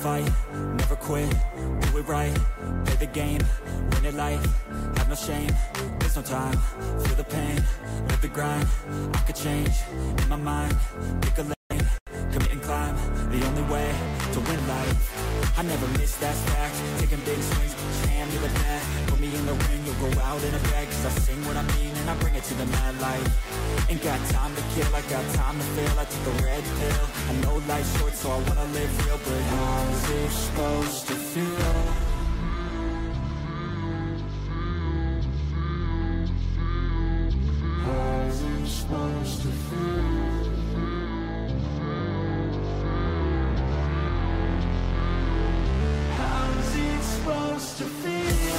fight, never quit, do it right, play the game, win it life, have no shame, there's no time, feel the pain, live the grind, I could change, in my mind, pick a lane, commit and climb, the only way to win life. I never miss, that's fact, taking big swings, hand me the bat, put me in the ring, you'll go out in a bag, cause I sing what I mean and I bring it to the mad light. Ain't got time to kill, I got time to feel, I took a red pill, I know life's short so I wanna live real, but how's it supposed to feel? How's it supposed to feel? How's it supposed to feel?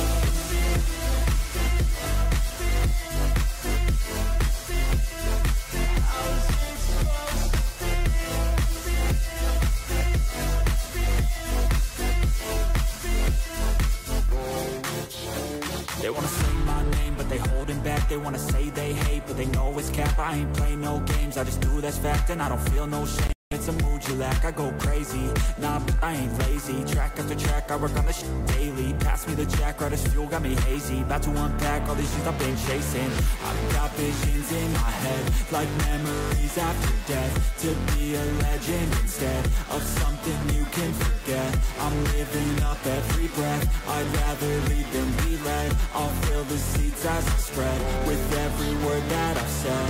They wanna say my name, but they holding back. They wanna say they hate, but they know it's cap. I ain't play no games, I just do that's fact. And I don't feel no shame, it's a mood you lack. I go crazy, nah, but I ain't lazy. Track after track, I work on this shit daily. Pass me the jack, right as fuel, got me hazy. About to unpack all these things I've been chasing. I've got visions in my head, like memories after death. To be a legend instead of something you can forget. I'm living up every breath, I'd rather lead than be led. I'll fill the seats as I spread, with every word that I've said.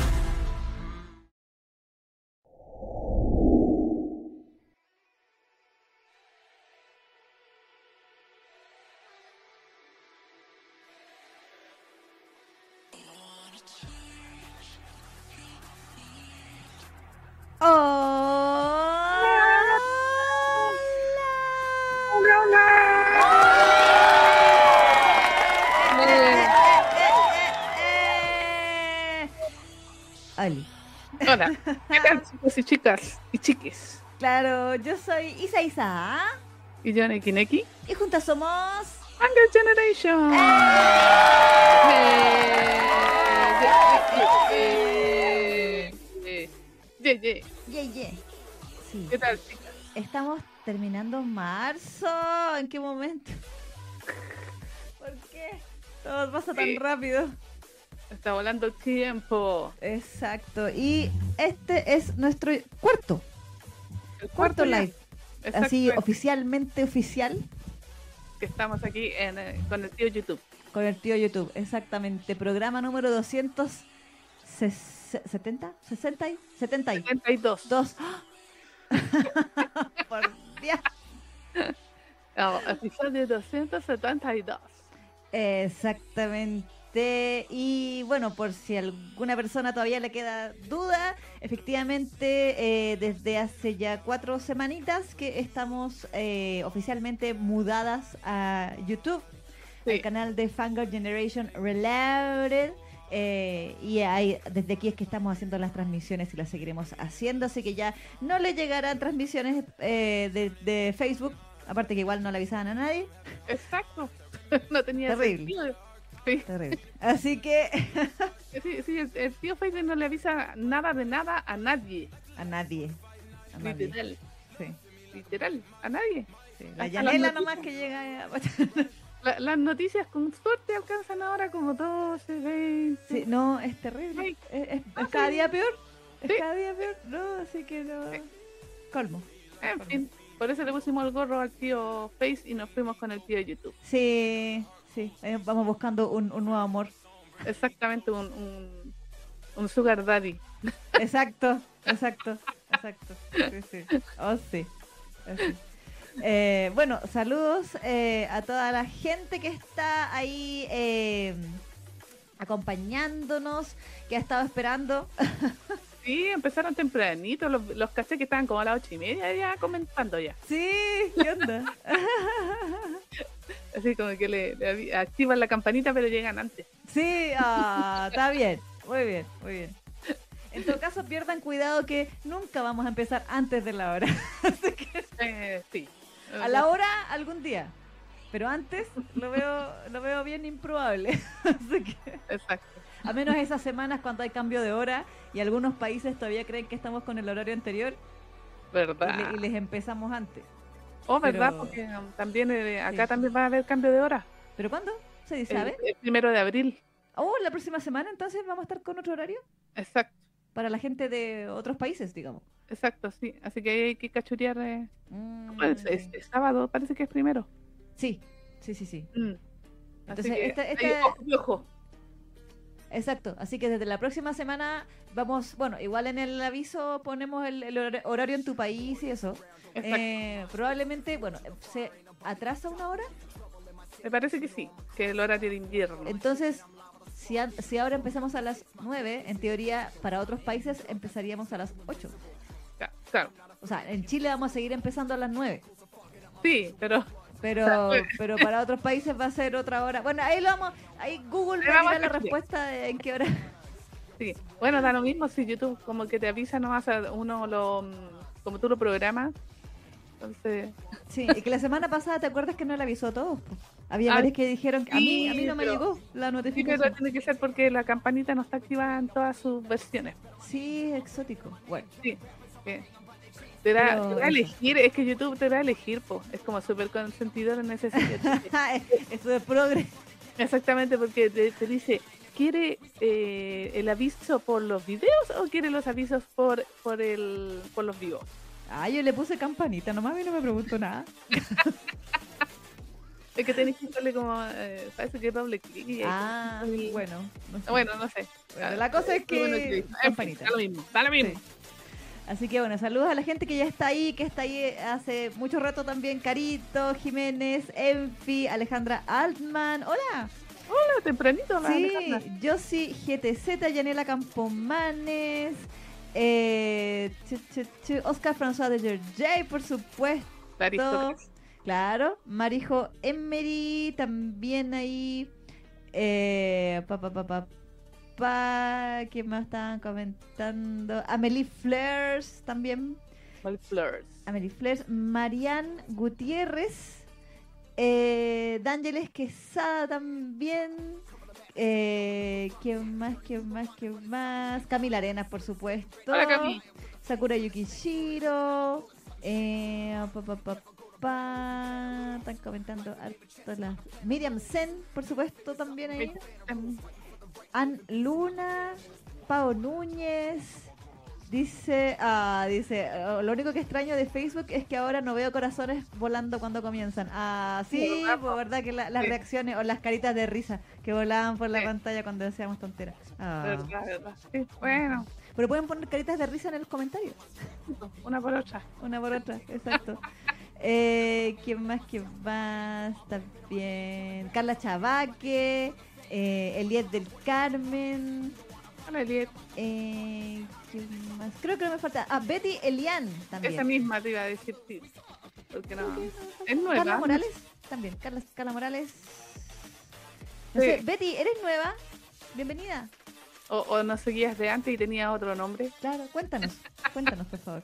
Ali. Hola, ¿qué tal, chicos y chicas y chiquis? Claro, yo soy Isa Y yo, Neki Neki, y juntas somos Hunger Generation. Yeah. Sí. ¿Qué tal, chicas? Estamos terminando marzo. ¿En qué momento? ¿Por qué? Todo pasa tan rápido. Está volando el tiempo. Exacto. Y este es nuestro cuarto ya. live. Así oficialmente oficial. Que estamos aquí con el tío YouTube. Con el tío YouTube, exactamente. Programa número 270, 72. ¡Ah! Por Dios. No, episodio 272. Exactamente. Y bueno, por si alguna persona todavía le queda duda, efectivamente desde hace ya 4 semanitas que estamos oficialmente mudadas a YouTube, sí, al canal de Fangirl Generation Reloaded. Y ahí, desde aquí es que estamos haciendo las transmisiones y las seguiremos haciendo, así que ya no le llegarán transmisiones de Facebook, aparte que igual no le avisaban a nadie. Exacto. No tenía terrible sentido. Sí. Terrible. Así que sí, el tío Facebook no le avisa nada de nada a nadie. A nadie. Literal. Sí. Literal, a nadie. Sí. La Yanela nomás que llega. Las noticias con suerte alcanzan ahora como 12, 20. Sí, no, es terrible. Es cada día peor. Es sí, cada día peor. No, así que no. Sí. Colmo. En fin, por eso le pusimos el gorro al tío Face y nos fuimos con el tío YouTube. Sí. Vamos buscando un nuevo amor. Exactamente, un sugar daddy. Exacto. Sí. Oh, sí. Así. Bueno, saludos a toda la gente que está ahí acompañándonos, que ha estado esperando. Sí, empezaron tempranito, los caché que estaban como a las 8:30 ya comentando ya. Sí, ¿qué onda? Así como que le activan la campanita pero llegan antes. Sí, está bien, muy bien. En todo caso, pierdan cuidado que nunca vamos a empezar antes de la hora. Así que, sí. A la hora algún día, pero antes lo veo bien improbable. Así que, exacto. A menos esas semanas cuando hay cambio de hora y algunos países todavía creen que estamos con el horario anterior. ¿Verdad? Y les empezamos antes. Oh, ¿verdad? Pero- Porque también acá Sí. también va a haber cambio de hora. ¿Pero cuándo? ¿Se sabe? El 1 de abril. Oh, la próxima semana entonces vamos a estar con otro horario Exacto, para la gente de otros países, digamos. exacto, sí. Así que hay que cachurear. Pues, Sí. es sábado, parece que es primero. Sí, sí, sí, sí. Mm. Entonces, Así que, esta, ahí, esta- ojo, y ojo. exacto. Así que desde la próxima semana vamos, bueno, igual en el aviso ponemos el horario en tu país y eso. Exacto. Probablemente, bueno, se atrasa una hora. Me parece que sí, que el horario de invierno. Entonces, si ahora empezamos a las 9, en teoría, para otros países empezaríamos a las 8. Claro. O sea, en Chile vamos a seguir empezando a las 9. Sí, pero Pero para otros países va a ser otra hora. Bueno, ahí Google Ahí va a vamos tirar la a chequear. respuesta de en qué hora. sí. Bueno, da lo mismo si YouTube como que te avisa, no vas a uno como tú lo programas. Entonces, Sí, y que la semana pasada, ¿te acuerdas que no le avisó a todos? Po? Había Ah, varios que dijeron que a mí sí, no me pero- llegó la sí, notificación. pero tiene que ser porque la campanita no está activada en todas sus versiones. Sí, es exótico. Bueno, Sí. que Pero te da a eso. elegir, es que YouTube te da a elegir, po. Es como súper consentidor en ese sentido. eso de progre. Exactamente, porque te dice, ¿quiere el aviso por los videos o quiere los avisos por los vivos? Ah, yo le puse campanita, nomás a mí no me preguntó nada. Es que tenés que darle como, parece que doble clic. Y ahí Ah, como el- bueno. No sé. Bueno, no sé. Bueno, la cosa es que Bueno, en fin, campanita. da lo mismo, da lo mismo. Sí. Así que bueno, saludos a la gente que ya está ahí, que está ahí hace mucho rato también. Carito, Jiménez, Enfi, Alejandra Altman. Hola. Hola, tempranito, la Sí, Alejandra. Josi GTZ, Yanela Campomanes, Oscar François de Georgey, por supuesto. La aristócrata. Claro, Marijo Emery, también ahí. ¿Qué más estaban comentando? Amelie Fleurs también. Fleurs. Amelie Fleurs, Marianne Gutiérrez, D'Ángeles Quesada también. ¿Quién más? ¿Quién más? ¿Quién más? Camila Arenas, por supuesto. Hola, Cami. Sakura Yukishiro. Están comentando harto las. Miriam Sen, por supuesto, también ahí. Ann Luna, Pao Núñez. Dice, lo único que extraño de Facebook es que ahora no veo corazones volando cuando comienzan. Ah, sí, ¿verdad? pues verdad que las Sí. reacciones o las caritas de risa que volaban por la Sí. pantalla cuando decíamos tonteras. Ah. Verdad. Sí, bueno, Pero pueden poner caritas de risa en los comentarios. una por otra. Una por otra, exacto. ¿Quién más? ¿Quién más? También Carla Chavaque, Eliet del Carmen. Hola, Eliet. ¿Quién más? Creo que no me falta. Ah, Betty Elian también. Esa misma te iba a decir, sí. Porque no. Ok, Es nueva. Carla Morales también. Carla Morales. No Sí. sé, Betty, ¿eres nueva? Bienvenida. O no seguías de antes y tenía otro nombre. Claro, cuéntanos, por favor.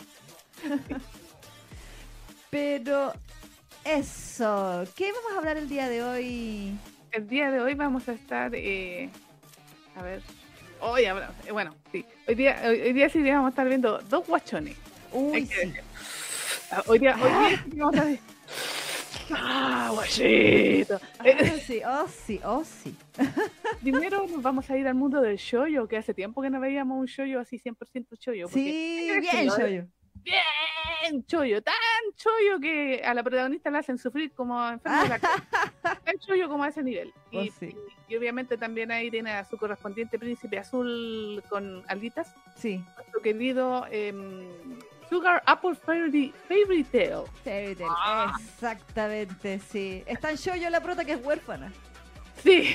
Pero eso, ¿qué vamos a hablar el día de hoy? El día de hoy vamos a estar. A ver. Hoy habrá. Bueno, sí. Hoy día sí vamos a estar viendo dos guachones. Uy, Hay que sí. decir. Hoy día sí que vamos a ver. ¡Ah, guachito! Oh, sí. Primero nos vamos a ir al mundo del shoyo, que hace tiempo que no veíamos un shoyo así 100% shoyo. porque Sí, hay que bien, decirlo, Shoyo. bien choyo, tan choyo que a la protagonista la hacen sufrir como enferma de la cabeza. Tan choyo como a ese nivel. Oh, sí. Y obviamente también ahí tiene a su correspondiente príncipe azul con alitas, Sí, nuestro querido Sugar Apple Fairy Tale. Fairy Tail, Ah. exactamente, sí. Está en Shoyo la prota que es huérfana. Sí,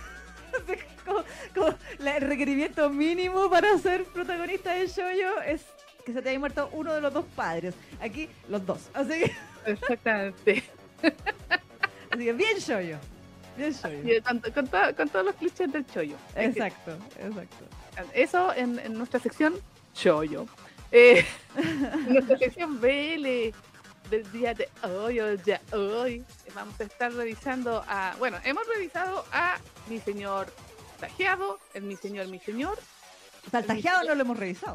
como el requerimiento mínimo para ser protagonista de Shoyo es que se te haya muerto uno de los dos padres. Aquí, los dos. Así exactamente. que bien Shoyo. Bien Shoyo. Y con todos los clichés del choyo. Exacto. Eso en nuestra sección choyo. En nuestra sección BL del día de hoy vamos a estar revisando hemos revisado a Mi Señor Tajeado, mi señor. O sea, el tajeado no lo hemos revisado.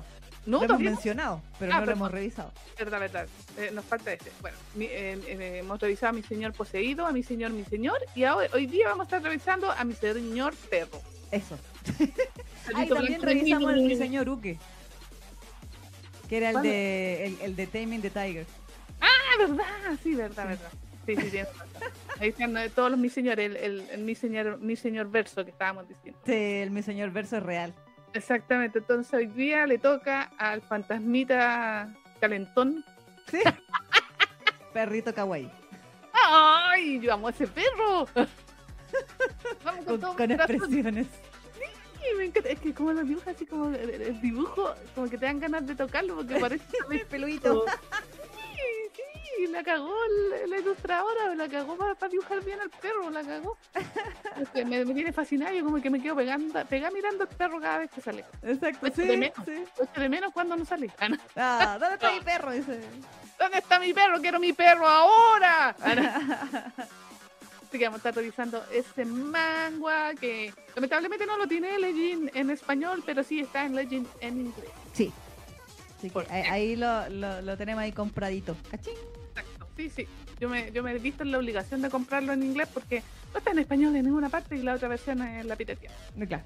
Lo hemos todavía no. mencionado, pero Ah, no lo perdón. hemos revisado. Verdad. Nos falta este. Bueno, hemos revisado a mi señor poseído, a mi señor, y ahora, hoy día vamos a estar revisando a mi señor perro. Eso. Perrito Ahí también blanco, revisamos el mini. mi señor Uke, que era ¿Cuál? el de Taming the Tiger. Ah, verdad, sí, verdad. Sí, tienes razón. Ahí están todos los mi señor, el mi señor verso que estábamos diciendo. Sí, el mi señor verso es real. Exactamente, entonces hoy día le toca al fantasmita calentón. Sí. Perrito kawaii. ¡Ay! Yo amo a ese perro. Vamos Con, todo con corazón. expresiones. Sí, me encanta. Es que como lo dibuja así como el dibujo, como que te dan ganas de tocarlo porque parece Peludito. Sí, la cagó la ilustradora, la cagó para dibujar bien al perro, la cagó. Es que me tiene fascinada, yo como que me quedo pegada mirando al perro cada vez que sale. Exacto, Echo sí, de menos. sí. Echo de menos cuando no sale. Ah, no. Ah, ¿dónde está mi perro? Dice. ¿Dónde está mi perro? ¡Quiero mi perro ahora! Ah, no. Así que vamos a estar revisando ese manga que lamentablemente no lo tiene Legend en español, pero sí está en Legend en inglés. Sí. Así que ¿Por qué? ahí lo tenemos ahí compradito. ¿Cachín? Exacto, sí. Yo me he visto en la obligación de comprarlo en inglés porque no está en español en ninguna parte y la otra versión es la piratería. Claro.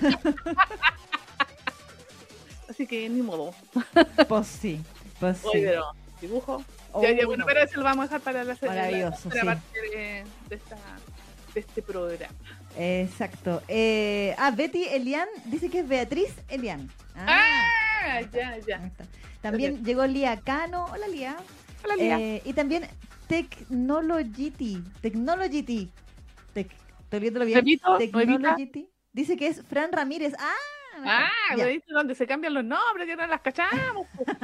Así que ni modo. Pues sí. Pues sí. Oye, pero dibujo. Oh, ya, bueno, no. pero eso lo vamos a dejar para la Maravilloso, tercera sí. parte de este programa. Exacto. Betty Elian dice que es Beatriz Elian. Ya. Ahí está. También llegó Lía Cano. Hola, Lía. Hola, Lía. Y también Technology. Estoy viéndolo bien. Repito, Technology. Dice que es Fran Ramírez. Ya. ¿me viste donde se cambian los nombres? Que no las cachamos.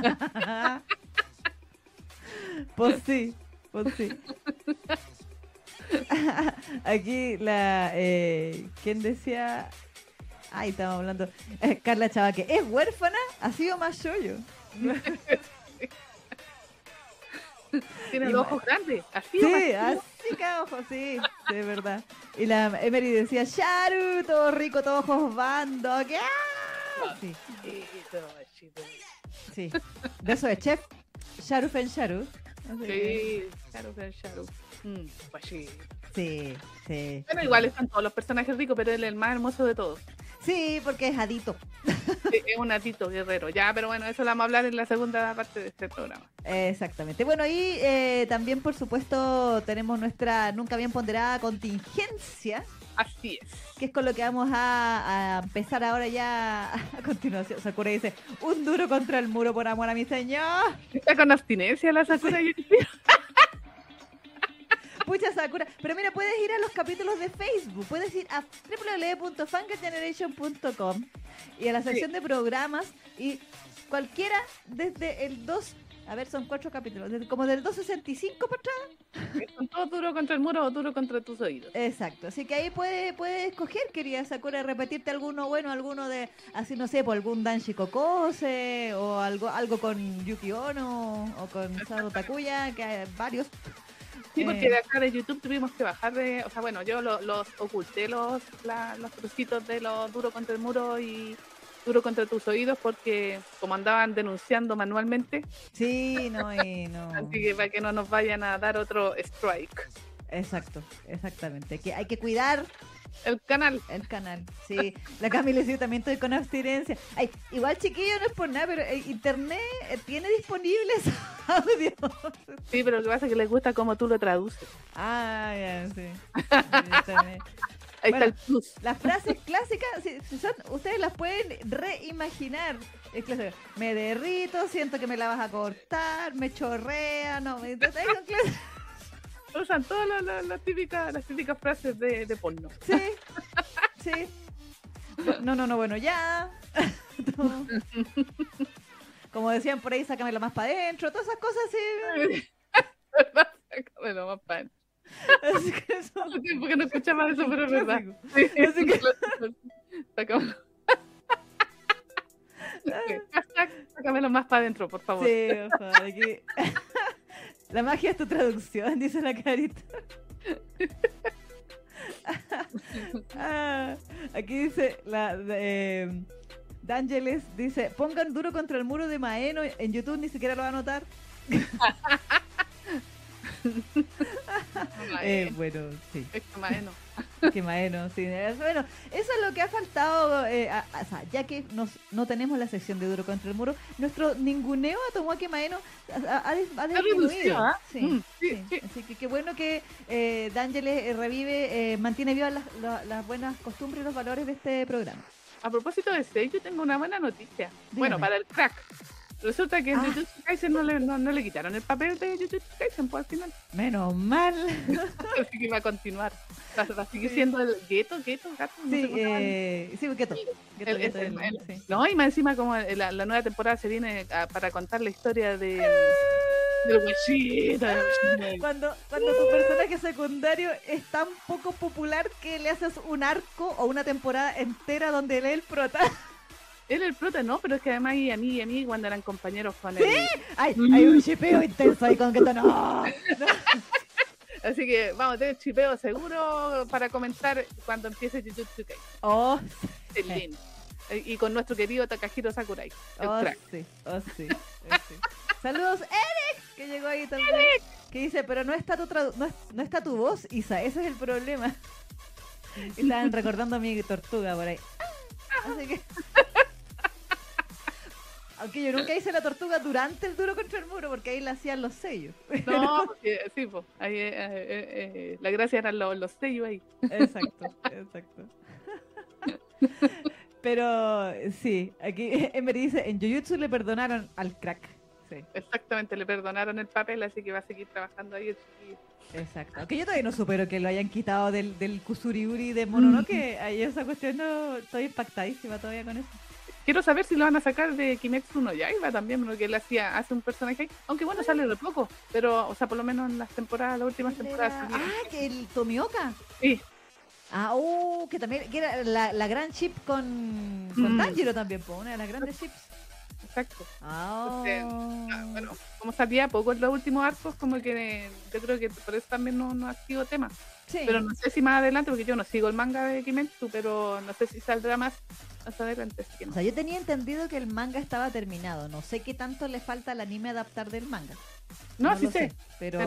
Pues sí. Aquí ¿quién decía? Ay, estamos hablando. Carla Chavaque. ¿Es huérfana? Ha sido más yoyo. Tiene Y los ma- ojos grandes. Así Sí, así que ojo, sí, de verdad. Y la Emery decía, Sharu, todo rico, todos ojos bando. ¿Qué? Sí. Beso de chef. Sharu Fen Sharu. Así que- Sí, Sharu. Pues sí. Sí. Bueno, igual están todos los personajes ricos, pero él es el más hermoso de todos. Sí, porque es adito. Es un atito guerrero. Ya, pero bueno, eso lo vamos a hablar en la segunda parte de este programa. Exactamente. Bueno, y también, por supuesto, tenemos nuestra nunca bien ponderada contingencia, Así es. que es con lo que vamos a empezar ahora ya a continuación. Sakura dice, un duro contra el muro por amor a mi señor. Está con abstinencia la Sakura. Pucha, Sakura. Pero mira, puedes ir a los capítulos de Facebook. Puedes ir a www.fangageneration.com y a la sección de programas y cualquiera desde el 2... A ver, son 4 capítulos. Como del 265 para atrás. Son todos duro contra el muro o duro contra tus oídos. Exacto. Así que ahí puedes escoger, querida Sakura, repetirte alguno bueno, alguno de... Así, no sé, por algún Danshi Kokose o algo con Yuki Ono o con Sado Takuya, que hay varios. Sí, porque de acá de YouTube tuvimos que bajar de... O sea, bueno, yo los oculté los trocitos de los duro contra el muro y duro contra tus oídos porque como andaban denunciando manualmente, Sí, no. así que para que no nos vayan a dar otro strike. Exacto, exactamente. Que hay que cuidar El canal. el canal. Sí, la Camila dice, yo también estoy con abstinencia. Ay, igual, chiquillo, no es por nada, pero internet tiene disponibles audios. Sí, pero lo que pasa es que les gusta cómo tú lo traduces. Ya, sí. Internet. Ahí Bueno, está el plus. Las frases clásicas, si son, ustedes las pueden reimaginar. Es clásico. Me derrito, siento que me la vas a cortar, me chorrea, no, Usan todas las típicas frases de porno. Sí. No, bueno, ya. No. Como decían por ahí, sácamelo más para adentro, todas esas cosas así. Sácamelo más pan. Así que eso Hace tiempo que no escuchaba eso, pero es verdad. clásico. Sí, Así que- Sácamelo. Hashtag, sácamelo más para adentro, por favor. Sí, por favor, aquí. La magia es tu traducción, dice la carita. Aquí dice D'Angeles dice, pongan Duro contra el muro de Maeno en YouTube, ni siquiera lo va a notar. Bueno, sí. Es que Maeno. Que Maeno, sí. Bueno, eso es lo que ha faltado, o sea, ya que no tenemos la sección de Duro contra el muro, nuestro ninguneo a Tomoaki Maeno ha disminuido. reducido, ¿ah? Sí, Sí. Así que qué bueno que D'Angeles revive, mantiene vivas las buenas costumbres y los valores de este programa. A propósito de Seiyu, tengo una buena noticia. Bueno, para el crack. Resulta que en Jujutsu Kaisen no le quitaron el papel de Jujutsu Kaisen, pues al final. Menos mal. Así que va a continuar. Va a seguir siendo el gato. Sí, Geto. Sí. No, y más encima como la nueva temporada se viene para contar la historia del huesito. Cuando tu personaje secundario es tan poco popular que le haces un arco o una temporada entera donde él es el prota. Él el prota, no, pero es que además y a mí cuando eran compañeros con él. ¿Sí? Hay un chipeo intenso ahí con Geto, no. Así que vamos a tener chipeo seguro para comentar cuando empiece Jujutsu Kaisen. Oh, el link. Y con nuestro querido Takahiro Sakurai. Crack. Sí. Saludos, Eric, que llegó ahí también. Eric. Que dice, pero no está no está tu voz, Isa, ese es el problema. Y estaban recordando a mi tortuga por ahí. Así que... Aunque yo nunca hice la tortuga durante el Duro contra el muro, porque ahí la hacían los sellos. No, porque, sí, pues, ahí, la gracia eran los sellos ahí. Exacto. Pero sí, aquí Emery dice, en Jujutsu le perdonaron al crack. Sí. Exactamente, le perdonaron el papel, así que va a seguir trabajando ahí el chiquillo. Exacto. Aunque yo todavía no supero que lo hayan quitado del Kusuriuri de Mononoke. Ahí esa cuestión no, estoy impactadísima todavía con eso. Quiero saber si lo van a sacar de Kimetsu no Yaiba también, porque él hace un personaje ahí. Aunque bueno, sale de poco, pero, o sea, por lo menos en las últimas temporadas. Que el Tomioka. Sí. Que también, que era la gran chip con Tanjiro también, una de las grandes chips. Exacto. Entonces, bueno, como salía poco en los últimos arcos, como que yo creo que por eso también no ha sido tema. Sí. Pero no sé si más adelante, porque yo no sigo el manga de Kimetsu, pero no sé si saldrá más adelante. Así que no. O sea, yo tenía entendido que el manga estaba terminado. No sé qué tanto le falta al anime adaptar del manga. No sí sé. Pero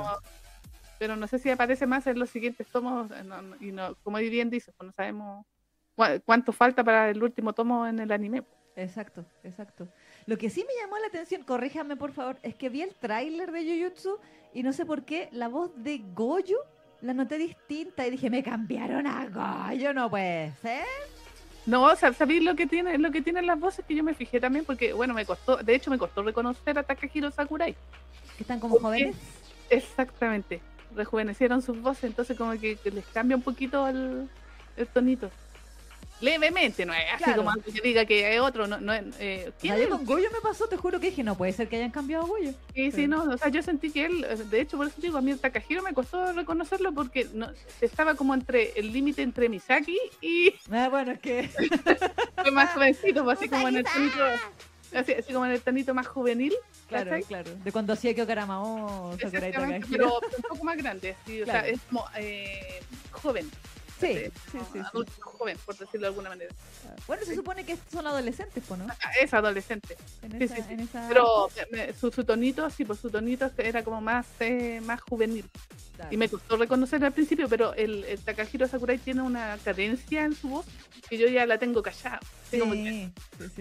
no sé si aparece más en los siguientes tomos. Y como bien dices, pues no sabemos cuánto falta para el último tomo en el anime. Exacto. Lo que sí me llamó la atención, corríjame por favor, es que vi el tráiler de Jujutsu y no sé por qué la voz de Goyo la noté distinta y dije, me cambiaron a Goyo, no puede ser. No, ¿sabéis lo que tienen las voces? Que yo me fijé también, porque bueno, me costó reconocer a Takahiro Sakurai. ¿Que están como jóvenes? Exactamente, rejuvenecieron sus voces, entonces como que les cambia un poquito el tonito. Levemente, no es así como algo que diga que es otro. ¿Quién con Goyo me pasó? Te juro que dije, no puede ser que hayan cambiado a Goyo. Sí, no, o sea, yo sentí que él, de hecho, por eso digo, a mí el Takahiro me costó reconocerlo porque estaba como entre el límite entre Misaki y... bueno, es que... fue más jovencito, así como en el tonito... Así como en el tonito más juvenil. Claro. De cuando hacía Kyo Karamao, Sakurai Takahiro. Pero un poco más grande, sí, o sea, es como joven. Sí. Adulto joven, por decirlo de alguna manera. Bueno, se supone que son adolescentes, ¿no? Es adolescente. En esa... Pero su tonito, su tonito era como más juvenil. Claro. Y me costó reconocer al principio, pero el Takahiro Sakurai tiene una cadencia en su voz que yo ya la tengo callada. Sí.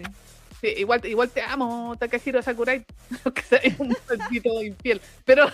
Igual te amo, Takahiro Sakurai, que es un maldito infiel. Pero...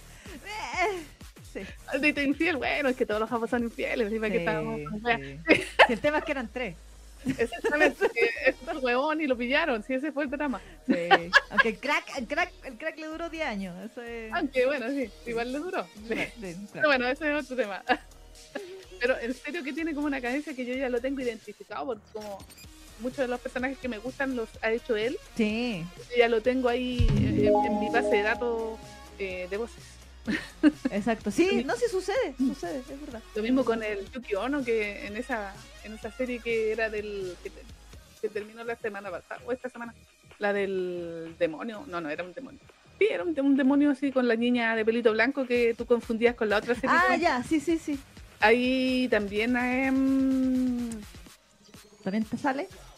Sí. Maldito infiel, bueno, es que todos los japoneses son infieles, que estábamos... Si el tema es que eran 3. Exactamente, es el huevón y lo pillaron, sí, ese fue el drama. Sí. Aunque el crack le duró 10 años. Eso es... Aunque bueno, sí, igual le duró. Sí. Pero bueno, ese es otro tema. Pero en serio que tiene como una cadencia que yo ya lo tengo identificado, porque como muchos de los personajes que me gustan los ha hecho él. Sí. Yo ya lo tengo ahí en mi base de datos de voces. Exacto, sí, no, sí sucede, es verdad. Lo mismo con el Yuki Ono, que en esa serie que era que terminó la semana pasada, o esta semana, la del demonio, no era un demonio. Sí, era un demonio así con la niña de pelito blanco que tú confundías con la otra serie. Ya, sí. Ahí también... ¿También te sale?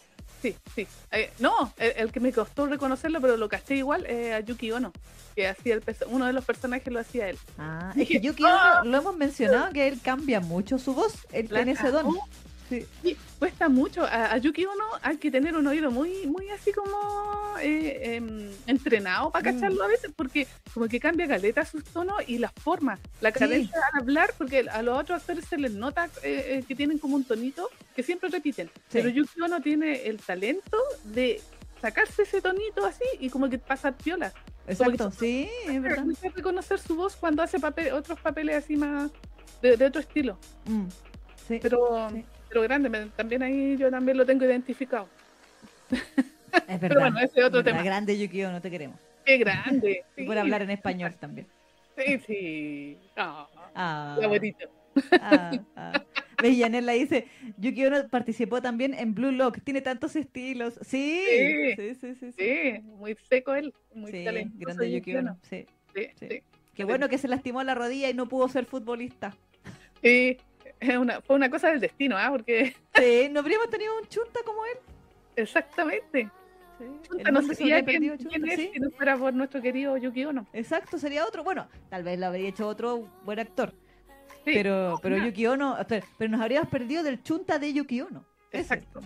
sí, sí. No, el que me costó reconocerlo, pero lo caché igual, a Yuki Ono, que hacía uno de los personajes lo hacía él. Ah, es Dije, que Yuki Ono, lo hemos mencionado, que él cambia mucho su voz, él tiene ese don. cagó. Sí. Sí, cuesta mucho. A Yuki Ono hay que tener un oído muy, muy así como entrenado para cacharlo a veces, porque como que cambia caleta sus tonos y las formas, la cadencia al hablar, porque a los otros actores se les nota que tienen como un tonito que siempre repiten, pero Yuki Ono tiene el talento de sacarse ese tonito así y como que pasar piola. Exacto, sí, es verdad. Hay que reconocer su voz cuando hace otros papeles así más de otro estilo. Sí. Pero grande, también ahí yo también lo tengo identificado. Es verdad. Pero bueno, ese es otro tema. Grande Yuki Ono, te queremos. Qué grande. Y por hablar en español también. Sí. Ah. Qué bonito. ¿Ves? Yanela dice, Yuki Ono participó también en Blue Lock, tiene tantos estilos. Sí. Sí, muy seco él, muy talentoso. Grande Yuki Ono. Sí. Qué bueno que se lastimó la rodilla y no pudo ser futbolista. Sí, fue una cosa del destino, porque... Sí, no habríamos tenido un chunta como él. Exactamente. Sí. Chunta no sería quién es si no fuera por nuestro querido Yuki Ono. Exacto, sería otro. Bueno, tal vez lo habría hecho otro buen actor. Sí. Pero Yuki Ono, pero nos habríamos perdido del chunta de Yuki Ono. Exacto.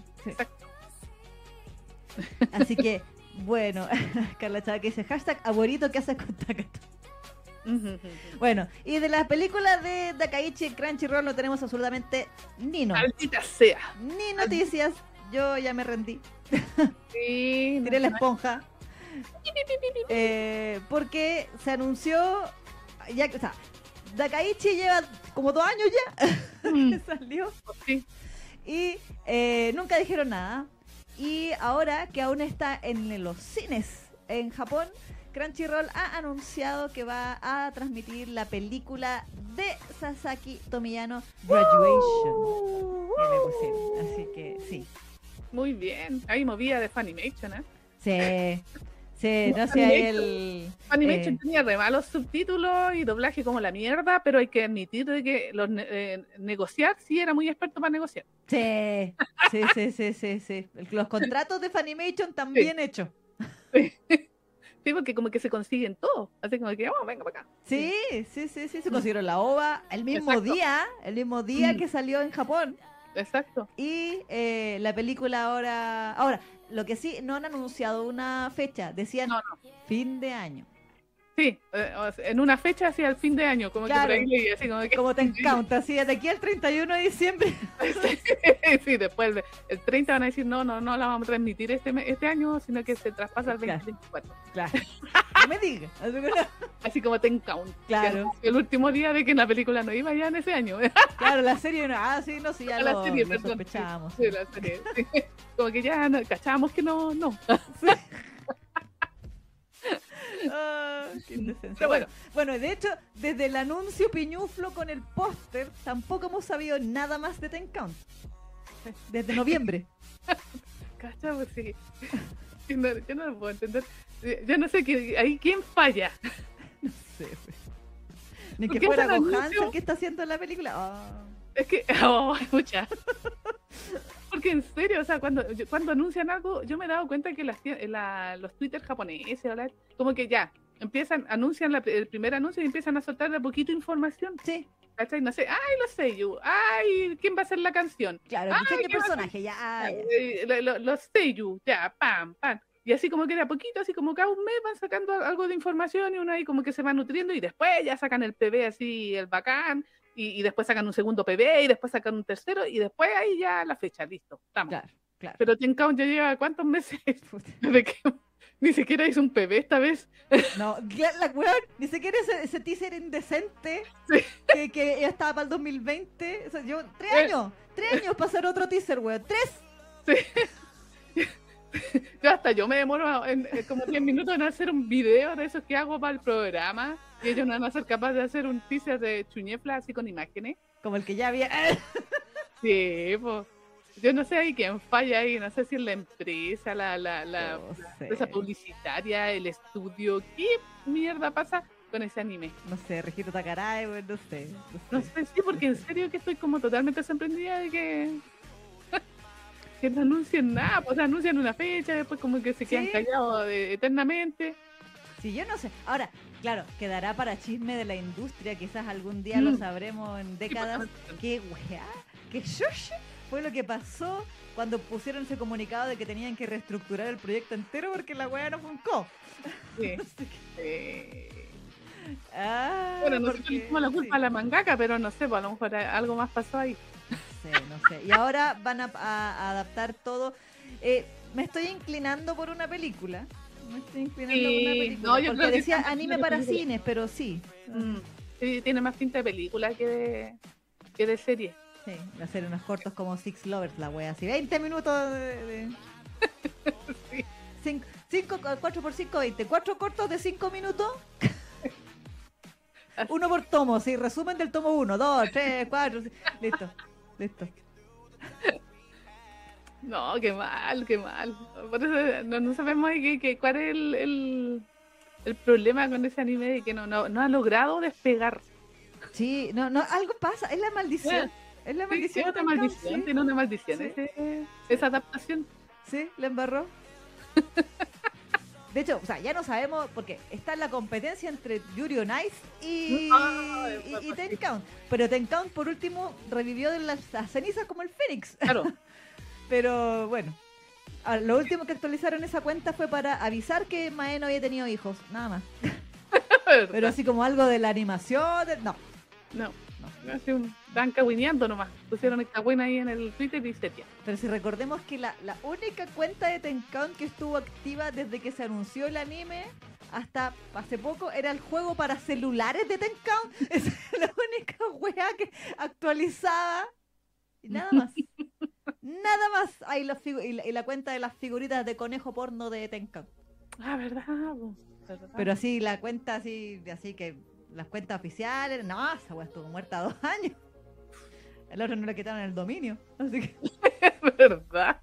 Así que, bueno, Carla Chava que dice, hashtag abuelito, ¿qué haces con Takato? Bueno, y de las películas de Takaichi Crunchyroll no tenemos absolutamente ni maldita sea, ni noticias. Yo ya me rendí. Sí, tiré la esponja. Porque se anunció ya, o sea, Takaichi lleva como 2 años ya que salió. Sí. Y nunca dijeron nada. Y ahora que aún está en los cines en Japón, Crunchyroll ha anunciado que va a transmitir la película de Sasaki Tomiyano, Graduation. Así que sí. Muy bien. Ahí movía de Funimation, ¿eh? Sí, no sé, el... Funimation tenía re malos subtítulos y doblaje como la mierda, pero hay que admitir de que negociar sí era muy experto para negociar. Sí. Los contratos de Funimation también hechos. Sí, porque como que se consiguen todo. Así como que, venga para acá. Sí, se consiguieron la OVA el mismo día que salió en Japón. Exacto. Y la película ahora, lo que sí, no han anunciado una fecha, decían fin de año. Sí, en una fecha hacia el fin de año, como claro, que por ahí leí, así como que... Como te encanta, así de aquí al 31 de diciembre. Sí, después el 30 van a decir, no la vamos a transmitir este año, sino que se traspasa al 2024. Claro. No me digas. Así como Ten Count. Claro. El último día de que la película no iba ya en ese año. Claro, la serie no. Sí, ya la serie, lo sospechábamos. Sí, la serie. Sí. Como que ya cachábamos que no. Sí. Qué indecencia. Bueno, de hecho, desde el anuncio piñuflo con el póster, tampoco hemos sabido nada más de Ten Count. Desde noviembre. Cacha, pues sí. Yo no lo puedo entender. Yo no sé ahí quién falla. No sé, pues. Ni que fuera Gohan el que está haciendo la película. Es que, mucha. Porque en serio, o sea, cuando anuncian algo, yo me he dado cuenta que los Twitter japoneses, como que ya, anuncian el primer anuncio y empiezan a soltar de a poquito información. Sí. ¿Cachai? No sé, los seiyuu, ¿quién va a hacer la canción? Claro, el personaje, ya. Los seiyuu, ya, pam. Y así como que de a poquito, así como cada un mes van sacando algo de información y uno ahí como que se va nutriendo y después ya sacan el PV así, el bacán, y después sacan un segundo PV y después sacan un tercero y después ahí ya la fecha, listo, estamos. Claro. Pero Ten Count ya lleva ¿cuántos meses? De que ni siquiera hizo un PV esta vez. No, la weón, ni siquiera ese teaser indecente que ya estaba para el 2020. O sea, yo 3 años para hacer otro teaser, weón. 3. Sí. Yo me demoro como 10 minutos en hacer un video de esos que hago para el programa y ellos no van a ser capaces de hacer un teaser de Chuñefla así con imágenes. Como el que ya había. Sí, pues. Yo no sé ahí quién falla ahí, no sé si es la empresa, la empresa publicitaria, el estudio, ¿qué mierda pasa con ese anime? No sé, Regito Takarai, no sé. No sé, sí, porque en serio que estoy como totalmente sorprendida de que... que no anuncien nada, pues anuncian una fecha, después como que se quedan Sí. callados eternamente. Sí, yo no sé. Ahora, claro, quedará para chisme de la industria, quizás algún día lo sabremos en décadas. ¿Qué weá? ¿Qué shush? Fue lo que pasó cuando pusieron ese comunicado de que tenían que reestructurar el proyecto entero porque la weá no funcó. Sí. Ah, Bueno, nosotros porque- le echamos la culpa sí. a la mangaka, pero no sé, pues a lo mejor algo más pasó ahí. No sé. Y ahora van a adaptar todo. Me estoy inclinando por una película. Me estoy inclinando por una Sí, película. no, yo porque creo que decía están anime haciendo para película. cines, pero sí. Sí, tiene más pinta de película que de serie. Sí, va a ser unos cortos como Six Lovers, la wea así. 20 minutos de... Sí. 4 por 5, 20. 4 cortos de 5 minutos. Así. Uno por tomo, sí. Resumen del tomo 1, 2, 3, 4. Listo. Listo. No, qué mal, qué mal. Por eso no sabemos cuál es el problema con ese anime de que no ha logrado despegar. Sí, no, algo pasa. Es la maldición. Es la Sí, maldición. es una del caos, maldición, sí. tiene una maldición Sí. esa adaptación. Sí, la embarró. De hecho, o sea, ya no sabemos, porque está en la competencia entre Yuri on Ice y Ten Count. Pero Ten Count, por último, revivió de las cenizas como el Fénix. Claro. Pero bueno, lo último que actualizaron esa cuenta fue para avisar que Mae no había tenido hijos, nada más. Pero así como algo de la animación, no. Así estaban cagüineando nomás. Pusieron el cagüín ahí en el Twitter y setia. Pero si recordemos que la única cuenta de Ten Count que estuvo activa desde que se anunció el anime hasta hace poco era el juego para celulares de Ten Count. Esa es la única wea que actualizaba. Y nada más. Nada más. Ahí y la cuenta de las figuritas de conejo porno de Ten Count. Ah, verdad, po, verdad. Pero así, la cuenta así que las cuentas oficiales, no, esa wea estuvo muerta 2 años. El otro no le quitaron el dominio. Así que, verdad.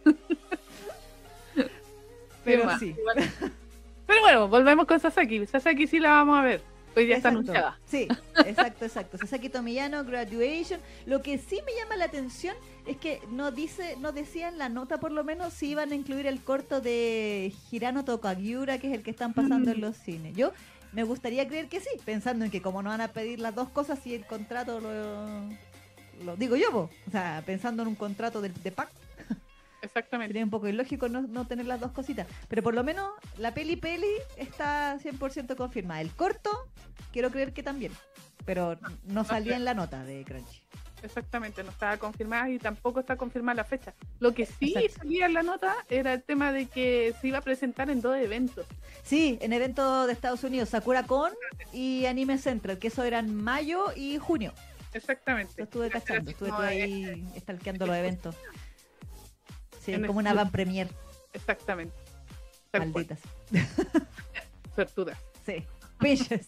pero más? sí. Pero bueno, volvemos con Sasaki. Sasaki sí la vamos a ver. Hoy ya está Exacto. anunciada. Sí, exacto. Sasaki Tomiyano, Graduation. Lo que sí me llama la atención es que no decía en la nota por lo menos si iban a incluir el corto de Hirano Tokagiura, que es el que están pasando en los cines. Yo me gustaría creer que sí, pensando en que como no van a pedir las dos cosas y el contrato lo digo yo, po. O sea, pensando en un contrato de PAC. Exactamente. Sería un poco ilógico no tener las dos cositas. Pero por lo menos la peli está 100% confirmada. El corto, quiero creer que también. Pero no salía en la nota de Crunchy. Exactamente, no estaba confirmada y tampoco está confirmada la fecha. Lo que sí Exacto. salía en la nota era el tema de que se iba a presentar en 2 eventos. Sí, en eventos de Estados Unidos, SakuraCon y Anime Central, que eso eran mayo y junio. Exactamente. Lo estuve cachando, estuve No, todo ahí stalkeando los eventos. Sí, En es como una el- van premier, Exactamente. Tal cual. malditas. Suertuda. Sí, pillas.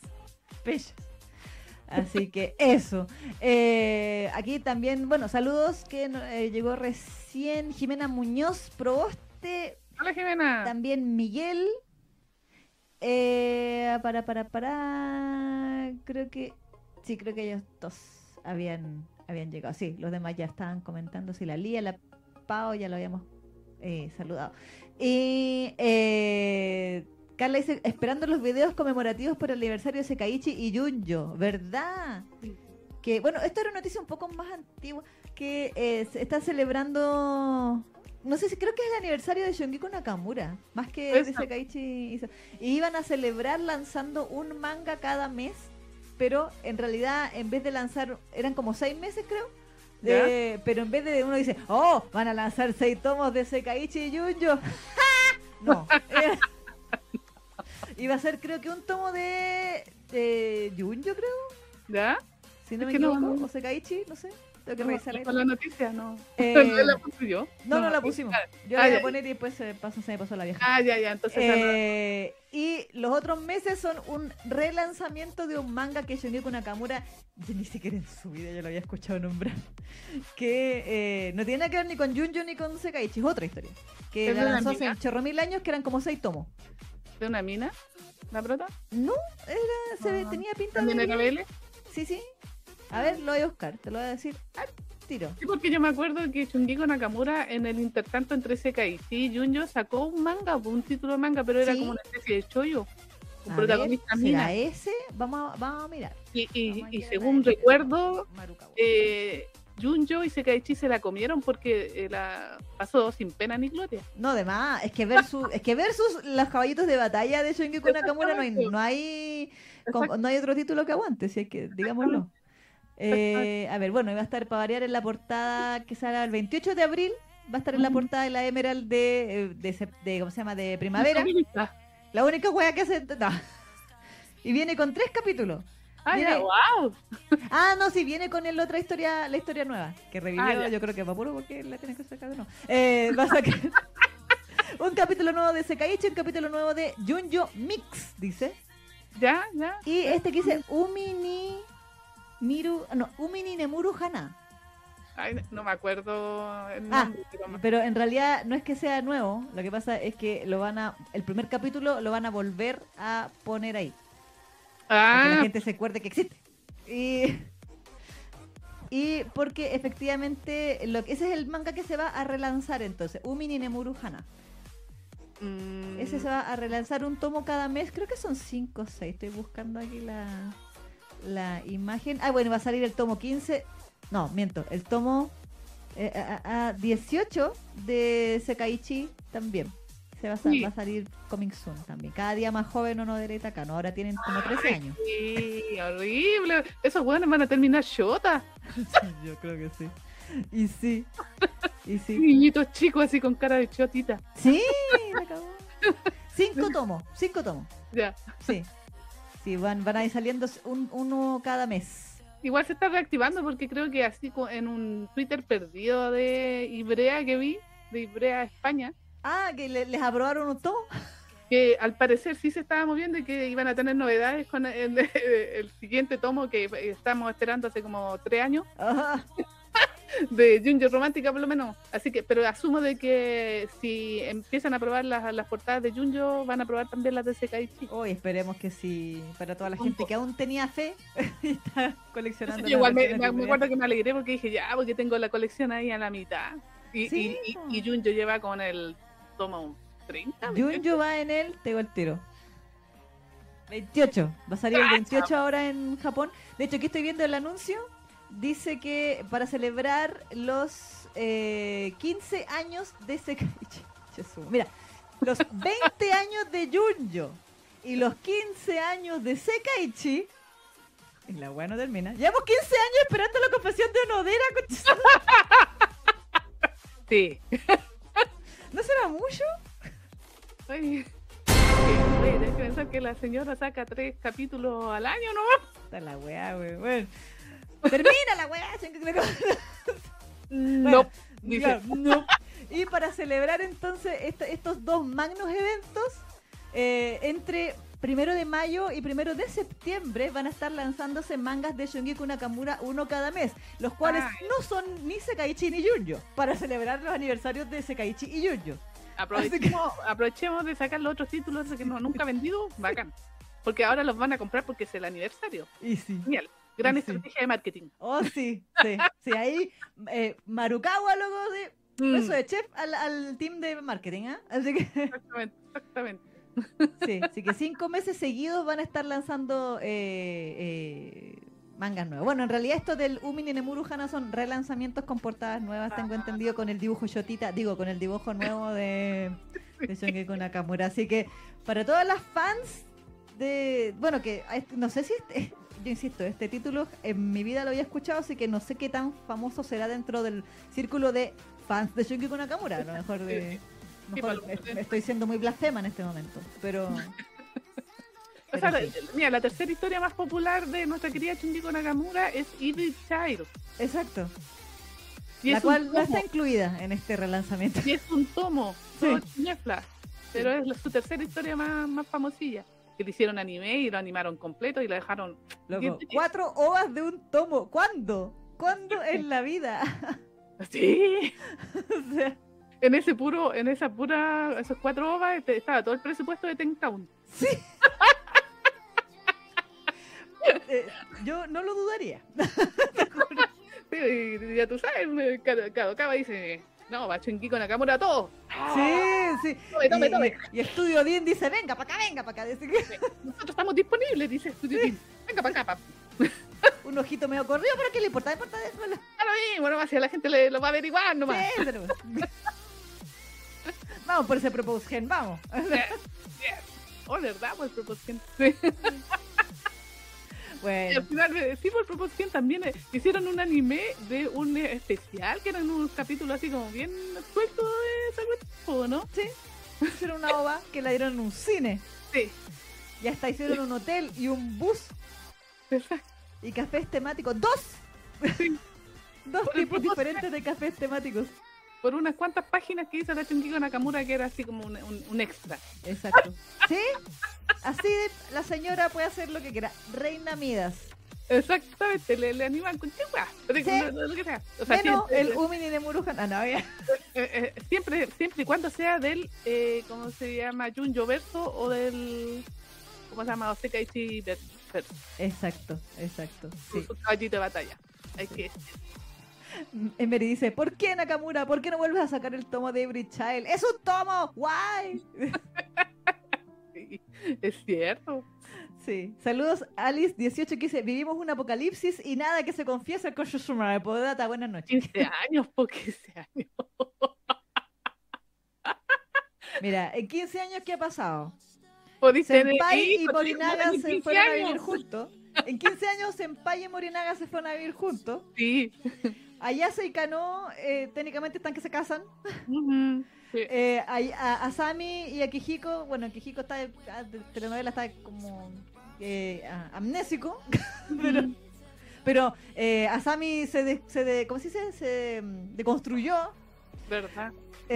Así que eso. Aquí también, bueno, saludos que llegó recién Jimena Muñoz Proboste, Hola, Jimena. también Miguel. Creo que ellos dos habían llegado. Sí, los demás ya estaban comentando. Sí, la Lía, la Pao, ya lo habíamos saludado. Y Carla dice, esperando los videos conmemorativos por el aniversario de Sekaiichi y Junjo, ¿verdad? Sí. Que, bueno, esto era una noticia un poco más antigua, que se está celebrando, no sé si creo que es el aniversario de Shungiku Nakamura, más que de Eso. Sekaiichi. Y iban a celebrar lanzando un manga cada mes, pero en realidad en vez de lanzar, eran como 6 meses creo, ¿Ya? pero en vez de uno dice, oh, van a lanzar 6 tomos de Sekaiichi y Junjo. No. Iba a ser creo que un tomo de Junjo, creo. ¿Ya? Si no Es me que no, equivoco, no. o Sekaiichi, no sé. Tengo que No, revisar con la noticia, no. Eh, ¿No la puse yo? No la pusimos. Yo la Ah, voy a ya. poner y después se me pasó la vieja. Ah, ya, entonces. Y los otros meses son un relanzamiento de un manga que Shungiku Nakamura, yo ni siquiera en su vida yo lo había escuchado nombrar, que no tiene nada que ver ni con Junjo ni con Sekaiichi, es otra historia, que ¿Es la de la lanzó hace mina? un chorro mil años, que eran como 6 tomos. ¿De una mina? ¿La prota? No, tenía pinta ¿También de... era BL? Sí. A ver, lo voy a buscar, te lo voy a decir tiro. Sí, porque yo me acuerdo que Shungiko Nakamura en el intertanto entre Sekaiichi y Junjo sacó un manga, un título de manga, pero era Sí. como una especie de chollo. Un A protagonista ver, mina. ¿será ese? Vamos a mirar. Y Vamos a según mirar. recuerdo, Marukawa. Junjo y Sekaiichi se la comieron porque la pasó sin pena ni gloria. No, de más. Es que versus los caballitos de batalla de Shingeki Nakamura no hay otro título que aguante, si es que, digámoslo. A ver, bueno, va a estar para variar en la portada que sale el 28 de abril. Va a estar en la portada de la Emerald de ¿cómo se llama? De primavera. La única wea que hace. No. Y viene con 3 capítulos. ¡Ay, Viene- wow! Ah, no, sí, viene con la historia nueva, que revivió, ya. yo creo que va puro porque la tiene que sacar de nuevo. Va a sacar un capítulo nuevo de Sekaiichi, un capítulo nuevo de Junjo Mix, dice. Ya. Y este que dice Umini Nemuru Hana. Ay, no me acuerdo el Ah, nombre. pero en realidad no es que sea nuevo, lo que pasa es que el primer capítulo lo van a volver a poner ahí. Para que la gente se acuerde que existe. Y porque efectivamente ese es el manga que se va a relanzar entonces, Umini Nemuru Hana. Ese se va a relanzar un tomo cada mes, creo que son 5 o 6. Estoy buscando aquí la imagen. Ah, bueno, va a salir el tomo 15. No, miento, el tomo 18 de Sekaiichi también. Va a salir coming soon también. Cada día más joven o no de Takano. Ahora tienen como 13 años. Sí, horrible. Esos hueones van a terminar shota. Yo creo que sí. Y sí. Niñitos chicos así con cara de chotita. Sí, la acabó. 5 tomos. Ya. Sí, van a ir saliendo uno cada mes. Igual se está reactivando porque creo que así en un Twitter perdido de Ibrea que vi, de Ibrea España, Ah, que les aprobaron un tomo. que al parecer sí se estaba moviendo y que iban a tener novedades con el siguiente tomo que estamos esperando hace como 3 años Ajá. de Junjo Romántica por lo menos. Así que, pero asumo de que si empiezan a probar las portadas de Junjo, van a probar también las de Sekaiichi. Hoy esperemos que sí, para toda la gente que aún tenía fe y está coleccionando. Yo igual me acuerdo que me alegré porque dije, ya, porque tengo la colección ahí a la mitad. Y Junjo lleva con el tomo 30. Junjo va en él, te digo el tiro. 28, va a salir el 28 ahora en Japón. De hecho, aquí estoy viendo el anuncio. Dice que para celebrar los 15 años de Sekaiichi. Mira, los 20 años de Junjo y los 15 años de Sekaiichi. Y la weá no termina. Llevamos 15 años esperando la confesión de Onodera. Sí. ¿No será mucho? Ay. Tienes que pensar que la señora saca 3 capítulos al año, ¿no? Está la weá, wey. Bueno, termina la weá. No. Dice. Claro, no. Y para celebrar entonces estos dos magnos eventos, entre 1 de mayo y 1 de septiembre van a estar lanzándose mangas de Shungiku Nakamura uno cada mes, los cuales no son ni Sekaiichi ni Junjo, para celebrar los aniversarios de Sekaiichi y Junjo. Aprovechemos de sacar los otros títulos que nunca han vendido, bacán. Porque ahora los van a comprar porque es el aniversario. Y sí. Genial. Gran Sí. estrategia de marketing. Oh, sí. Ahí Marukawa luego de eso de chef al team de marketing, ¿eh? Así que Exactamente. sí, así que 5 meses seguidos van a estar lanzando mangas nuevos. Bueno, en realidad esto del Umini Nemuru Hana son relanzamientos con portadas nuevas, tengo entendido, con el dibujo shotita, con el dibujo nuevo de Shungiku Nakamura. Así que para todas las fans bueno, que no sé si yo insisto, este título en mi vida lo había escuchado, así que no sé qué tan famoso será dentro del círculo de fans de Shungiku Nakamura. A lo mejor estoy siendo muy blasfema en este momento, pero O sea, sí. mira, la tercera historia más popular de nuestra querida Shungiku Nakamura es Evil Child. Exacto. Y La es cual un no tomo, está incluida en este relanzamiento. y es un tomo, Sí. todo ñefla, pero es su tercera historia más famosilla. Que le hicieron anime y lo animaron completo y lo dejaron. Loco, 4 ovas de un tomo. ¿Cuándo? ¿Cuándo en la vida? Sí. O sea, Esos 4 ovas estaba todo el presupuesto de Ten Town. sí. Yo no lo dudaría. Sí, y ya tú sabes, Kadokawa dice, no, va Shingeki Nakamura todo. Sí. Tome. Y Estudio Dean dice, venga para acá. Dice que Nosotros estamos disponibles, dice Studio Team. Venga para acá, un ojito medio corrido, pero ¿qué le importa? ¿Le importa eso? Claro, bueno, así a la gente lo va a averiguar nomás. Sí, pero... Vamos por ese propose gen, vamos. Yes. Oh, ¿verdad? Pues Proposición. Sí. Y Bueno, al final, sí, por Proposición también hicieron un anime de un especial, que eran unos capítulos así como bien sueltos de esa cuestión, ¿no? sí. Hicieron una ova que la dieron en un cine. Sí. Y hasta hicieron un hotel y un bus Exacto. y cafés temáticos. ¡Dos! Dos Por el tipos propósito. diferentes de cafés temáticos. Por unas cuantas páginas que hizo la Shingeki Nakamura, que era así como un extra. Exacto. ¿Sí? Así la señora puede hacer lo que quiera. Reina Midas. Exactamente, le animan con chihuahua. Lo que sea. O sea, Menos siempre, el Umini de Muruhan. Ah, no, ya. siempre y cuando sea del, ¿cómo se llama? Junjo Verso o del, ¿cómo se llama? Osekaichi Verso. Exacto. Sí. Su caballito de batalla. Hay que Emery dice, ¿por qué Nakamura? ¿Por qué no vuelves a sacar el tomo de Every Child? ¡Es un tomo! ¡Guay! sí, es cierto. Sí. Saludos, Alice18 que dice, vivimos un apocalipsis y nada que se confiese con Shushumara. Podata, buenas noches. 15 años, por 15 años. Mira, en 15 años, ¿qué ha pasado? Podéis tener Senpai y hijos, Morinaga tenés se 15 fueron a años. vivir juntos. En 15 años, Senpai y Morinaga se fueron a vivir juntos. Sí. Ayase y Kano técnicamente están que se casan. Ujú, sí. A Asami y a Kijiko, bueno, Kijiko está de telenovela, está como amnésico, pero Asami ¿cómo se dice? Se deconstruyó. ¿Verdad?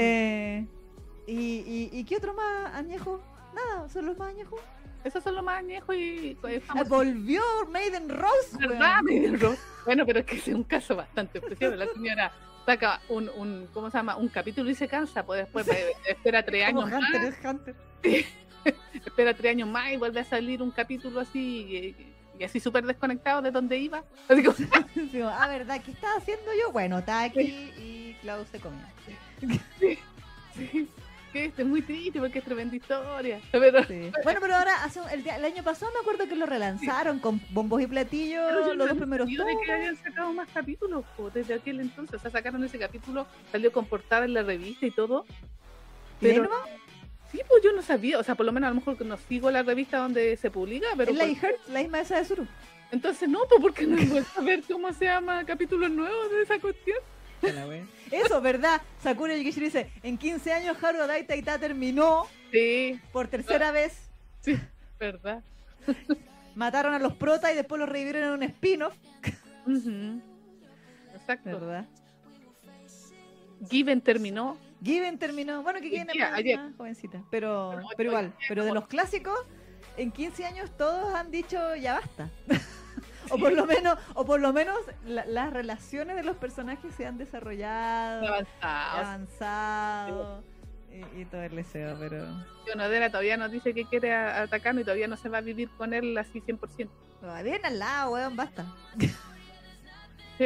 ¿Y qué otro más añejo? Nada, son los más añejos. Esos son los más añejos y Volvió Maiden Rose, ¿verdad? weón. Bueno, pero es que es un caso bastante especial. La señora saca ¿cómo se llama? Un capítulo y se cansa, pues después espera 3 Como años más. Hunter es Hunter. Espera 3 años más y vuelve a salir un capítulo así y así súper desconectado de donde iba. Así como, Digo, ¿verdad? ¿Qué estaba haciendo yo? Bueno, Taki y Klaus se comían. sí, que es muy triste porque es tremenda historia. Pero, Sí. Bueno, pero ahora el año pasado me acuerdo que lo relanzaron con bombos y platillos, pero yo los no dos primeros entiendo de que tomos. hayan sacado más capítulos po, desde aquel entonces. O sea, sacaron ese capítulo, salió con portada en la revista y todo. ¿Y de ahí Pero nomás? sí, pues yo no sabía. O sea, por lo menos a lo mejor que no sigo la revista donde se publica, pero Es la iHeart, la misma esa de Suru. entonces no, pues porque no he vuelto a ver cómo se llama capítulos nuevos de esa cuestión. Eso, ¿verdad? Sakura Yukishiro dice, en 15 años Haru Daita Ita terminó Sí, por tercera vez. sí, verdad. Mataron a los protas y después los revivieron en un spin-off. Ujú. Exacto. ¿Verdad? Given terminó. Given terminó. Bueno, que Sí, Given es mira, más, ayer. más jovencita. Pero Pero igual. hoy- Pero de los clásicos, en 15 años todos han dicho ya basta. O por lo menos las relaciones de los personajes se han desarrollado, Avanzados. avanzado y todo el deseo, pero Onodera todavía nos dice que quiere atacarnos y todavía no se va a vivir con él así 100%. bien al lado, weón, basta. Sí.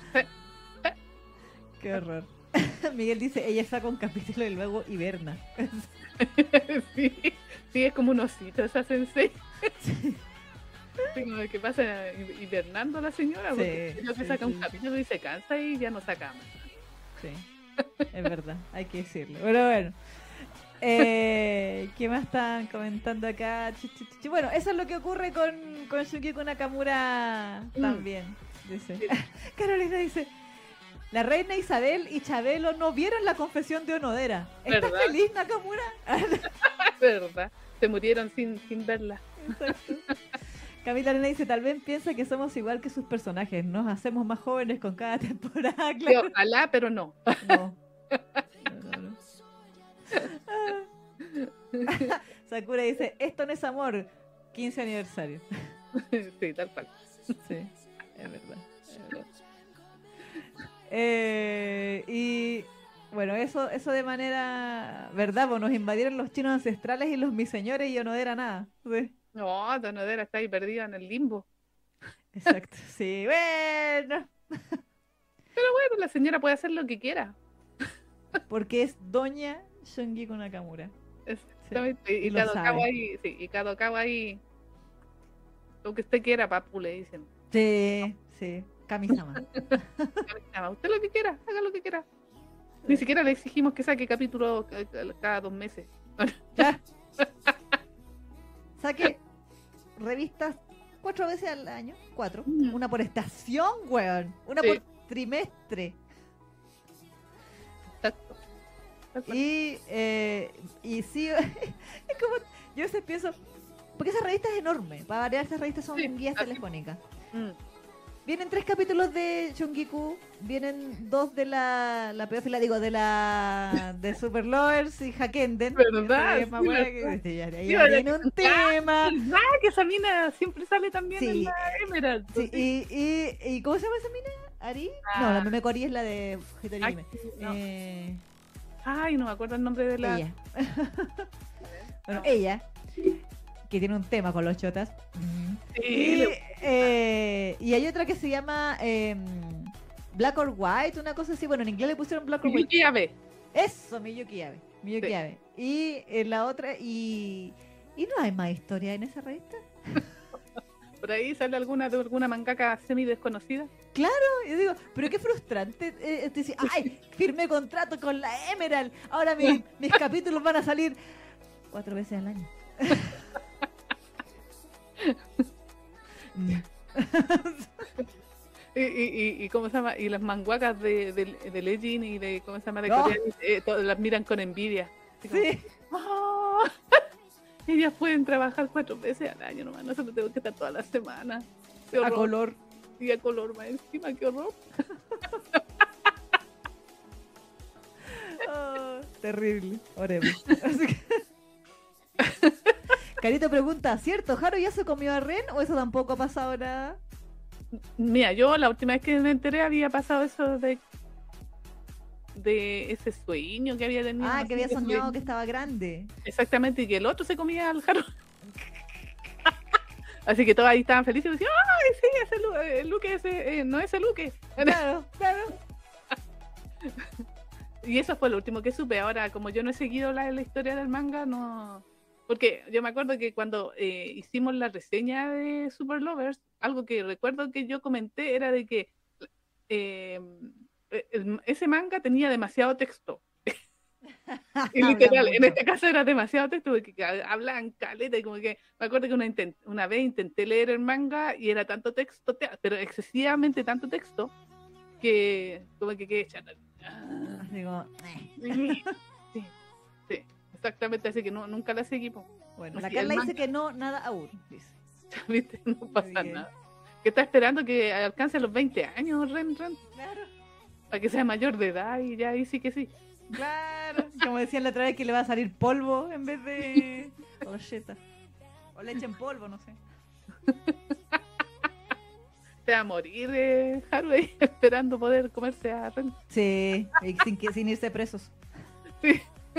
Qué horror. Miguel dice, ella saca un capítulo y luego hiberna. sí, sí, es como un osito esa sensei. Sí, como que pasa hibernando la señora, porque Sí, yo que sí, saca un sí. capítulo y se cansa y ya no saca más. Sí, es verdad, hay que decirlo. Pero bueno, ¿qué más están comentando acá? Bueno, eso es lo que ocurre con Shingeki Nakamura también. Dice. Sí. Carolina dice, la reina Isabel y Chabelo no vieron la confesión de Onodera. ¿Estás ¿Verdad? feliz, Nakamura? ¿Verdad? Se murieron sin verla. Exacto. Camila Arena dice, tal vez piensa que somos igual que sus personajes, nos hacemos más jóvenes con cada temporada, Sí, claro. ojalá, pero no. No. No. Ah. Sakura dice, esto no es amor, 15 aniversario. sí, tal cual. Sí, es verdad. Y bueno, eso de manera, ¿verdad? Pues nos invadieron los chinos ancestrales y los mis señores y yo no era nada. Sí. No, Onodera está ahí perdida en el limbo. Exacto, sí, bueno. Pero bueno, la señora puede hacer lo que quiera. Porque es Doña Shungiku Nakamura. Exactamente. Sí, Y lo cada sabe. cabo ahí, sí, y cada cabo ahí, lo que usted quiera, papu, le dicen. Sí, sí. Kami-sama. Usted lo que quiera, haga lo que quiera. Ni siquiera le exigimos que saque capítulo cada 2 meses. Ya. Saque revistas 4 veces al año. 4. Mm. Una por estación, weón. Una Sí. por trimestre. Exacto. Y sí, es como, yo a veces pienso, porque esa revista es enorme, para variar esas revistas son Sí, guías así. telefónicas. Mm. Vienen 3 capítulos de Shungiku, vienen 2 de la pedófila, digo, de Super Lovers y Hakenden. ¿Verdad? Que es más Sí, buena ¿verdad? que- ya Sí, viene un tema. ¿Verdad que esa mina siempre sale también Sí. en la Emerald? Sí, y ¿cómo se llama esa mina? ¿Ari? No, la meme Cori es la de Hitori Ay, Hime. no. Eh, Ay, no me acuerdo el nombre de la... Ella. Bueno, ella, que tiene un tema con los chotas. Sí, Y hay otra que se llama Black or White, una cosa así. Bueno, en inglés le pusieron Black or White. Miyuki Abe. Eso, Miyuki Abe. Miyuki Sí. Abe. Y la otra, y no hay más historia en esa revista. Por ahí sale alguna de alguna mangaka semi desconocida. Y digo, pero qué frustrante decir, ay, firmé contrato con la Emerald, ahora mis capítulos van a salir 4 veces al año. Y ¿cómo se llama? Y las manguacas de Legend y de, ¿cómo se llama? De No. Corea, todas las miran con envidia. Así como, Sí. "Ah, ellas pueden trabajar 4 veces al año nomás, nosotros tenemos que estar toda la semana. Qué A horror. color. Y a color más encima, qué horror. Terrible. Oremos. Así que- Carito pregunta, ¿cierto? ¿Jaro ya se comió a Ren o eso tampoco ha pasado nada? Mira, yo la última vez que me enteré había pasado eso de ese sueño que había tenido. Ah, no que sé había qué soñado sueño. que estaba grande. Exactamente, y que el otro se comía al jarro. Así que todos ahí estaban felices y decían, ¡ay, sí, el Luque ese, no es el Luque! Claro, claro. Y eso fue lo último que supe. Ahora, como yo no he seguido la historia del manga, no... Porque yo me acuerdo que cuando hicimos la reseña de Super Lovers, algo que recuerdo que yo comenté era de que ese manga tenía demasiado texto. Y literal, Habla en mucho. este caso era demasiado texto porque hablaban caleta y como que me acuerdo que una vez intenté leer el manga y era tanto texto, pero excesivamente tanto texto que como que quedé chata. Así como, Sí, sí, exactamente, así que nunca la seguí, po. Bueno, la Así, Carla el dice manga. que no, nada aún. Dice. ¿Viste? No pasa bien. nada. Que está esperando que alcance los 20 años, Ren, Claro, para que sea mayor de edad y ya ahí sí que sí. claro. Como decían la otra vez que le va a salir polvo en vez de galleta. O leche en polvo, no sé. Se va a morir Harvey esperando poder comerse a Ren. Sí, y sin irse presos. Sí.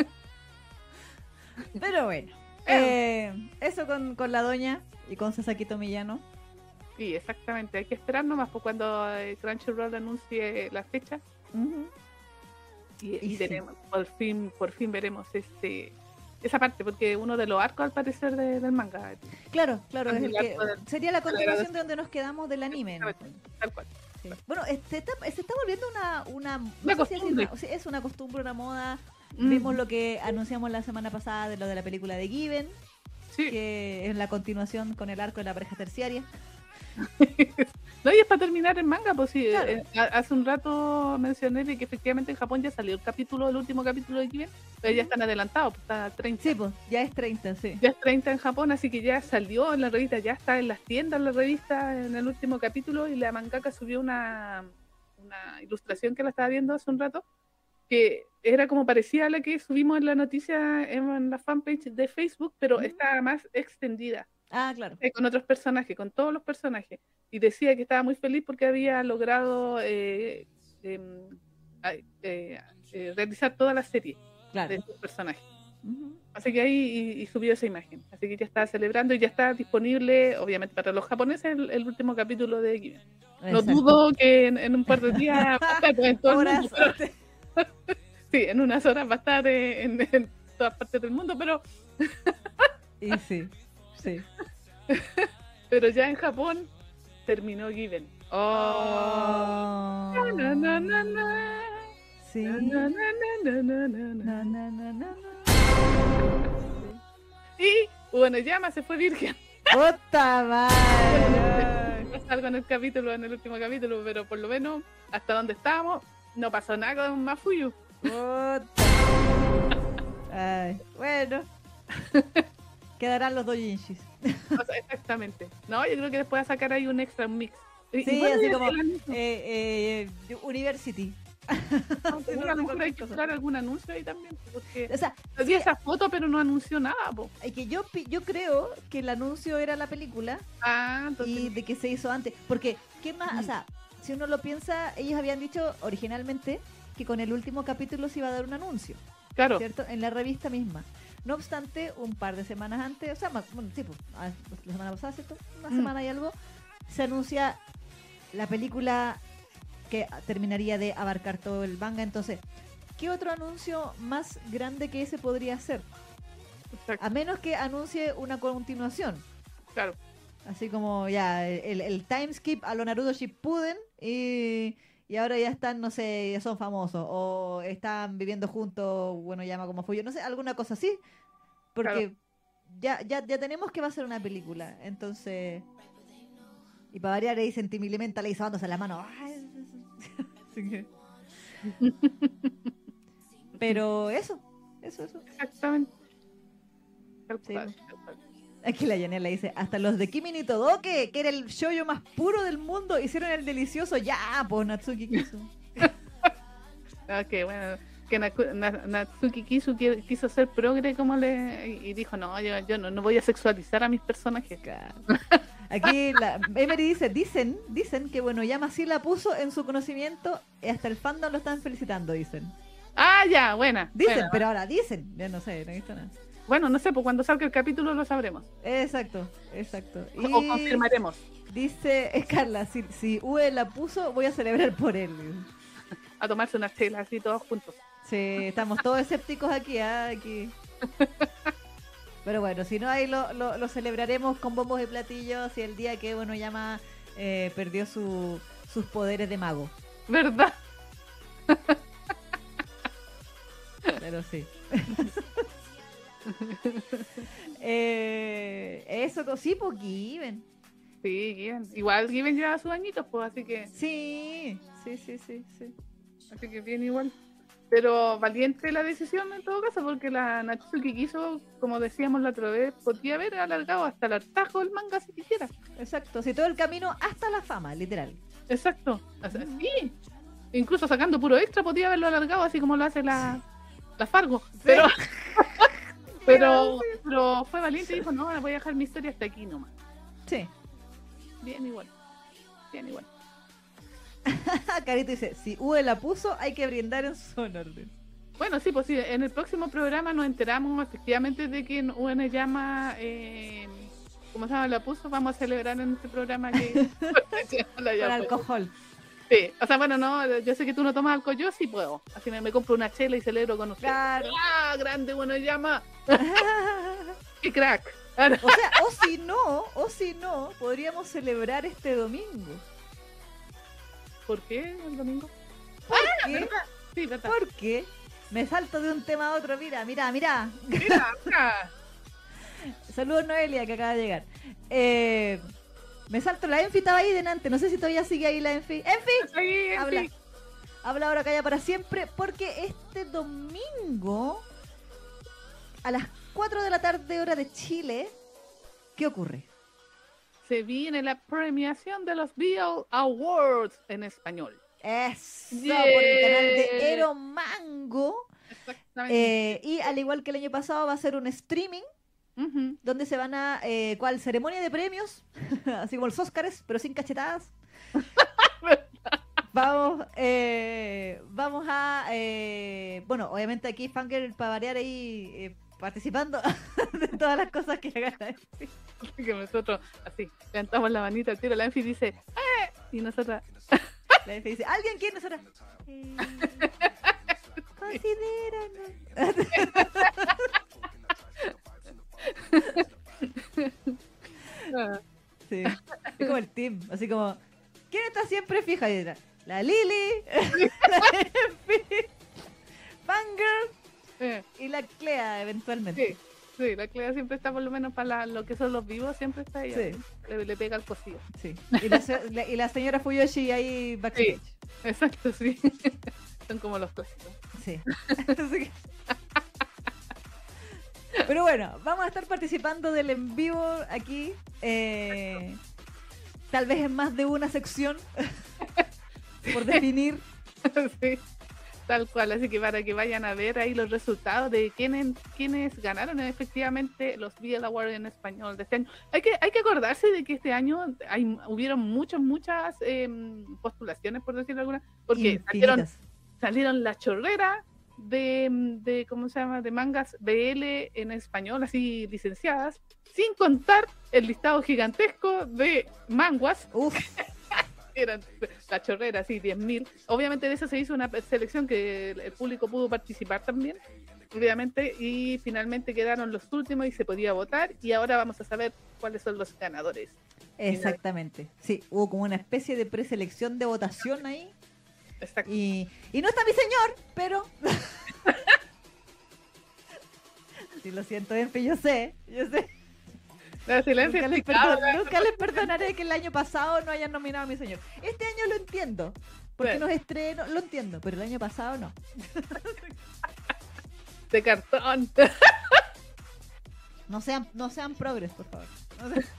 Pero bueno, eso con la doña y con Sasaki Tomiyano. Sí, exactamente. Hay que esperar nomás por cuando Crunchyroll anuncie la fecha Ujú. y Y sí. veremos, por fin veremos esa parte, porque uno de los arcos al parecer del manga. Claro, es el El que arco sería la continuación de donde nos quedamos del anime. ¿no? Tal cual. Sí. Bueno, se está volviendo una no Una sé si costumbre. sí, es una costumbre, una moda. Mm. Vimos lo que anunciamos la semana pasada de lo de la película de Given, Sí. que es la continuación con el arco de la pareja terciaria. No, y es para terminar el manga, pues sí. Claro. Hace un rato mencioné de que efectivamente en Japón ya salió el último capítulo de Kiben, pero ya están adelantados, pues está 30. Sí, pues, ya es 30, sí. Ya es 30 en Japón, así que ya salió en la revista, ya está en las tiendas la revista en el último capítulo y la mangaka subió una ilustración que la estaba viendo hace un rato, que era como parecía a la que subimos en la noticia en la fanpage de Facebook, pero estaba más extendida. Ah, claro. Con otros personajes, con todos los personajes. Y decía que estaba muy feliz porque había logrado realizar toda la serie Claro. de estos personajes. Ujú. Así que ahí y subió esa imagen. Así que ya está celebrando y ya está disponible, obviamente, para los japoneses el último capítulo de Given. No Exacto. dudo que en un par de días va a estar en todo el mundo, Horas. pero- sí, en unas horas va a estar en todas partes del mundo, Y sí, sí. pero ya en Japón terminó Given. Oh. Oh. Na, na, na, na. Sí. Na, na, na, na, na, na, na. Na, na, na, na, na. Y bueno, Llama se fue virgen. ¡Puta madre! No salgo en el último capítulo, pero por lo menos hasta donde estábamos no pasó nada con Mafuyu. Puta. Ay, bueno. Quedarán los doujinshis. O sea, exactamente. No, yo creo que después va a sacar ahí un extra mix. Y- Sí, igual así es como el anuncio. University. Seguro a lo mejor hay que usar algún anuncio ahí también, porque O sea, vi esa foto pero no anunció nada, po. es que yo creo que el anuncio era la película Ah, y entonces de que se hizo antes. Porque, ¿qué más? O Mm. sea, si uno lo piensa, ellos habían dicho originalmente que con el último capítulo se iba a dar un anuncio, claro, ¿cierto? En la revista misma. No obstante, un par de semanas antes, o sea, bueno, sí, pues, la semana pasada, ¿cierto? Una Mm. semana y algo, se anuncia la película que terminaría de abarcar todo el manga. Entonces, ¿qué otro anuncio más grande que ese podría ser? exacto, A menos que anuncie una continuación. claro. Así como ya el time skip a lo Naruto Shippuden y ahora ya están, no sé, ya son famosos o están viviendo juntos, bueno, llama como fue yo, no sé, alguna cosa así. Porque ya tenemos que va a ser una película. Entonces, y para variar ahí sentimental ahí sobándose la mano. Ay, así que- Pero eso. Exactamente. Tal Sí, cual, pues. tal cual. Aquí la Yanela dice, hasta los de Kimi ni Todoke, que era el shoujo más puro del mundo, hicieron el delicioso. Ya, pues Natsuki Kisu. Ah, que bueno, que Natsuki quiso ser progre como y dijo, no, yo no voy a sexualizar a mis personajes. Claro. Aquí la Emery dice, dicen que bueno, Yama sí la puso en su conocimiento y hasta el fandom lo están felicitando, dicen. Ah, ya, buena. Dicen, buena. pero ahora dicen, ya no sé, no he visto nada. Bueno, no sé, pues cuando salga el capítulo lo sabremos. Exacto. Y O confirmaremos. dice Carla, si UE la puso, voy a celebrar por él. A tomarse unas chelas así todos juntos. Sí, estamos todos escépticos aquí, aquí. Pero bueno, si no, ahí lo celebraremos con bombos y platillos y el día que, bueno, Yama perdió sus poderes de mago. ¿Verdad? Pero sí. Eso, sí, pues Given. Sí, Given. Igual Given lleva sus añitos, pues, así que Sí. así que bien igual. Pero valiente la decisión en todo caso, porque la Natsuki quiso, como decíamos la otra vez, podía haber alargado hasta el hartajo del manga si quisiera. Exacto, sí, todo el camino hasta la fama, literal. Exacto. O sea, sí. Incluso sacando puro extra podía haberlo alargado, así como lo hace la Fargo. Pero, pero fue valiente y dijo, no, voy a dejar mi historia hasta aquí nomás. Sí. Bien igual. Bien igual. Carito dice, si UE la puso, hay que brindar en su honor. Bueno, sí, pues sí, en el próximo programa nos enteramos efectivamente de que UN llama, ¿cómo se llama? La puso, vamos a celebrar en este programa que la Con llama. alcohol. Sí, o sea, bueno, no, yo sé que tú no tomas alcohol, yo sí puedo. Así me compro una chela y celebro con usted. Claro. ¡Ah, grande, bueno, llama! ¡Qué crack! Ahora, O sea, o si no, podríamos celebrar este domingo. ¿por qué el domingo? ¿Por qué? Sí, verdad. ¿Por qué? Me salto de un tema a otro, mira. Mira, mira. Saludos Noelia, que acaba de llegar. Me salto, la Enfi estaba ahí delante, no sé si todavía sigue ahí la Enfi. ¡Enfi! Ahí, Habla. sí. Habla ahora, calla para siempre, porque este domingo, a las 4 de la tarde, hora de Chile, ¿qué ocurre? Se viene la premiación de los BL Awards en español. Eso, Yeah. por el canal de Ero Mango. Exactamente. Y al igual que el año pasado, va a ser un streaming Ujú. donde se van a, ¿cuál? Ceremonia de premios, así como los Óscares, pero sin cachetadas. Vamos a, bueno, obviamente aquí Fangirl para variar ahí participando de todas las cosas que hagan la Enfi. Que nosotros, así, levantamos la manita al tiro, la Enfi dice, ¡eh! Y nosotras, La Enfi dice, ¿alguien quiere? Nosotros, considéranos. ah, Sí, es como el team, así como, ¿quién está siempre fija? Y era, la Lili, la Enfi, Fangirl y la Clea eventualmente. sí, sí, la Clea siempre está, por lo menos para lo que son los vivos, siempre está ella. Sí. Le pega el cosío. Sí. Y la señora Fuyoshi ahí backstage. Exacto, sí. Son como los clásicos. Sí. Así que- Pero bueno, vamos a estar participando del en vivo aquí. Tal vez en más de una sección. Por definir. Sí, tal cual. Así que para que vayan a ver ahí los resultados de quienes ganaron efectivamente los Video Awards en español de este año. Hay que acordarse de que este año hubieron muchas postulaciones, por decirlo alguna, porque Infinitas. salieron la chorrera de ¿cómo se llama? De mangas BL en español, así licenciadas, sin contar el listado gigantesco de manguas. Uf, Eran la chorrera, sí, 10.000. Obviamente de eso se hizo una selección que el público pudo participar también, obviamente, y finalmente quedaron los últimos y se podía votar, y ahora vamos a saber cuáles son los ganadores. exactamente. Sí, hubo como una especie de preselección de votación ahí. Exacto. Y no está mi señor, pero... Sí, lo siento, Enfi, yo sé. La silencio Nunca les perdonaré que el año pasado no hayan nominado a mi señor. Este año lo entiendo, porque Sí. nos estreno, lo entiendo, pero el año pasado no. de cartón. No sean progres, por favor. No sean-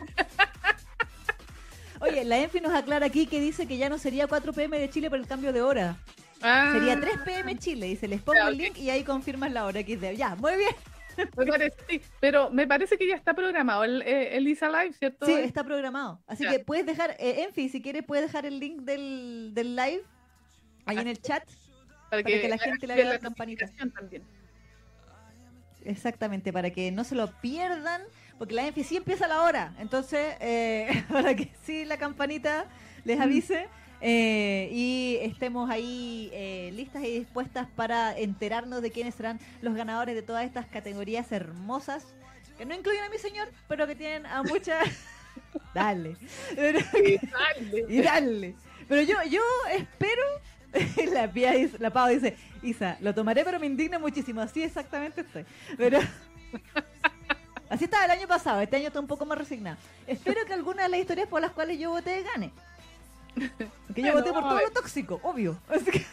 Oye, la Enfi nos aclara aquí que dice que ya no sería 4 p.m. de Chile por el cambio de hora. Sería 3 p.m. Chile. Y se les pongo Ya, el link y ahí confirmas la hora XD. Ya, muy bien. Me parece, sí, pero me parece que ya está programado el Isa Live, ¿cierto? Sí, está programado. Así Ya. que puedes dejar, Enfi, si quieres, puedes dejar el link del live ahí en el chat. para que la gente le haga la campanita. notificación también. Exactamente, para que no se lo pierdan, porque la Enfi sí empieza a la hora. Entonces, para que sí la campanita les avise y estemos ahí listas y dispuestas para enterarnos de quiénes serán los ganadores de todas estas categorías hermosas, que no incluyen a mi señor, pero que tienen a muchas... Dale. Sí, dale. Y dale. Pero yo espero... La Pau dice, Isa, lo tomaré pero me indigna muchísimo. Así exactamente estoy. Pero así estaba el año pasado. Este año estoy un poco más resignada. Espero que alguna de las historias por las cuales yo voté gane. Porque yo voté por todo lo tóxico, obvio. Así que...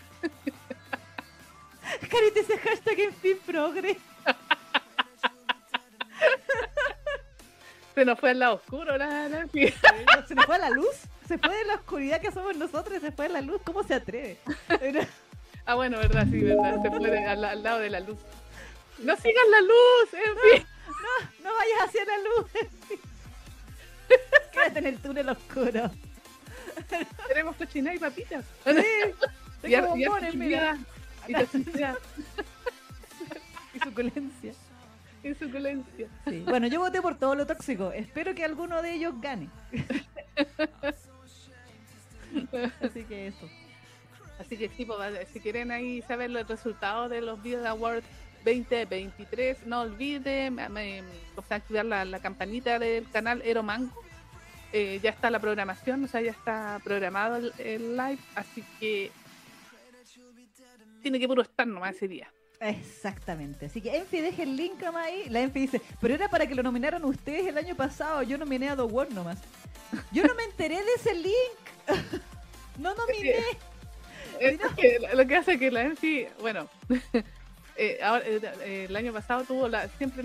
Cari dice hashtag en fin progre. Se nos fue al lado oscuro sí. Se nos fue la luz. Se fue de la oscuridad que somos nosotros y se fue de la luz. ¿Cómo se atreve? Pero... Ah, bueno, verdad, sí, verdad. Se fue al lado de la luz. ¡No sigas la luz! En fin. No vayas hacia la luz. Quédate en el túnel oscuro. Tenemos cochina y papitas. Sí, Y tengo bombones, mira. Y toxicidad. Y suculencia. Y suculencia. Sí. Bueno, yo voté por todo lo tóxico. Espero que alguno de ellos gane. Así que eso. Así que sí, pues, si quieren ahí saber los resultados de los Video Awards 2023, no olviden activar la campanita del canal Ero Mango. Ya está la programación, o sea, ya está programado el live, así que tiene que puro estar nomás ese día. Exactamente. Así que Enfi, deje el link nomás ahí. La Enfi dice, pero era para que lo nominaran ustedes el año pasado. Yo nominé a The Word nomás. Yo no me enteré de ese link. No nominé. Es que lo que hace que la Enfi, bueno, ahora, el año pasado tuvo siempre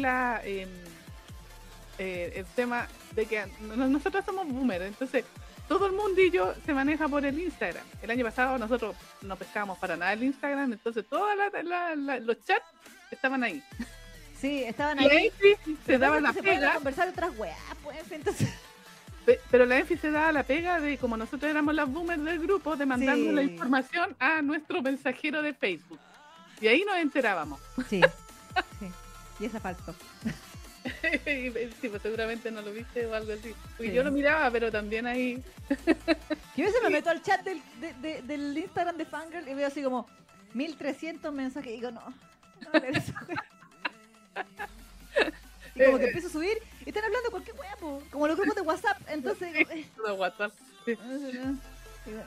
el tema de que nosotros somos boomers, entonces todo el mundillo se maneja por el Instagram. El año pasado nosotros no pescábamos para nada el Instagram, entonces todos los chats estaban ahí. Sí, estaban Y la ahí. Enfi se daba la Se pueden pega, conversar otras weas, pues, entonces... pero la Enfi se daba la pega de, como nosotros éramos las boomers del grupo, de mandarnos Sí. la información a nuestro mensajero de Facebook. Y ahí nos enterábamos. Sí, sí. Y esa faltó. Sí, pues seguramente no lo viste o algo así. Porque Sí. yo lo miraba, pero también ahí. Yo a veces me meto al chat del Instagram de Fangirl y veo así como 1300 mensajes y digo, no voy a leer eso. Y como que empiezo a subir y están hablando cualquier wea, po, como los grupos de WhatsApp. Entonces digo, De WhatsApp. Sí. Digo,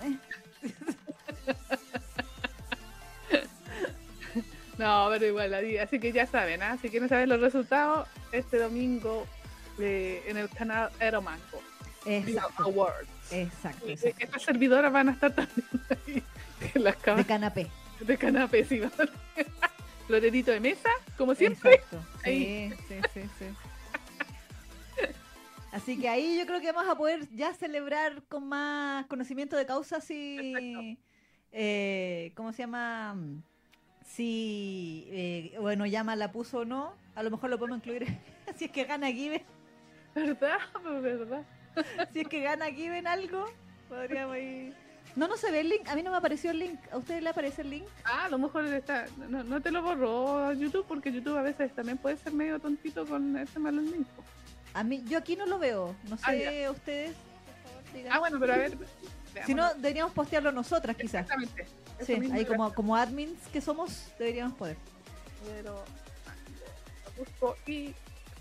No, pero igual, así que ya saben, ¿ah? Si quieren saber los resultados, este domingo en el canal Eromango. Exacto, Awards. exacto. Estas servidoras van a estar también ahí en las De camas canapé. de canapé, sí. Florerito de mesa, como siempre. Exacto. Sí, sí. Así que ahí yo creo que vamos a poder ya celebrar con más conocimiento de causa si... ¿cómo se llama? Si, bueno, Llama la puso o no. A lo mejor lo podemos incluir si es que gana Given. ¿Verdad? ¿Verdad? Si es que gana Given algo, podríamos ir... No se ve el link. A mí no me apareció el link. ¿A ustedes le aparece el link? Ah, a lo mejor no te lo borró YouTube, porque YouTube a veces también puede ser medio tontito con ese malo link. A mí, yo aquí no lo veo. No sé, ya. ustedes. Por favor, digan. Ah, bueno, pero a ver. Si no, deberíamos postearlo nosotras, quizás. Exactamente. Eso Sí, mismo ahí era. como admins que somos, deberíamos poder. Pero lo busco y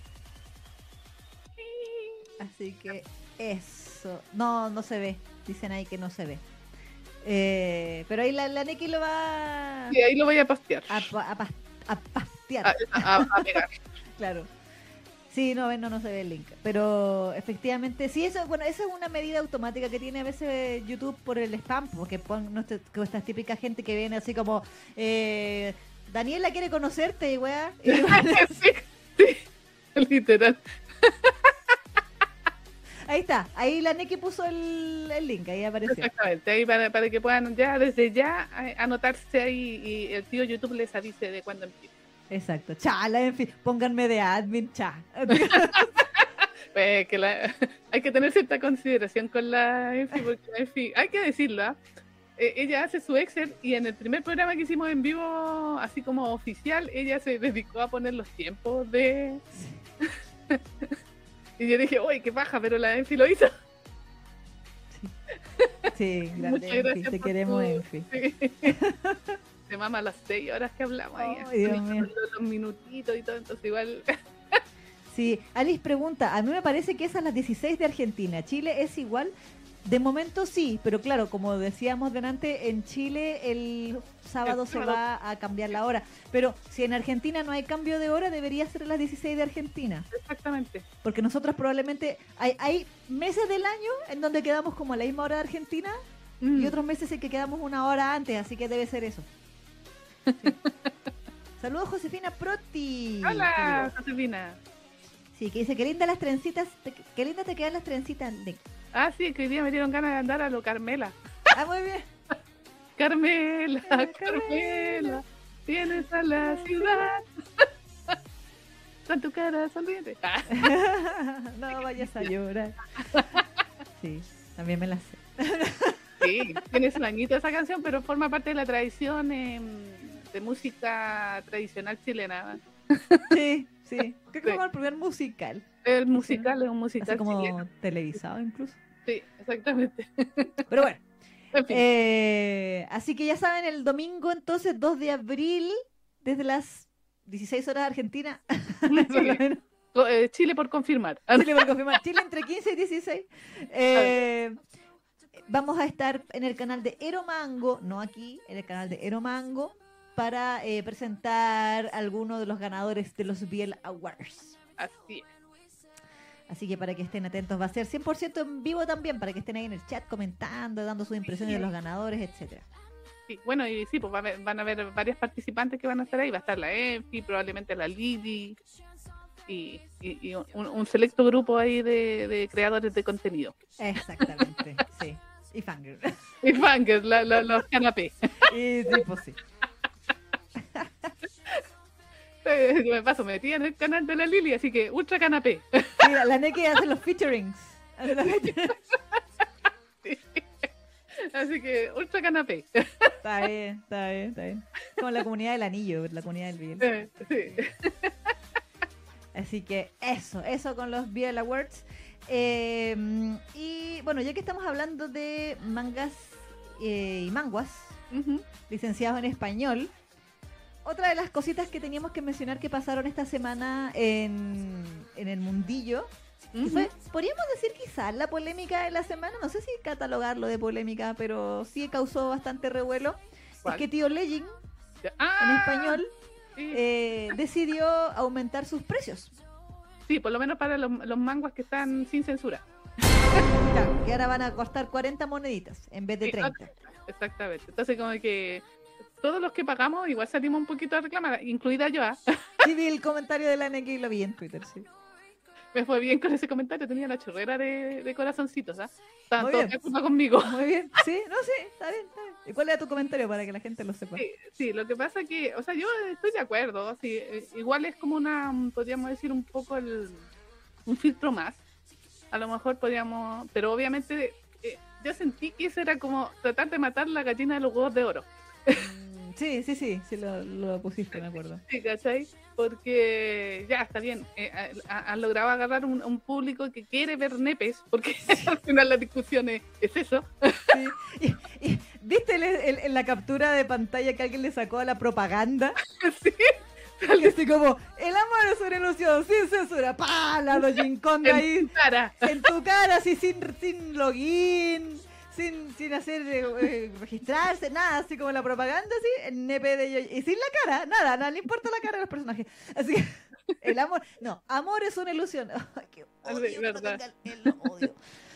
Así que eso. No se ve. Dicen ahí que no se ve. Pero ahí la Neki lo va ahí lo voy a postear. a pastear. A pegar. Claro. Sí, no se ve el link. Pero efectivamente, sí, eso, bueno, esa es una medida automática que tiene a veces YouTube por el spam, porque ponen esta típica gente que viene así como Daniela quiere conocerte, y weá. Sí, literal. Ahí está, ahí la Neki puso el link, ahí apareció. Exactamente, ahí para que puedan ya desde ya anotarse ahí y el tío YouTube les avise de cuándo empieza. Exacto, chala, en fin, pónganme de admin, cha. Pues hay que tener cierta consideración con la Enfi, porque la Enfi, hay que decirlo, ¿ah? Ella hace su Excel y en el primer programa que hicimos en vivo, así como oficial, ella se dedicó a poner los tiempos de... Y yo dije, uy, qué paja, pero la Enfi lo hizo. Sí, grande Muchas Enfi, gracias te por queremos, tu- Enfi. Sí. De mama las 6 horas que hablamos ahí. Ay, Dios mío. Los minutitos y todo, entonces igual... Sí, Alice pregunta, a mí me parece que es a las 16 de Argentina, ¿Chile es igual? De momento sí, pero claro, como decíamos delante, en Chile el sábado se va a cambiar la hora, pero si en Argentina no hay cambio de hora, debería ser a las 16 de Argentina, Exactamente. porque nosotros probablemente, hay meses del año en donde quedamos como a la misma hora de Argentina y otros meses en que quedamos una hora antes, así que debe ser eso. Sí. Saludos Josefina Proti. Hola, Josefina. Sí, que dice, qué lindas las trencitas, qué lindas te quedan las trencitas. Ah, sí, que hoy día me dieron ganas de andar a lo Carmela. Ah, muy bien. Carmela, Carmela. Carmela, vienes a la ciudad. Con tu cara sonriente. Ah, No vayas a llorar. Sí, también me la sé. sí, tiene su añito esa canción, pero forma parte de la tradición de música tradicional chilena. Sí, sí. Creo que Sí. como el primer musical. El musical es un Así musical como chileno. televisado incluso. Sí, exactamente. Pero bueno. En fin. Así que ya saben, el domingo entonces, 2 de abril, desde las 16 horas de Argentina. Por lo menos. Chile por confirmar. Chile por confirmar. Chile entre 15 y 16. Vamos a estar en el canal de Eromango, no aquí, en el canal de Eromango, para presentar algunos de los ganadores de los Biel Awards. Así es. Así que para que estén atentos, va a ser 100% en vivo también, para que estén ahí en el chat comentando, dando sus impresiones de los ganadores, etcétera. Sí, bueno, y sí, pues van a haber varias participantes que van a estar ahí. Va a estar la Enfi, probablemente la Lidi y un selecto grupo ahí de creadores de contenido. Exactamente, sí. Y Fangirl. Y fangirls, los canapés. Y sí, pues sí. Yo me paso metida en el canal de la Lili, así que ultra canapé. Sí, la Neki hace los featurings. Hace los featurings. Sí. Así que ultra canapé. Está bien, está bien, está bien. Como la comunidad del anillo, la comunidad del bien. Sí. Así que eso con los BL Awards. Y bueno, ya que estamos hablando de mangas y manguas licenciados en español, otra de las cositas que teníamos que mencionar que pasaron esta semana en el mundillo, que fue, podríamos decir quizás la polémica de la semana, no sé si catalogarlo de polémica, pero sí causó bastante revuelo. ¿Cuál? Es que Tío Legend, en español, decidió aumentar sus precios. Sí, por lo menos para los manguas que están sin censura. Claro, que ahora van a costar 40 moneditas en vez de 30. Exactamente. Entonces, como que todos los que pagamos igual salimos un poquito a reclamar, incluida yo. Sí, vi el comentario de la NX y lo vi en Twitter, sí. Me fue bien con ese comentario, tenía la chorrera de corazoncitos, ¿ah? Estaban Muy todos bien. de acuerdo conmigo. Muy bien, sí, no sé, está bien, está bien. ¿Y cuál era tu comentario para que la gente lo sepa? Sí, lo que pasa que, o sea, yo estoy de acuerdo, sí, igual es como podríamos decir un poco un filtro más, a lo mejor podríamos, pero obviamente yo sentí que eso era como tratar de matar la gallina de los huevos de oro. Sí, lo pusiste, me acuerdo. Sí, ¿cachai? Porque ya está bien, han logrado agarrar un público que quiere ver nepes, porque al final la discusión es eso. Sí. Y ¿viste en la captura de pantalla que alguien le sacó a la propaganda? Sí. Que así como, el amor es una ilusión, sin censura, ¡pah! La Dojin Konga ahí, en tu cara, así sin login, sin hacer registrarse, nada, así como la propaganda, así, el nepe de ellos, y sin la cara, nada le importa la cara de los personajes. Así que, el amor, no, amor es una ilusión. Ay, qué odio, verdad. Lo odio.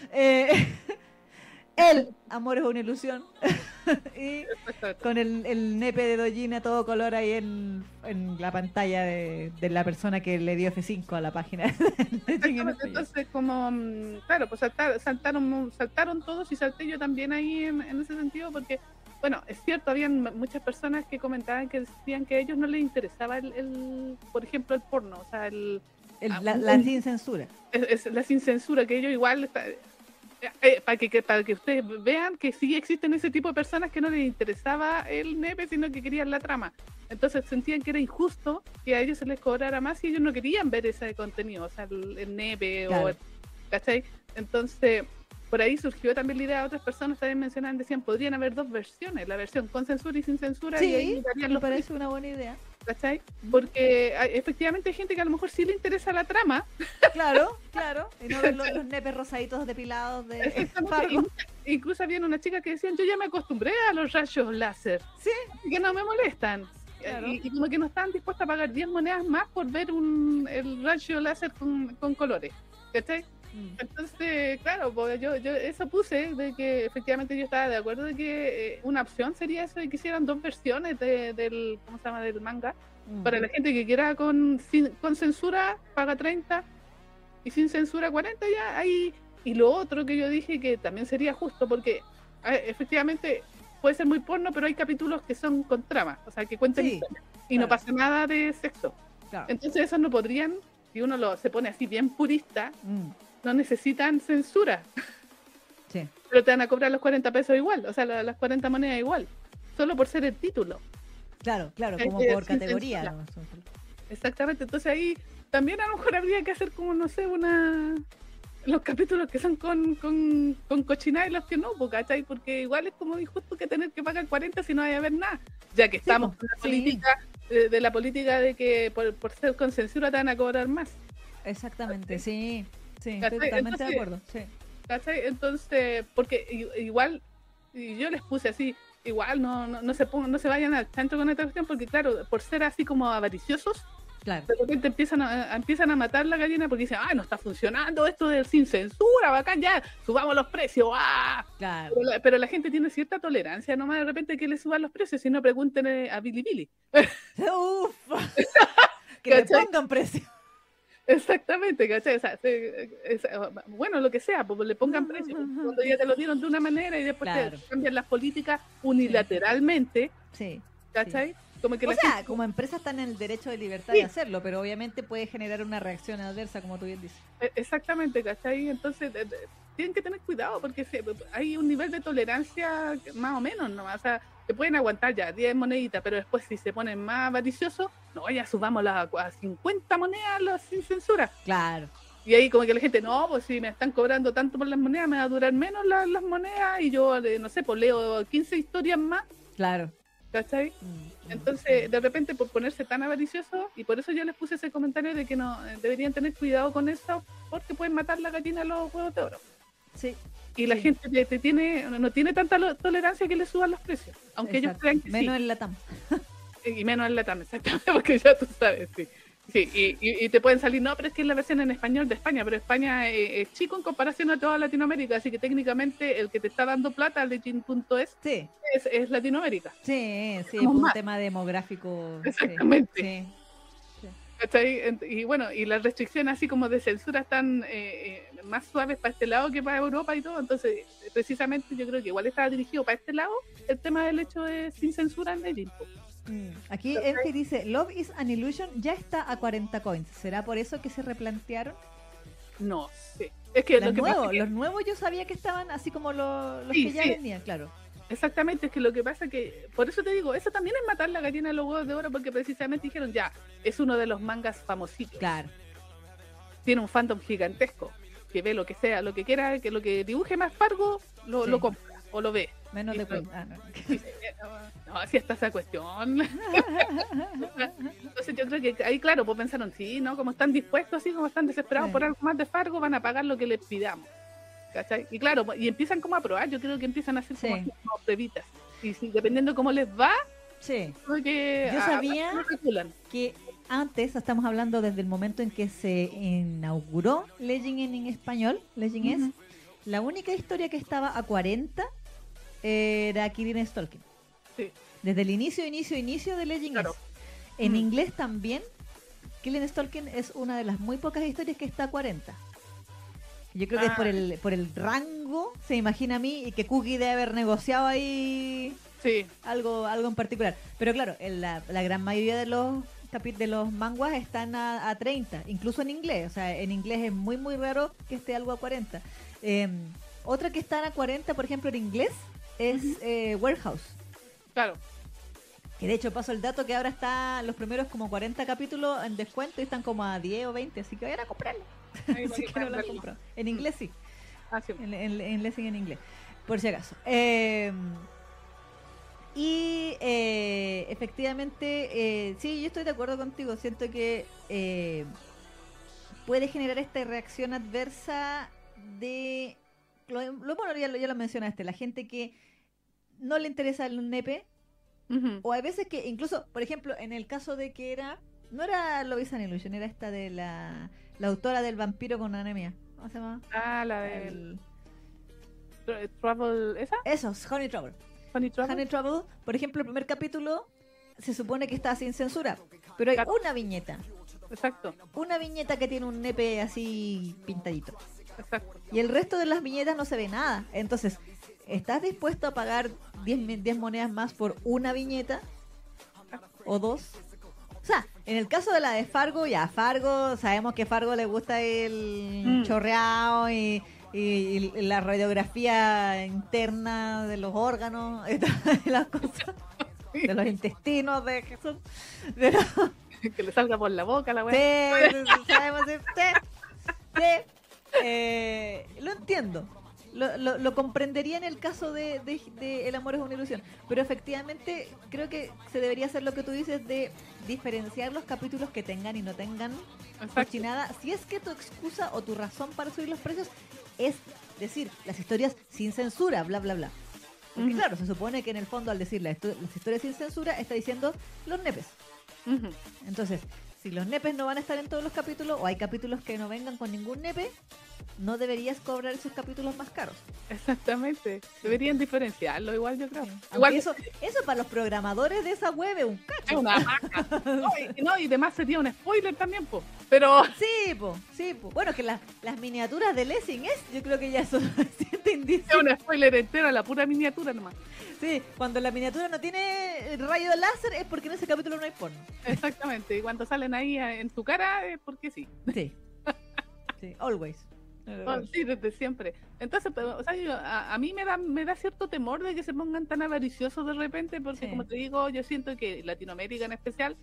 El amor es una ilusión. Y con el nepe de Dojin a todo color ahí en la pantalla de la persona que le dio F5 a la página. Entonces, como, claro, pues saltaron todos y salté yo también ahí en ese sentido, porque, bueno, es cierto, habían muchas personas que comentaban que decían que a ellos no les interesaba por ejemplo, el porno, o sea, la sin censura. Es la sin censura, que ellos igual... para que ustedes vean que sí existen ese tipo de personas que no les interesaba el nepe, sino que querían la trama. Entonces sentían que era injusto que a ellos se les cobrara más y ellos no querían ver ese contenido, o sea, el nepe, claro. ¿Cachai? Entonces, por ahí surgió también la idea de otras personas, también mencionaban, decían, podrían haber dos versiones, la versión con censura y sin censura. Sí, y ahí me parece una buena idea. ¿Cachai? Porque efectivamente hay gente que a lo mejor sí le interesa la trama. Claro, y no ver los nepes rosaditos depilados de Fargo. Incluso había una chica que decían, yo ya me acostumbré a los rayos láser. Sí. Que no me molestan. Claro. Y como que no estaban dispuestas a pagar 10 monedas más por ver el rayo láser con colores. ¿Cachai? Entonces, claro, pues yo eso puse, de que efectivamente yo estaba de acuerdo de que una opción sería eso, de que hicieran dos versiones del ¿cómo se llama? Del manga. Para la gente que quiera con censura, paga 30, y sin censura 40 ya ahí. Y lo otro que yo dije que también sería justo, porque efectivamente puede ser muy porno, pero hay capítulos que son con trama, o sea, que cuentan historia, y no pasa nada de sexo. Claro. Entonces esos no podrían, si uno se pone así bien purista, no necesitan censura. Sí. Pero te van a cobrar los 40 pesos igual, o sea, las 40 monedas igual, solo por ser el título. Claro, como por categoría. ¿No? Exactamente, entonces ahí también a lo mejor habría que hacer como, no sé, los capítulos que son con cochinada y los que no, ¿cachai? Porque igual es como injusto que tener que pagar 40 si no hay a ver nada, ya que estamos en la política, de la política de que por ser con censura te van a cobrar más. Exactamente, sí, estoy ¿cachai? totalmente de acuerdo. Sí. ¿Cachai? Entonces, porque igual, y yo les puse así, igual no se vayan al centro con esta cuestión, porque claro, por ser así como avariciosos, claro, de repente empiezan a matar la gallina porque dicen, no está funcionando esto del sin censura, bacán, ya, subamos los precios, ¡ah! Claro. Pero la gente tiene cierta tolerancia, nomás de repente que le suban los precios, si no pregúntenle a Billy. ¡Uf! Que le pongan precio. Exactamente, ¿cachai? O sea, bueno, lo que sea, pues le pongan precio, cuando ya te lo dieron de una manera y después te cambian las políticas unilateralmente, ¿cachai? Sí. Como que gente... como empresa están en el derecho de libertad de hacerlo, pero obviamente puede generar una reacción adversa, como tú bien dices. Exactamente, ¿cachai? Entonces tienen que tener cuidado porque hay un nivel de tolerancia más o menos, ¿no? O sea, te pueden aguantar ya 10 moneditas, pero después si se ponen más avariciosos, no, ya subamos a 50 monedas sin censura. Claro. Y ahí como que la gente, no, pues si me están cobrando tanto por las monedas, me va a durar menos las monedas y yo, no sé, pues leo 15 historias más, Claro. ¿cachai? Entonces, de repente, por ponerse tan avaricioso, y por eso yo les puse ese comentario de que no deberían tener cuidado con eso, porque pueden matar la gallina a los huevos de oro. Sí. Y la gente no tiene tanta tolerancia que le suban los precios, aunque ellos crean que menos sí. en Latam. Y menos en Latam, exactamente, porque ya tú sabes, sí. Sí, y te pueden salir, no, pero es que es la versión en español de España, pero España es chico en comparación a toda Latinoamérica, así que técnicamente el que te está dando plata, Legend.es, Sí. es Latinoamérica. Sí, por Somos un más. tema demográfico. Exactamente. Sí. ¿Cachai? Y bueno, y las restricciones así como de censura están más suaves para este lado que para Europa y todo, entonces precisamente yo creo que igual estaba dirigido para este lado el tema del hecho de sin censura en Legend. Aquí Enfi dice, Love is an Illusion ya está a 40 coins. ¿Será por eso que se replantearon? No sé. Es que Los nuevos yo sabía que estaban así como los que ya venían, claro. Exactamente, es que lo que pasa que, por eso te digo, eso también es matar la gallina de los huevos de oro, porque precisamente dijeron, ya, es uno de los mangas famositos. Claro. Tiene un fandom gigantesco, que ve lo que sea, lo que quiera, que lo que dibuje más Fargo, lo compra o lo ve. Menos de cuenta. No, así está esa cuestión. Entonces yo creo que ahí, claro, pues pensaron, sí, ¿no? Como están dispuestos, así como están desesperados por algo más de Fargo, van a pagar lo que les pidamos. ¿Cachai? Y claro, y empiezan como a probar, yo creo que empiezan a hacer como pruebitas. Y si, dependiendo cómo les va, creo que yo sabía que antes, estamos hablando desde el momento en que se inauguró Legend en español, Legend es, la única historia que estaba a 40 era Kirin Stalking. Sí. Desde el inicio de Legend claro. es. En inglés también, Kirin Stalking es una de las muy pocas historias que está a 40. Yo creo que es por el rango, se imagina a mí, y que Cookie debe haber negociado ahí algo en particular. Pero claro, la gran mayoría de los manguas están a 30, incluso en inglés. O sea, en inglés es muy, muy raro que esté algo a 40. Otra que están a 40, por ejemplo, en inglés, es Warehouse. Claro. Que de hecho paso el dato que ahora está los primeros como 40 capítulos en descuento y están como a 10 o 20, así que vayan a comprarlo. Así que no lo han comprado. En inglés sí. Sí. En Lessing en inglés, por si acaso. Y efectivamente, sí, yo estoy de acuerdo contigo. Siento que puede generar esta reacción adversa de... Bueno, ya lo mencionaste, la gente que no le interesa el nepe. O hay veces que incluso, por ejemplo, en el caso de que no era Love is an Illusion, era esta de la autora del vampiro con anemia. ¿Cómo se llama? La del Trouble, ¿esa? Eso, Honey Trouble. Honey Trouble, por ejemplo, el primer capítulo se supone que está sin censura, pero hay una viñeta. Exacto. Una viñeta que tiene un nepe así pintadito. Exacto. Y el resto de las viñetas no se ve nada. Entonces, ¿estás dispuesto a pagar 10 monedas más por una viñeta? ¿O 2? O sea, en el caso de la de Fargo, Fargo, sabemos que a Fargo le gusta el chorreado y la radiografía interna de los órganos, de las cosas, de los intestinos de Jesús. Que le salga por la boca la weá. Sí, sabemos. Lo entiendo. Lo comprendería en el caso de El amor es una ilusión, pero efectivamente creo que se debería hacer lo que tú dices de diferenciar los capítulos que tengan y no tengan cochinada. Si es que tu excusa o tu razón para subir los precios es decir las historias sin censura, bla bla bla, porque claro, se supone que en el fondo al decir las historias sin censura está diciendo los nepes. Entonces, si los nepes no van a estar en todos los capítulos o hay capítulos que no vengan con ningún nepe, no deberías cobrar esos capítulos más caros. Exactamente. Deberían diferenciarlo igual, yo creo. Igual eso para los programadores de esa web es un cacho. Es una maca. Y además sería un spoiler también, po. Pero... Sí, po. Bueno, que las miniaturas de Lessing yo creo que ya son cierto indicio. Es un spoiler entero, la pura miniatura nomás. Sí, cuando la miniatura no tiene rayo láser es porque en ese capítulo no hay porno. Exactamente, y cuando salen ahí en tu cara es porque sí. Sí, always. Sí, desde siempre. Entonces, o sea, a mí me da cierto temor de que se pongan tan avariciosos de repente, porque como te digo, yo siento que Latinoamérica en especial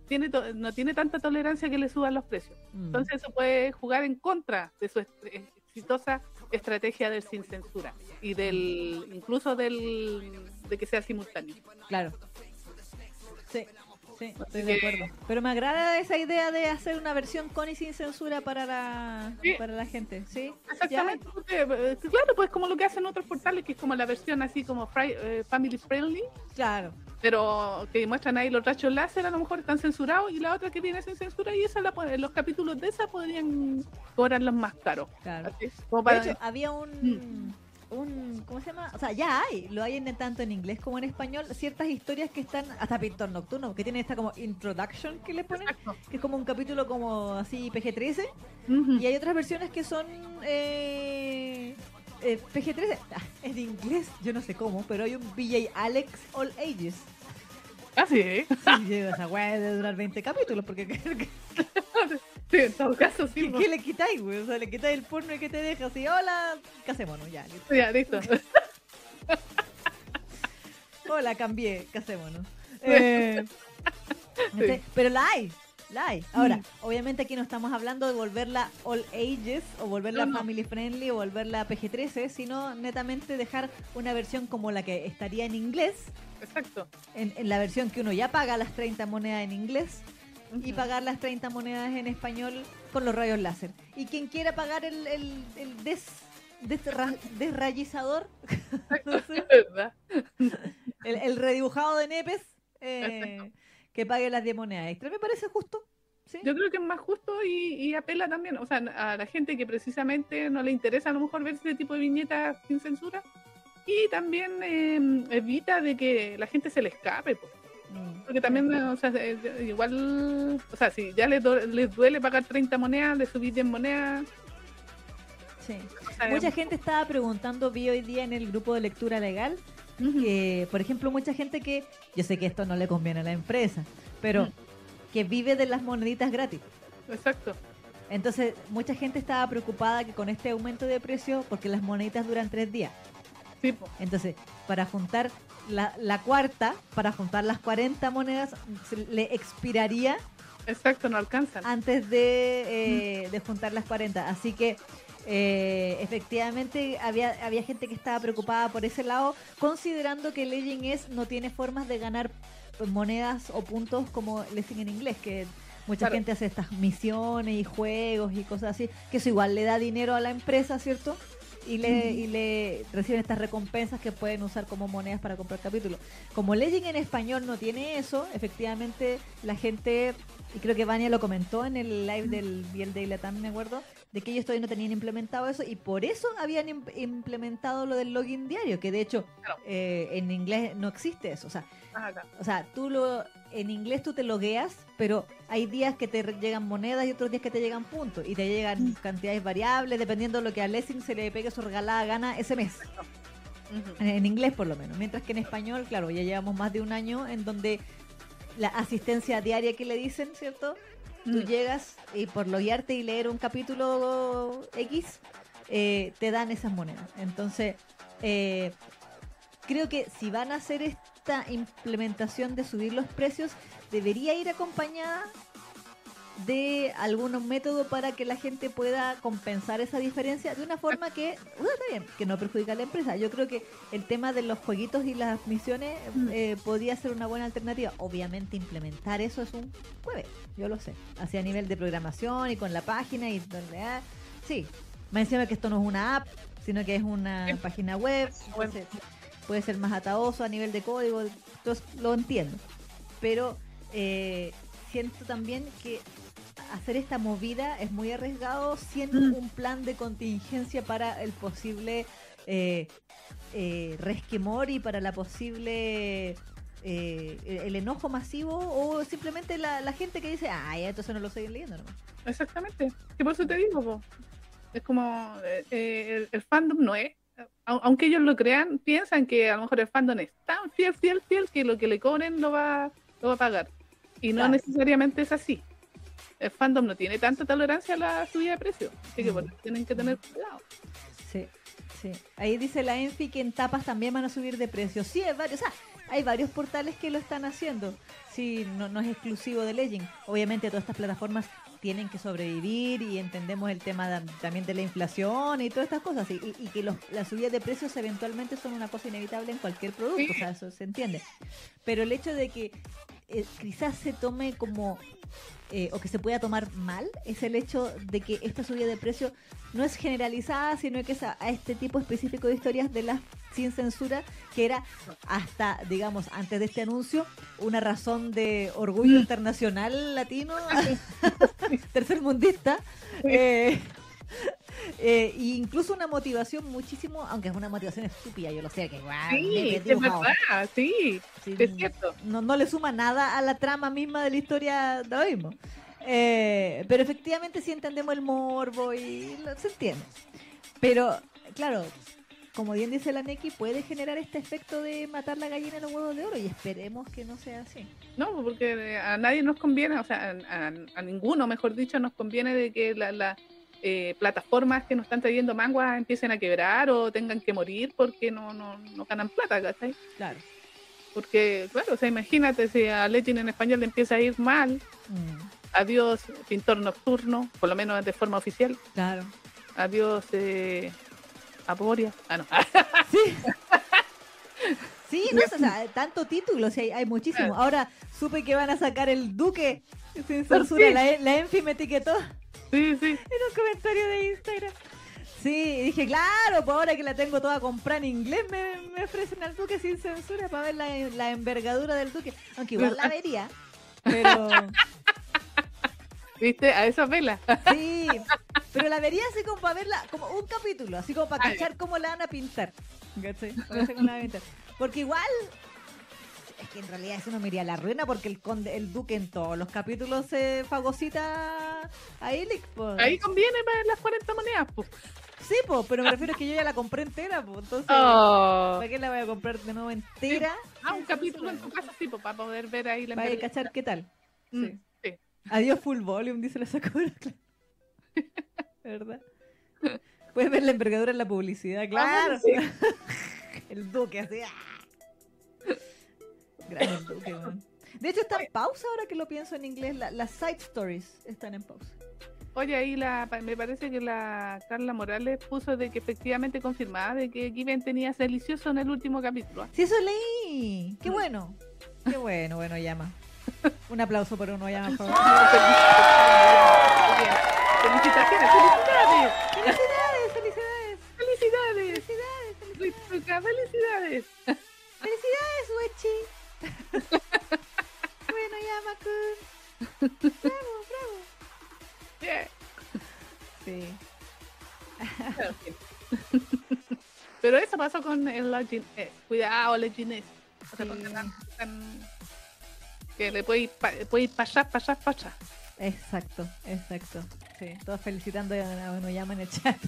no tiene tanta tolerancia que le suban los precios. Entonces eso puede jugar en contra de su exitosa estrategia del sin censura y incluso de que sea simultáneo. Claro. Sí, estoy de acuerdo. Pero me agrada esa idea de hacer una versión con y sin censura para la gente, ¿sí? Exactamente, porque, claro, pues como lo que hacen otros portales, que es como la versión así como family friendly. Claro. Pero que muestran ahí los rayos láser, a lo mejor están censurados, y la otra que viene sin censura, y esa los capítulos de esa podrían cobrarlos más caros. Claro. ¿Sí? Como para... De hecho, había un ¿cómo se llama? O sea, ya lo hay tanto en inglés como en español, ciertas historias que están, hasta Pintor Nocturno, que tienen esta como introduction que le ponen, que es como un capítulo como así PG-13, y hay otras versiones que son PG-13, en inglés, yo no sé cómo, pero hay un BJ Alex All Ages. Ah, sí. Sí, esa weá debe durar 20 capítulos, porque sí, en todo caso, sí. ¿Qué le quitáis, güey? O sea, le quitáis el porno y que te deja así, hola, casémonos, ya, listo. Ya, listo. Hola, cambié, casémonos. Pero la hay. Ahora, obviamente aquí no estamos hablando de volverla all ages, o volverla family friendly, o volverla PG-13, sino netamente dejar una versión como la que estaría en inglés. Exacto. En la versión que uno ya paga las 30 monedas en inglés, y pagar las 30 monedas en español con los rayos láser. Y quien quiera pagar el desrayizador, no sé, el redibujado de nepes, que pague las 10 monedas extra. Me parece justo. ¿Sí? Yo creo que es más justo y apela también, o sea, a la gente que precisamente no le interesa a lo mejor ver ese tipo de viñetas sin censura, y también evita de que la gente se le escape, pues. Porque también, o sea, igual, o sea, si ya les duele pagar 30 monedas, le subís 10 monedas. Sí. O sea, mucha gente estaba preguntando, vi hoy día en el grupo de lectura legal, que, por ejemplo, mucha gente que, yo sé que esto no le conviene a la empresa, pero que vive de las moneditas gratis. Exacto. Entonces, mucha gente estaba preocupada que con este aumento de precio, porque las moneditas duran 3 días. Sí, po. Entonces, para juntar la cuarta, para juntar las 40 monedas, le expiraría. Exacto, no alcanzan. Antes de juntar las 40. Así que, efectivamente, había gente que estaba preocupada por ese lado, considerando que Legend S no tiene formas de ganar monedas o puntos como Legend en inglés, que mucha gente hace estas misiones y juegos y cosas así, que eso igual le da dinero a la empresa, ¿cierto? Y le reciben estas recompensas que pueden usar como monedas para comprar capítulos. Como Legend en español no tiene eso, efectivamente la gente, y creo que Vania lo comentó en el live del Biel de Latam, me acuerdo, de que ellos todavía no tenían implementado eso, y por eso habían implementado lo del login diario, que de hecho en inglés no existe eso. O sea, en inglés tú te logueas, pero hay días que te llegan monedas y otros días que te llegan puntos, y te llegan cantidades variables dependiendo de lo que a Lessing se le pegue su regalada gana ese mes. En inglés por lo menos, mientras que en español, claro, ya llevamos más de un año en donde la asistencia diaria que le dicen, ¿cierto? Tú llegas y por loguearte y leer un capítulo X, te dan esas monedas. Entonces, creo que si van a hacer esta implementación de subir los precios, debería ir acompañada de algún método para que la gente pueda compensar esa diferencia de una forma que, está bien, que no perjudica a la empresa. Yo creo que el tema de los jueguitos y las misiones podría ser una buena alternativa. Obviamente implementar eso es un jueves, yo lo sé, hacia nivel de programación y con la página y donde sí, me encima que esto no es una app, sino que es una página web, entonces puede ser más ataoso a nivel de código, entonces lo entiendo, pero siento también que hacer esta movida es muy arriesgado sin un plan de contingencia para el posible resquemor y para la posible el enojo masivo, o simplemente la gente que dice, ya, entonces no lo estoy leyendo nomás. Exactamente, que por eso te digo, po. Es como el fandom no es, aunque ellos lo crean, piensan que a lo mejor el fandom es tan fiel que lo que le cobren lo va a pagar, y no necesariamente es así. El fandom no tiene tanta tolerancia a la subida de precio, así que bueno, tienen que tener cuidado. Sí, sí. Ahí dice la Enfi que en tapas también van a subir de precio. Sí, hay varios portales que lo están haciendo. Sí, no es exclusivo de Legend. Obviamente todas estas plataformas tienen que sobrevivir y entendemos el tema también de la inflación y todas estas cosas. Y que las subidas de precios eventualmente son una cosa inevitable en cualquier producto, Sí. o sea, eso se entiende. Pero el hecho de que quizás se tome como... o que se pueda tomar mal, es el hecho de que esta subida de precio no es generalizada, sino que es a este tipo específico de historias de las sin censura, que era hasta, digamos, antes de este anuncio, una razón de orgullo internacional latino, tercermundista, incluso una motivación muchísimo, aunque es una motivación estúpida, yo lo sé, que igual Sí, es dibujado. verdad, sí, Sí, es cierto. no le suma nada a la trama misma de la historia de hoy mismo. Pero efectivamente sí entendemos el morbo y se entiende. Pero, claro, como bien dice la Neki, puede generar este efecto de matar la gallina en los huevos de oro y esperemos que no sea así. No, porque a nadie nos conviene, o sea, a ninguno, mejor dicho, nos conviene de que las plataformas que nos están trayendo manguas empiecen a quebrar o tengan que morir porque no ganan plata, ¿cachai? Claro. Porque, claro, o sea, imagínate si a Legend en español le empieza a ir mal, adiós Pintor Nocturno, por lo menos de forma oficial, Claro. adiós Aporia, no. Sí. Sí, no, o sea, tanto título, sí, hay muchísimo. Ahora supe que van a sacar el Duque sin censura. Sí. La Enfi me etiquetó Sí, en un comentario de Instagram. Sí, dije, claro, pues ahora que la tengo toda comprada en inglés, me ofrecen al Duque sin censura para ver la envergadura del Duque. Aunque igual la vería, pero ¿viste? A esa vela. sí, pero la vería así como para verla, como un capítulo, así como para cachar cómo la van a pintar. ¿Cachai? Para cachar cómo la van a pintar. Porque igual, es que en realidad eso no me iría a la ruina porque el Duque en todos los capítulos se fagocita a Illich, pues. Ahí conviene para las 40 monedas, pues. Sí, pues, pero me refiero a que yo ya la compré entera, pues, entonces, Oh. ¿para qué la voy a comprar de nuevo entera? Un capítulo en tu casa, sí, pues, para poder ver ahí la Para envergadura. cachar qué tal. Sí. Sí. Adiós full volume, dice la Sakura. ¿Verdad? Puedes ver la envergadura en la publicidad, claro. Sí. El Duque, así. Gran el Duque, man. De hecho, está en pausa ahora que lo pienso en inglés. Las side stories están en pausa. Oye, ahí me parece que la Carla Morales puso de que efectivamente confirmaba de que Given tenía delicioso en el último capítulo. Sí, eso leí. Qué bueno. Qué bueno, bueno, llama. Un aplauso por uno, llama, por favor. Felicitaciones, felicidades. ¡Felicidades, felicidades! Felicidades. ¡Felicidades, Rituca, felicidades. ¡Felicidades, Wechi! Bueno, llama, Kun. ¡Bravo, bravo! Yeah. Sí. Pero eso pasó con el Legend. Cuidado, Legend. O sea, Sí. porque que le puede ir para allá. Exacto, exacto. Sí, todos felicitando a Onoyama en el chat.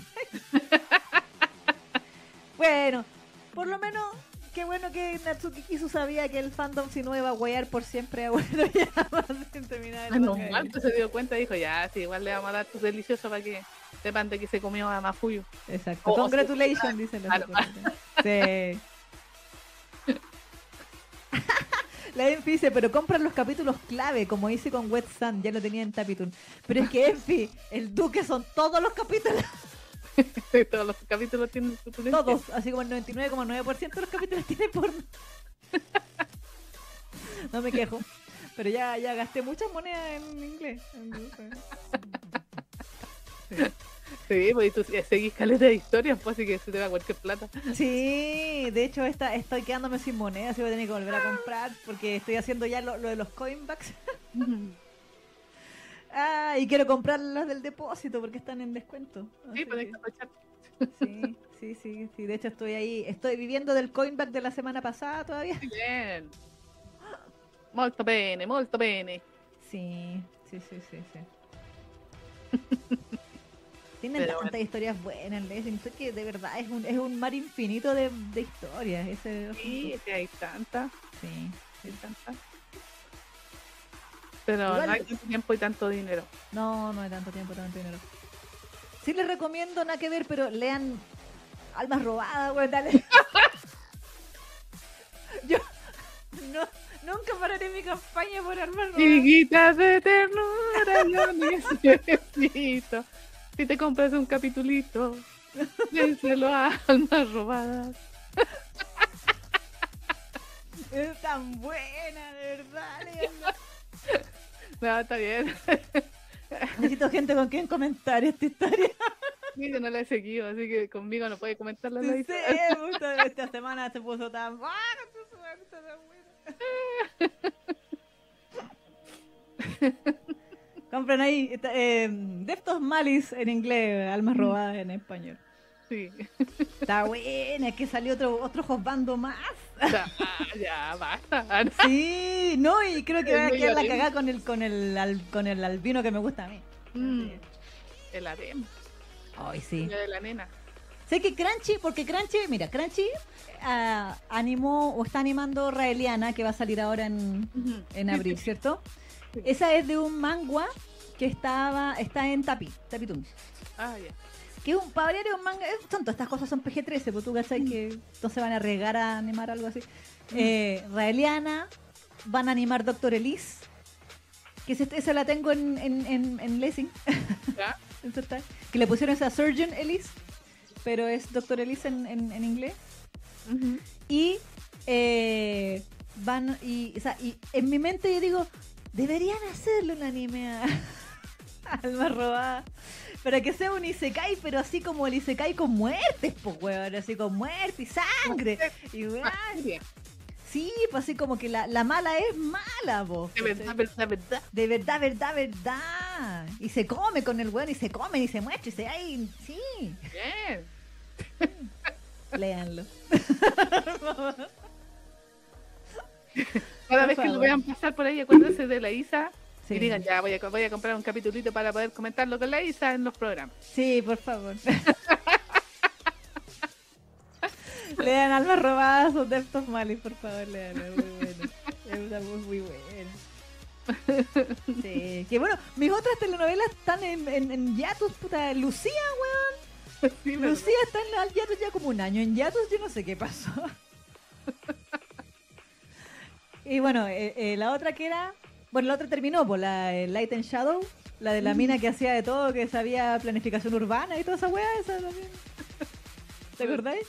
Bueno, por lo menos, qué bueno que Natsuki Kisu sabía que el fandom si no iba a guayar por siempre a Onoyama sin terminar el Menos manga. mal que se dio cuenta y dijo, ya, sí, igual le vamos a dar tu delicioso para que sepan de que se comió a Mafuyu. Exacto. O Congratulations, dice la claro. Sakura. Sí. La Enfi dice, pero compran los capítulos clave, como hice con Wet Sun, ya lo tenía en Tapitun. Pero es que Enfi, el Duque son todos los capítulos, Todos los capítulos tienen su potencia. todos, así como el 99,9% de los capítulos tienen porno. No me quejo, pero ya gasté muchas monedas en inglés. Sí, pues y tú seguís caleta de historias, pues así que se te va cualquier plata. Sí, de hecho estoy quedándome sin monedas y voy a tener que volver a comprar porque estoy haciendo ya lo de los coinbacks. Y quiero comprar las del depósito porque están en descuento. Sí, Así puedes que- aprovechar. sí. De hecho estoy viviendo del coinback de la semana pasada todavía. Bien. Molto bene, molto bene. Sí. Tienen Pero tantas historias buenas, Legend. Sé que de verdad es un mar infinito de historias. Sí, sí, hay tantas, Sí. hay tantas. Pero Igual- no hay tanto tiempo y tanto dinero. No hay tanto tiempo, tanto dinero. Sí les recomiendo, nada que ver, pero lean Almas robadas, weón, dale. Yo nunca pararé mi campaña por almas robadas. Chiquitas de ternura, yo necesito. Si te compras un capitulito, dénselo a Almas Robadas. Es tan buena, de verdad, léanla. No, está bien. Necesito gente con quien comentar esta historia. Sí, yo no la he seguido, así que conmigo no puede comentar la Sí, noticia. puta, esta semana se puso tan... ¡Ah, qué suerte, tan buena! Compren ahí Deftos Malice en inglés, Almas Robadas en español. Sí. Está buena, es que salió otro josbando más. Ya, basta. Sí, no, y creo que va a El quedar la medio cagada con el albino que me gusta a mí. El harem. Ay, sí. De la nena. Sé que Crunchy animó o está animando Raeliana, que va a salir ahora en abril, ¿cierto? Sí. Esa es de un manga que está en Tapitung. Ah, ya. Que un variar es un manga, son todas estas cosas son PG-13, pues tú cachai que no se van a arriesgar a animar algo así. Raeliana, van a animar Doctor Elise, que esa la tengo en Lessing. ¿Ya? En total. Que le pusieron esa Surgeon Elise, pero es Doctor Elise en inglés. Y o sea, y en mi mente yo digo, deberían hacerle un anime a Almas Robadas para que sea un isekai, pero así como el isekai con muertes, pues weón, así con muerte y sangre. Y weón, Bien. sí, pues así como que la mala es mala, po. De verdad. De verdad. Y se come con el weón y se come y se muestra y se ay, sí. Bien. Léanlo. Cada vez que lo vean pasar por ahí, acuérdense de la Isa. Sí. Y digan, ya voy a comprar un capitulito para poder comentarlo con la Isa en los programas. Sí, por favor. Lean Almas Robadas o Deftos Malice, por favor, leanlo, es muy bueno. Es una voz muy buena. Sí, que bueno, mis otras telenovelas están en hiatus, puta, Lucía, weón. Sí, ¿verdad? Lucía está en hiatus ya como un año. En hiatus yo no sé qué pasó. Y bueno, la otra que era... Bueno, la otra terminó, por la Light and Shadow, la de la mina que hacía de todo, que sabía planificación urbana y toda esa weá, esa también. ¿Te acordáis?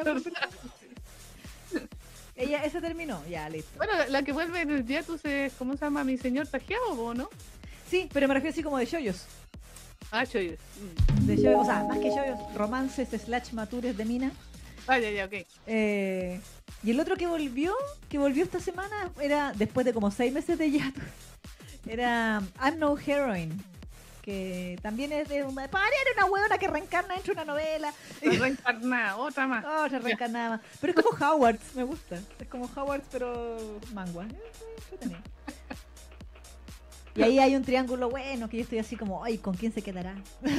Esa terminó, ya, listo. Bueno, la que vuelve en el hiatus es, ¿cómo se llama? Mi señor Tajeado, ¿o no? Sí, pero me refiero así como de shoyos. Ah, Choyos. De shoyos, o sea, más que shoyos, romances / matures de mina. Ah, ya, ok. Y el otro que volvió esta semana, era después de como 6 meses de hiatus. Era I'm No Heroine, que también es de una huevona que reencarna dentro de una novela. Reencarnada, otra más. Otra reencarnada más. Pero es como Howard's, me gusta. Es como Howard's, pero mangua. Entretenido. Y ahí hay un triángulo bueno que yo estoy así como, ay, ¿con quién se quedará?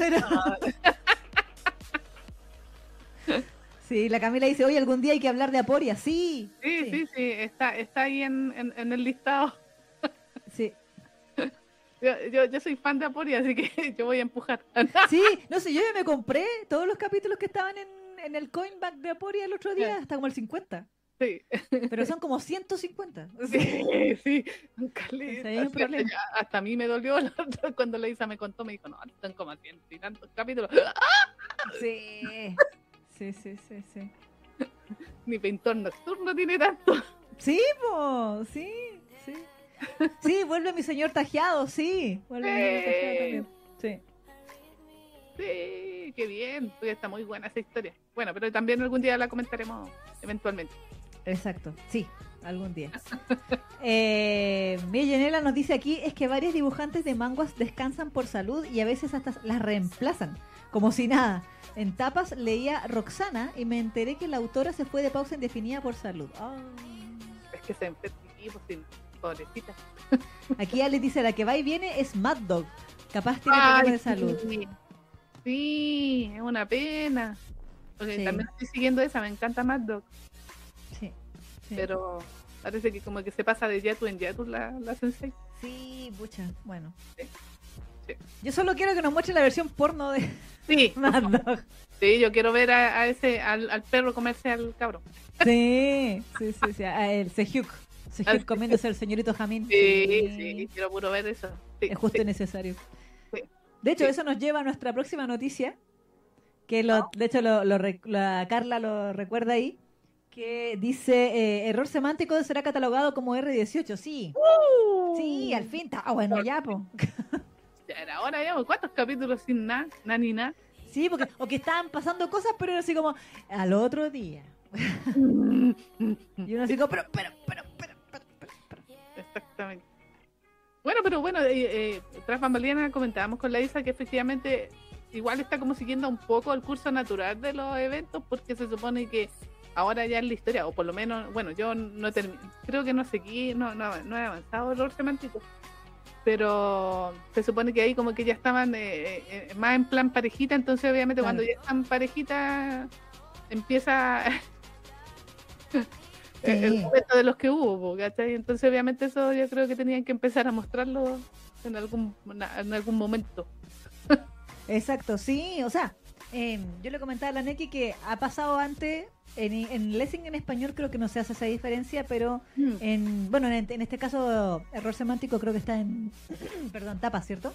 Sí, la Camila dice, oye, algún día hay que hablar de Aporia. Sí. Sí, está ahí en el listado. Sí. Yo soy fan de Aporia, así que yo voy a empujar. Sí, no sé, yo ya me compré todos los capítulos que estaban en el Coinback de Aporia el otro día, hasta como el 50. Sí. Pero son como 150. Sí, caleta. Hay un problema. Hasta a mí me dolió cuando la Isa me contó, me dijo, no, están como 100 y tantos capítulos. Sí. Ni Pintor Nocturno tiene tanto. Sí, po, sí. Sí, vuelve mi señor Tajeado, sí. Vuelve mi señor Tajeado también. Sí. Sí, qué bien. Pues está muy buena esa historia. Bueno, pero también algún día la comentaremos eventualmente. Exacto, sí, algún día. Millenela nos dice aquí, es que varios dibujantes de manguas descansan por salud y a veces hasta las reemplazan, como si nada. En tapas leía Roxana y me enteré que la autora se fue de pausa indefinida por salud. Oh. Es que se enfermó, pues, pobrecita. Aquí Ale dice, la que va y viene es Mad Dog. Capaz tiene problemas de salud. Sí, es una pena. Porque Sí. también estoy siguiendo esa, me encanta Mad Dog. Sí. Pero parece que como que se pasa de Yatu en Yatu la sensei. Sí, pucha, bueno. Sí. Yo solo quiero que nos muestre la versión porno de Sí, Mad Dog. sí, yo quiero ver al perro comerse al cabrón. Sí, a el Sehyuk comiéndose al señorito Jamín. Sí, quiero puro ver eso. Sí, Es justo y sí, necesario. sí. De hecho, Sí. eso nos lleva a nuestra próxima noticia, que de hecho la Carla lo recuerda ahí, que dice, error semántico será catalogado como R18. Sí, sí, al fin está bueno ya, po. Ya era hora, ya, ¿cuántos capítulos sin nada? Nada ni nada. Sí, porque o que estaban pasando cosas, pero era así como al otro día. Y uno así como, pero. Exactamente. Pero bueno, tras bambalinas comentábamos con la Isa que efectivamente igual está como siguiendo un poco el curso natural de los eventos, porque se supone que ahora ya en la historia, o por lo menos, bueno, yo no creo que no seguí, no he avanzado el rol semántico, pero se supone que ahí como que ya estaban más en plan parejita, entonces obviamente Claro. cuando ya están parejita empieza el momento de los que hubo, ¿cachai? Entonces obviamente eso yo creo que tenían que empezar a mostrarlo en algún momento. Exacto, sí, o sea, yo le comentaba a la Neki que ha pasado antes, en Lessing en español creo que no se hace esa diferencia, pero en este caso, error semántico creo que está en, perdón, tapas, ¿cierto?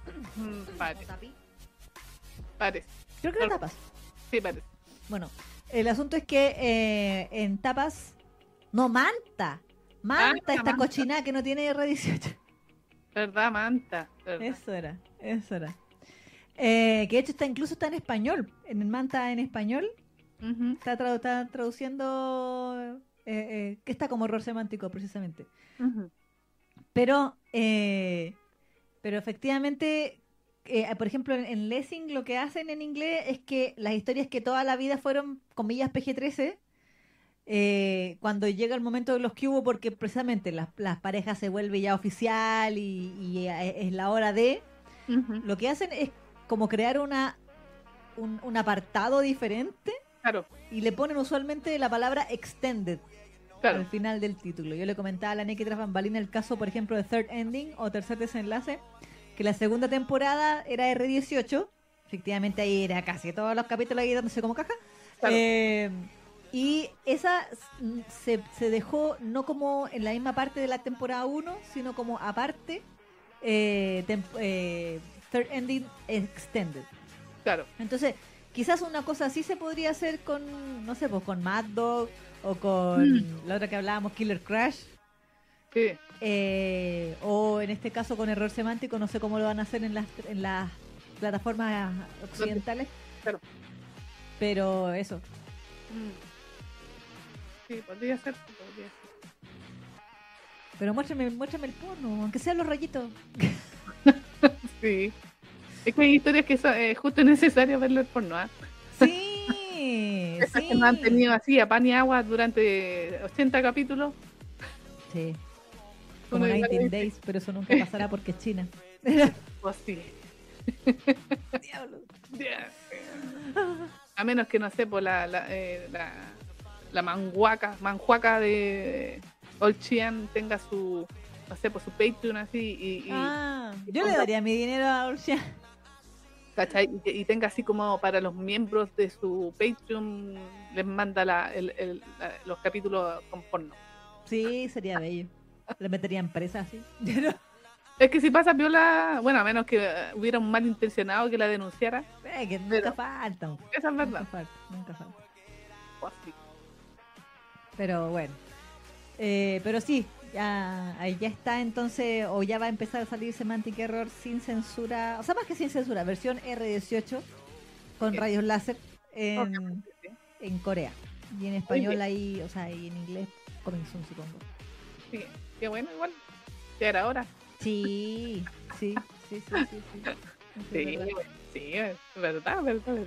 Parece. Creo que era tapas. Sí, parece. Bueno, el asunto es que en tapas, no, Manta, esta Manta. cochinada que no tiene R18. ¿Verdad, Manta? ¿Verdad? Eso era. Que de hecho incluso está en español, en el Manta en español. Ujú. Está traduciendo que está como error semántico precisamente. Ujú. Pero efectivamente, por ejemplo, en Lessing lo que hacen en inglés es que las historias que toda la vida fueron, comillas, PG-13, cuando llega el momento de los que hubo, porque precisamente las parejas se vuelve ya oficial y es la hora de, Ujú. lo que hacen es como crear un apartado diferente Claro, y le ponen usualmente la palabra extended claro. al final del título. Yo le comentaba a la Neki tras bambalina el caso, por ejemplo, de Third Ending o Tercer Desenlace, que la segunda temporada era R18, efectivamente ahí era casi todos los capítulos ahí dándose como caja. Claro. Y esa se dejó no como en la misma parte de la temporada 1, sino como aparte, Third Ending Extended. Claro. Entonces, quizás una cosa así se podría hacer con, no sé, pues con Mad Dog o con la otra que hablábamos, Killer Crash. Sí. O en este caso con error semántico, no sé cómo lo van a hacer en las plataformas occidentales. Claro. Pero eso. Sí, podría ser. Pero muéstrame el porno, aunque sean los rayitos. Sí. Es que hay historias que son justo necesario verlo por porno, ¿ah? Sí, Esas sí. que nos han tenido así a pan y agua durante 80 capítulos. Sí. Como Uno igual 19 dice, Days, pero eso nunca pasará porque es China. pues sí. Diablo. Yeah. A menos que no sé, por la manhuaca de Olchian tenga su, no sé, por su Patreon así Yo le daría mi dinero a Urshia. ¿cachai? Y tenga así como para los miembros de su Patreon les manda los capítulos con porno. Sí, sería bello. Le metería en presa así. Es que si pasa viola, bueno, a menos que hubiera un malintencionado que la denunciara, Que nunca Pero- faltan. esa es verdad. Nunca falta. Pues sí. Pero bueno. Pero sí, ahí ya está entonces, o ya va a empezar a salir Semantic Error sin censura, o sea, más que sin censura, versión R18 con Sí. rayos láser Obviamente, sí. en Corea. Y en español bien. ahí, o sea, y en inglés, Coming Soon, supongo. Sí, qué bueno, igual. Ya era hora. Sí. Sí. Sí, Es verdad. sí, es verdad.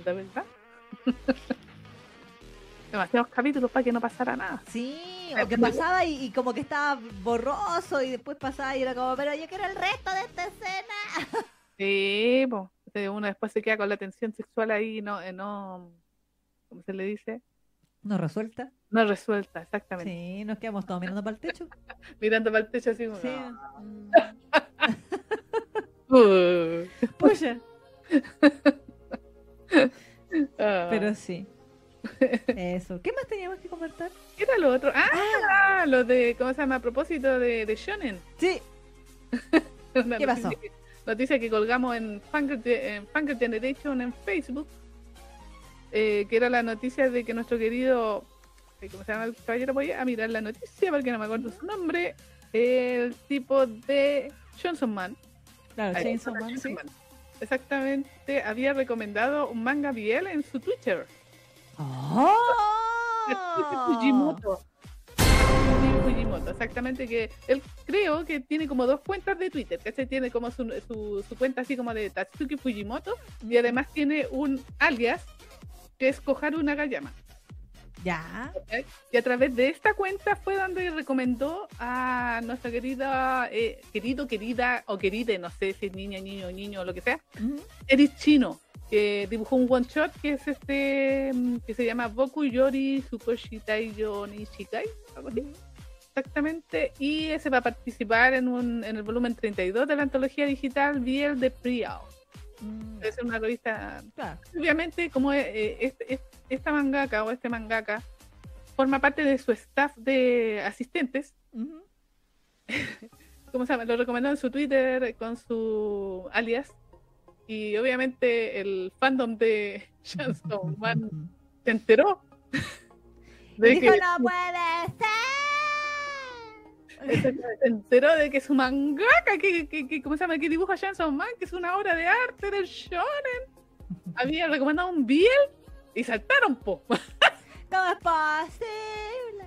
Demasiados capítulos para que no pasara nada. Sí, o que pasaba y como que estaba borroso y después pasaba y era como, pero yo quiero el resto de esta escena. Sí, pues uno después se queda con la tensión sexual ahí, no, ¿cómo se le dice? ¿No resuelta? No resuelta, exactamente. Sí, nos quedamos todos mirando para el techo. Mirando para el techo así como, Sí. "Ah". Pucha. Ah, Pero sí. Eso. ¿Qué más teníamos que comentar? ¿qué era lo otro? Lo de, ¿cómo se llama? A propósito de Shonen. Sí. Una ¿Qué pasó? noticia que colgamos en Fangirl Generation en Facebook, que era la noticia de que nuestro querido, ¿cómo se llama el caballero? Voy a mirar la noticia porque no me acuerdo su nombre. El tipo de Johnson Man. Claro, Ahí, Chainsaw Man, sí. Exactamente, había recomendado un manga BL en su Twitter. ¡Oh! Fujimoto. Fujimoto, exactamente, que él creo que tiene como 2 cuentas de Twitter, que tiene como su cuenta así como de Tatsuki Fujimoto, y además tiene un alias que es Koharu Nagayama. Ya. ¿Okay? Y a través de esta cuenta fue donde recomendó a nuestra querida, querida o querida, no sé si es niña, niño o lo que sea, Eric Chino, que dibujó un one shot que es que se llama Boku Yori Tsukushitai yo Nishikai, algo así. Exactamente, y ese va a participar en el volumen 32 de la antología digital BL de Priao. Es una revista. Claro. Obviamente, como esta mangaka o este mangaka forma parte de su staff de asistentes, ¿cómo se llama? Lo recomendó en su Twitter con su alias. Y obviamente el fandom de Chainsaw Man se enteró de Dijo, que no puede ser. se enteró de que su mangaka que ¿cómo se llama? Que dibuja Chainsaw Man, que es una obra de arte del shonen, había recomendado un BL y saltaron, po. ¿Cómo es posible?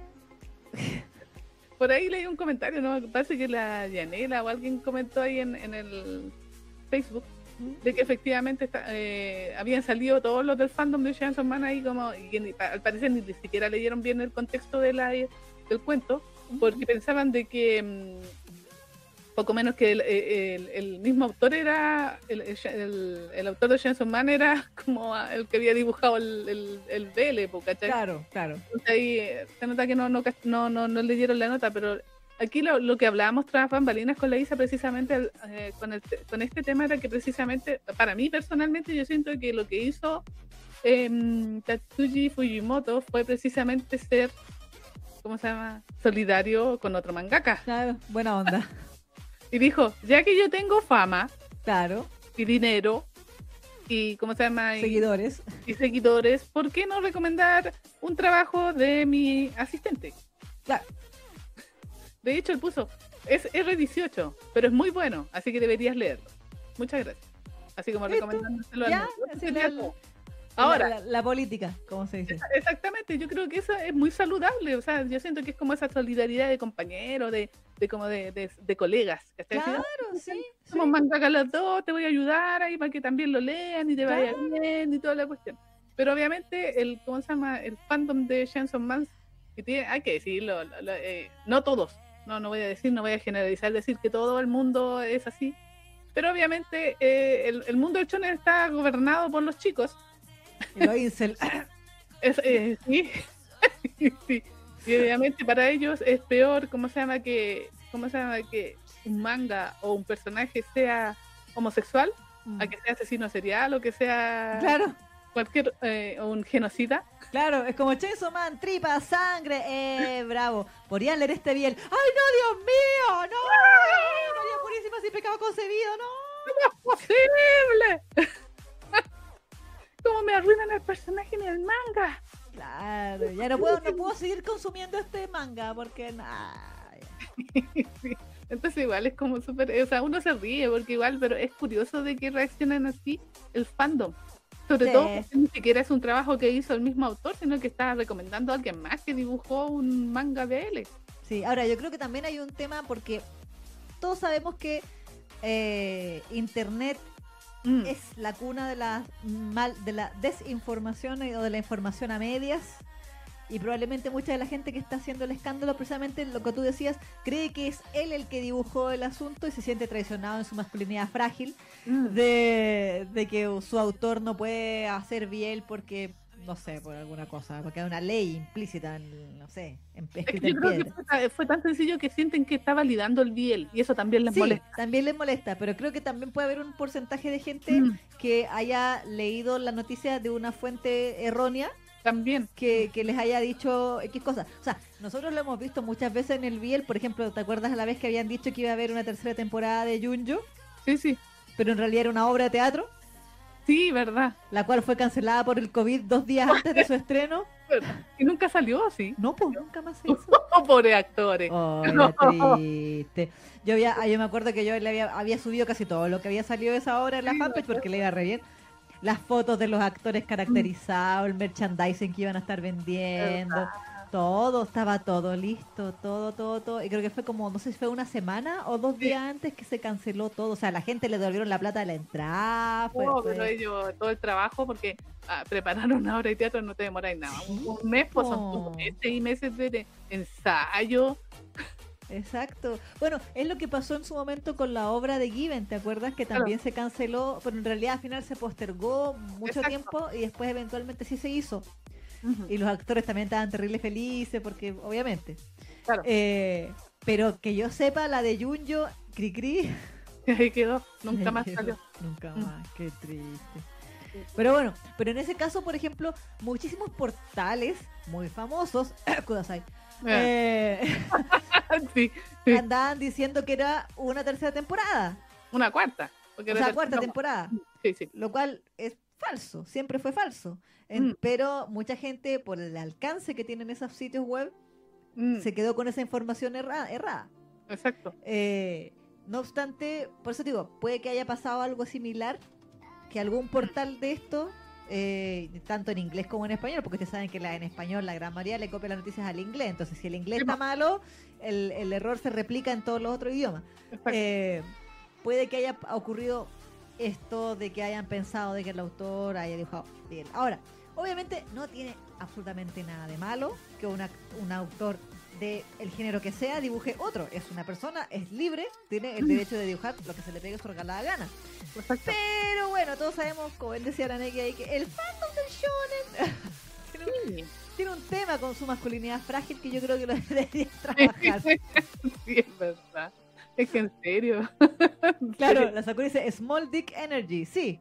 Por ahí leí un comentario, ¿no? Parece que la Yanela o alguien comentó ahí en el Facebook de que efectivamente habían salido todos los del fandom de Chainsaw Man ahí como, y al parecer ni siquiera leyeron bien el contexto del cuento, porque pensaban de que poco menos que el mismo autor era el autor de Chainsaw Man era como el que había dibujado el BL, ¿cachai? Claro. Entonces ahí se nota que no le dieron la nota, pero aquí lo que hablábamos tras bambalinas con la Isa precisamente con este tema era que precisamente, para mí personalmente, yo siento que lo que hizo Tatsuji Fujimoto fue precisamente ser, ¿cómo se llama?, solidario con otro mangaka. Claro, buena onda. Y dijo, ya que yo tengo fama Claro. y dinero y, ¿cómo se llama?, Seguidores. y seguidores, ¿por qué no recomendar un trabajo de mi asistente? Claro. De hecho, él puso, es R18, pero es muy bueno, así que deberías leerlo. Muchas gracias. Así como ¿Listo? recomendándoselo Ya, al mundo. Eso así sería la- todo. Ahora, la política, ¿cómo se dice? exactamente, yo creo que eso es muy saludable. O sea, yo siento que es como esa solidaridad de compañeros, de colegas. ¿Cachai? Claro, Si, sí. somos mangakas los dos, te voy a ayudar ahí para que también lo lean y te vaya Claro. bien y toda la cuestión. Pero obviamente ¿cómo se llama? El fandom de Chainsaw Man, que hay que decirlo, no todos, no voy a generalizar, decir que todo el mundo es así, pero obviamente el mundo del shonen está gobernado por los chicos. Y lo incel. Sí. Sí. Y obviamente para ellos es peor, ¿cómo se llama? Que un manga o un personaje sea homosexual, a que sea asesino serial o que sea Claro, cualquier un genocida. claro, es como Chainsaw Man, tripa, sangre, bravo. Podrían leer este bien. ¡Ay, no, Dios mío! ¡No! María Purísima sin pecado concebido, no. ¡Posible! ¿Cómo me arruinan el personaje en el manga? Claro, ya no puedo seguir consumiendo este manga porque nada. Sí. Entonces igual es como súper, o sea, uno se ríe porque igual, pero es curioso de que reaccionan así el fandom. Sobre Sí. todo porque ni siquiera es un trabajo que hizo el mismo autor, sino que está recomendando a alguien más que dibujó un manga de él. Sí, ahora yo creo que también hay un tema porque todos sabemos que Internet es la cuna de de la desinformación o de la información a medias, y probablemente mucha de la gente que está haciendo el escándalo, precisamente lo que tú decías, cree que es él el que dibujó el asunto y se siente traicionado en su masculinidad frágil de que su autor no puede hacer bien porque no sé, por alguna cosa, porque hay una ley implícita, no sé, Es que escrita yo en creo piedra. que fue tan sencillo que sienten que está validando el biel y eso también les Sí, molesta. también les molesta, pero creo que también puede haber un porcentaje de gente que haya leído la noticia de una fuente errónea También. que les haya dicho X cosas. O sea, nosotros lo hemos visto muchas veces en el Biel, por ejemplo, ¿te acuerdas a la vez que habían dicho que iba a haber una tercera temporada de Junjo? Sí, sí. Pero en realidad era una obra de teatro, Sí, verdad. la cual fue cancelada por el COVID 2 días antes de su estreno. Y nunca salió así. No, pues nunca más se hizo. Pobres actores. Oh, era triste. Yo me acuerdo que yo le había subido casi todo lo que había salido de esa obra en la Sí, fanpage porque le iba re bien. Las fotos de los actores caracterizados, el merchandising que iban a estar vendiendo, todo, estaba todo listo, todo. Y creo que fue como, no sé si fue una semana o 2 días antes que se canceló todo. O sea, la gente le devolvieron la plata de la entrada. Pero ellos, todo el trabajo, porque preparar una obra de teatro no te demoráis nada. Un mes, pues son meses y meses de ensayo. Exacto. Bueno, es lo que pasó en su momento con la obra de Given, ¿te acuerdas? Que también se canceló, pero en realidad al final se postergó mucho tiempo y después eventualmente sí se hizo. Y los actores también estaban terrible felices porque, obviamente. Claro. Pero que yo sepa, la de Junjo, Cri. Ahí quedó, nunca más salió. Nunca más, qué triste. Pero bueno, pero en ese caso, por ejemplo, muchísimos portales muy famosos, Kudasai, Sí. andaban diciendo que era una tercera temporada. Una cuarta. O sea, cuarta temporada. Sí. Lo cual es falso, siempre fue falso. Pero mucha gente, por el alcance que tienen esos sitios web, se quedó con esa información errada. Exacto. No obstante, por eso digo, puede que haya pasado algo similar, que algún portal de esto, tanto en inglés como en español, porque ustedes saben que en español la gran mayoría le copia las noticias al inglés, entonces si el inglés está malo, el error se replica en todos los otros idiomas. Puede que haya ocurrido esto de que hayan pensado de que el autor haya dibujado bien. Ahora, obviamente no tiene absolutamente nada de malo que un autor de el género que sea dibuje otro. Es una persona, es libre, tiene el derecho de dibujar lo que se le pegue su regalada gana. Perfecto. Pero bueno, todos sabemos, como él decía la Neki ahí, que el fandom del shonen tiene un tema con su masculinidad frágil que yo creo que lo debería trabajar. Sí, es verdad. Es que en serio. Claro, la Sakura dice Small Dick Energy, sí.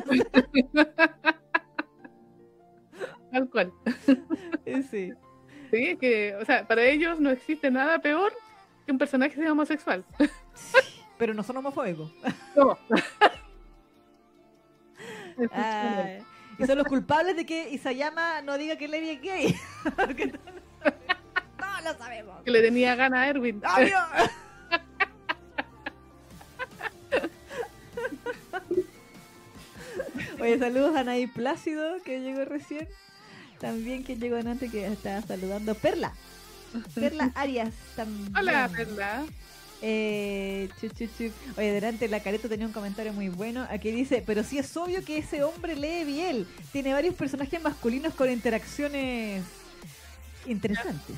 Tal cual. Sí. Sí, es que, o sea, para ellos no existe nada peor que un personaje sea homosexual. Pero no son homofóbicos. No. Y son los culpables de que Isayama no diga que Levi es gay. Porque todos lo sabemos. Que le tenía gana a Erwin. ¡Obvio! Oye, saludos a Nay Plácido, que llegó recién. También quien llegó antes, que estaba saludando. Perla Arias también. Hola, Perla. Oye, delante la Careto tenía un comentario muy bueno. Aquí dice, pero sí es obvio que ese hombre lee bien. Tiene varios personajes masculinos con interacciones interesantes.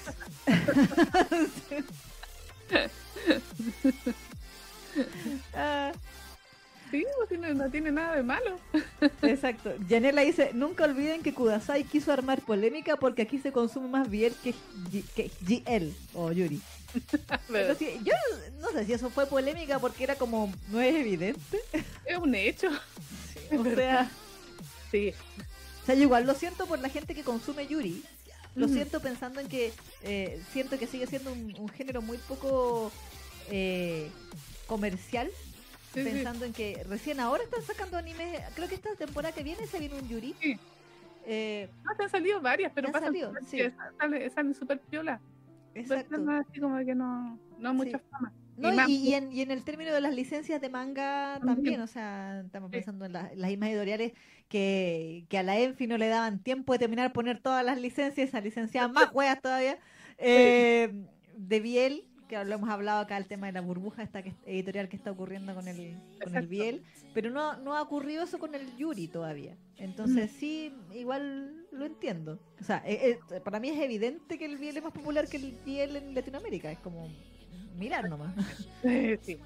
Sí, no tiene nada de malo. Exacto. Yanela dice, nunca olviden que Kudasai quiso armar polémica porque aquí se consume más biel que GL o Yuri. Pero sí, yo no sé si eso fue polémica porque era como, no es evidente. Es un hecho. Sí, o sea, sí. O sea, yo igual lo siento por la gente que consume Yuri. Lo siento pensando en que siento que sigue siendo un género muy poco comercial. Sí, pensando en que recién ahora están sacando animes. Creo que esta temporada que viene se viene un Yuri. Sí. No, te han salido varias, pero pasan salen súper piola. Exacto. Así como que no mucha fama. No, y en el término de las licencias de manga también, o sea, estamos pensando en las mismas editoriales que a la Enfi no le daban tiempo de terminar de poner todas las licencias, esas licencias más hueas todavía, de Biel, que lo hemos hablado acá, el tema de la burbuja esta editorial que está ocurriendo con el Biel, pero no ha ocurrido eso con el Yuri todavía. Entonces sí, igual lo entiendo. O sea, para mí es evidente que el Biel es más popular que el Biel en Latinoamérica, es como mirar nomás. Sí.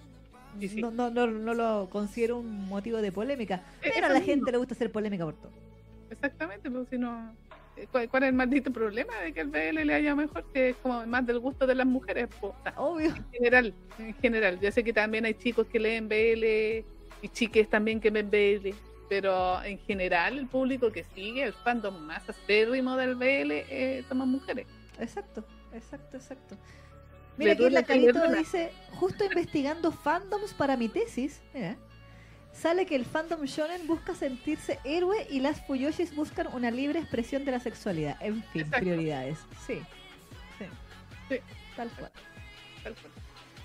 No lo considero un motivo de polémica, pero a la gente le gusta hacer polémica por todo. exactamente, pues si no, ¿cuál es el maldito problema de que el BL le haya mejor? Que es como más del gusto de las mujeres, pues, o sea, Obvio. en general, yo sé que también hay chicos que leen BL y chiques también que ven BL, pero en general el público que sigue, el fandom más acérrimo del BL, somos mujeres. Exacto. Mira, aquí la Carito dice, justo investigando fandoms para mi tesis, mira, sale que el fandom shonen busca sentirse héroe y las fuyoshis buscan una libre expresión de la sexualidad. En fin, Exacto. prioridades. Sí. Sí. Tal cual. Tal cual.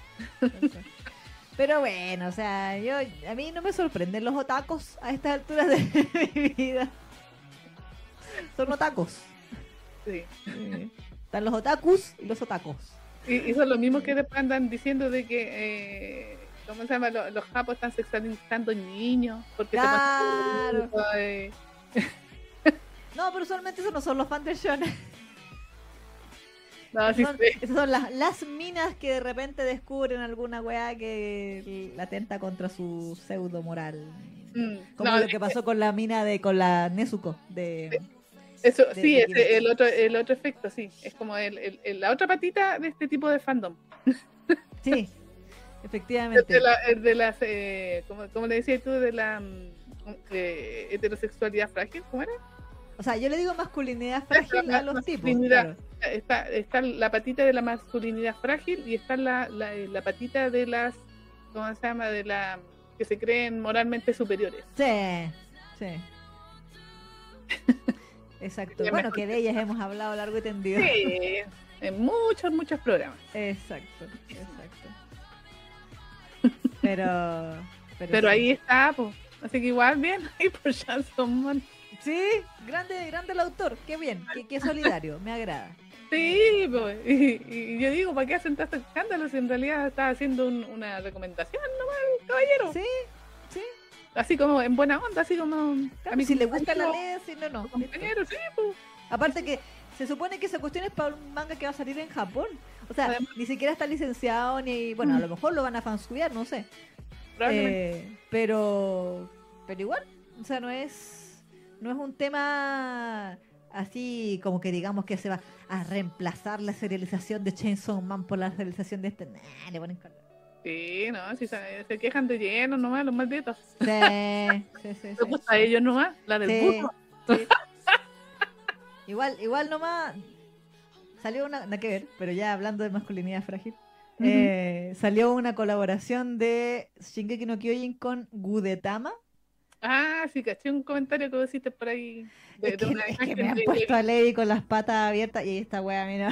Pero bueno, o sea, a mí no me sorprenden los otakus a estas alturas de mi vida. Son otakus. Sí. Están los otakus y los otakus. Y son los mismos que después andan diciendo de que, ¿cómo se llama? Los japos están sexualizando niños. Porque Claro. se No, pero usualmente esos no son los fans del shonen. no, sí, Esas son las minas que de repente descubren alguna weá que la atenta contra su pseudo moral. Como no, lo que pasó con la mina con la Nezuko de eso de- sí, de es Kimetsu. el otro efecto, sí. Es como la otra patita de este tipo de fandom. Sí, efectivamente. El de las, como le decías tú, de la heterosexualidad frágil, ¿cómo era? O sea, yo le digo masculinidad frágil a los tipos. Masculinidad. Claro. Está la patita de la masculinidad frágil y está la patita de las, ¿cómo se llama? De la que se creen moralmente superiores. Sí. Exacto. Bueno, que de ellas hemos hablado largo y tendido. Sí, en muchos programas. Exacto. Pero sí. Ahí está, pues. Así que igual bien ahí por Chanson Man. Sí, grande el autor. Qué bien, qué solidario, me agrada. Sí, pues. Y yo digo, ¿para qué hacen tantos escándalos si en realidad está haciendo una recomendación nomás, caballero? Sí. Así como en buena onda, así como a mi Si le gusta la compañero, ley, si no, no. compañero, sí, pues. Aparte que se supone que esa cuestión es para un manga que va a salir en Japón. O sea, Además. ni siquiera está licenciado ni... Bueno, a lo mejor lo van a fanscuiar, no sé. Probablemente. Pero igual, o sea, no es un tema así como que digamos que se va a reemplazar la serialización de Chainsaw Man por la serialización de este. Nah, le ponen carga. Sí, no, si se quejan de lleno nomás, los malditos. Sí. Les gusta a ellos nomás, la del Sí, burro. sí. Igual nomás salió una, nada que ver, pero ya hablando de masculinidad frágil, salió una colaboración de Shingeki no Kyojin con Gudetama. Ah, sí, caché un comentario que vos hiciste por ahí. Es que me han puesto a Levi con las patas abiertas y esta wea, mira.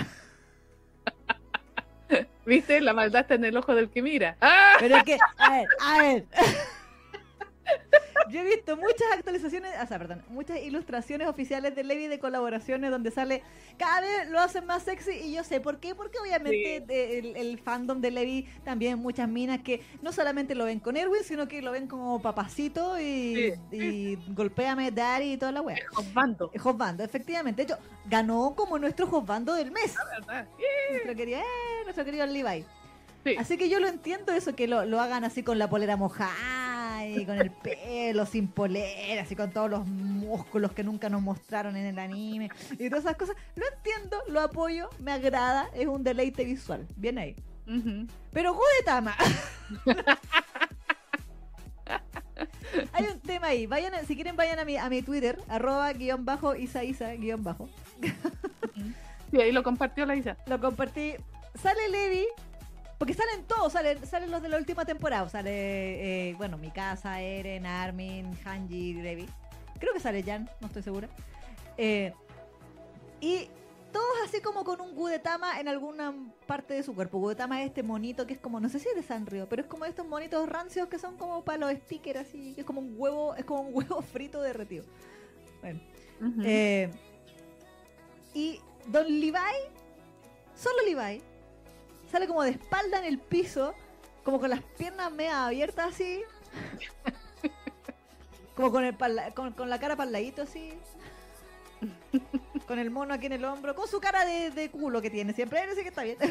¿Viste? La maldad está en el ojo del que mira. ¡Ah! Pero es que, a ver. Yo he visto muchas actualizaciones, muchas ilustraciones oficiales de Levi de colaboraciones donde sale, cada vez lo hacen más sexy y yo sé por qué, porque obviamente el fandom de Levi también muchas minas que no solamente lo ven con Erwin, sino que lo ven como papacito y golpéame daddy y toda la wea. Josbando. Josbando, efectivamente. De hecho, ganó como nuestro Josbando del mes. ¿Verdad? Nuestro querido Levi. Sí. Así que yo lo entiendo eso, que lo hagan así con la polera mojada y con el pelo sin polera, así con todos los músculos que nunca nos mostraron en el anime y todas esas cosas. Lo entiendo, lo apoyo, me agrada, es un deleite visual. Bien ahí. Ujú. Pero Gudetama. Hay un tema ahí. Si quieren vayan a mi Twitter, @_Isa_. Sí, ahí lo compartió la Isa. Lo compartí. Sale Levi. Porque salen todos, salen los de la última temporada. Sale, Mikasa, Eren, Armin, Hanji, Levi. Creo que sale Jan, no estoy segura. Y todos así como con un Gudetama en alguna parte de su cuerpo. Gudetama es este monito que es como, no sé si es de Sanrio, pero es como estos monitos rancios que son como para los stickers así, que es como un huevo frito derretido. Bueno. Ujú. Y Don Levi, solo Levi, sale como de espalda en el piso, como con las piernas medio abiertas así, como con la cara para el ladito así, con el mono aquí en el hombro, con su cara de culo que tiene siempre, no sé que está bien,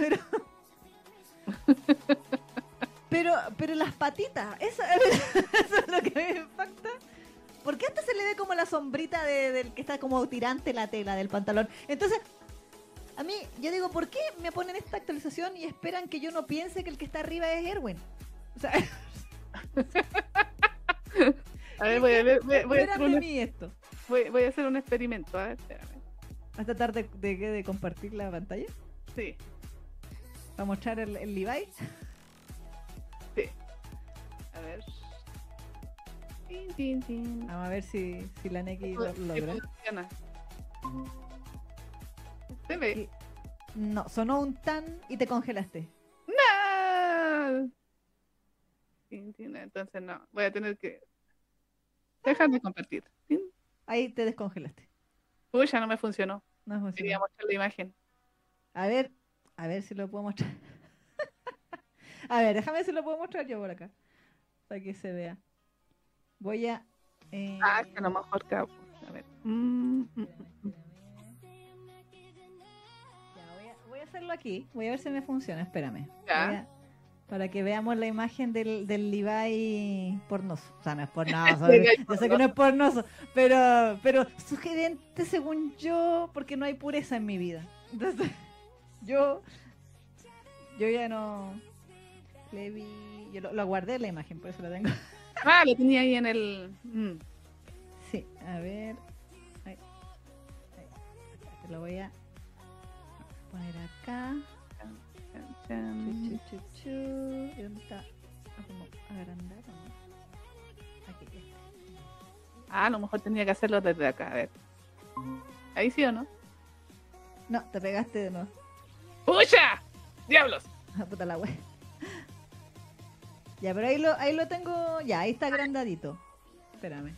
pero las patitas, eso es lo que me impacta. porque hasta se le ve como la sombrita del que está como tirante la tela del pantalón. Entonces, a mí, yo digo, ¿por qué me ponen esta actualización y esperan que yo no piense que el que está arriba es Erwin? O sea, A ver, voy a hacer espérame de mí esto. voy a hacer un experimento. A ver, espérame. ¿Vas a tratar de compartir la pantalla? Sí, ¿Va a mostrar el Levi? sí. A ver. Tin, tin, tin. Vamos a ver si la Neki lo Sí, logra. funciona. Se ve. Y- No, sonó un tan y te congelaste. ¡No! Tin, tin, entonces no. Voy a tener que. Déjame compartir. Tin. Ahí te descongelaste. Uy, ya no me funcionó. No funciona. Quería mostrar la imagen. A ver si lo puedo mostrar. A ver, déjame ver si lo puedo mostrar yo por acá. Para que se vea. Voy a... Que a lo mejor acá. A ver. Ya, voy a hacerlo aquí. Voy a ver si me funciona. Espérame. Ya. Para que veamos la imagen del Levi pornoso. O sea, no es pornoso. Levi Yo sé que no es pornoso. Pero sugerente según yo, porque no hay pureza en mi vida. Entonces, yo ya no... Levi... Yo lo guardé la imagen, por eso la tengo. Lo tenía ahí en el. Sí, a ver. Ahí. Te lo voy a poner acá. Chan, chan. Chu. ¿Y dónde está? Como agrandar, ¿o no? Aquí está. A lo mejor tenía que hacerlo desde acá. A ver. ¿Ahí sí o no? No, te pegaste de nuevo. ¡Pucha! ¡Diablos! Puta la wea. Ya, pero ahí lo tengo. Ya, ahí está agrandadito. Espérame.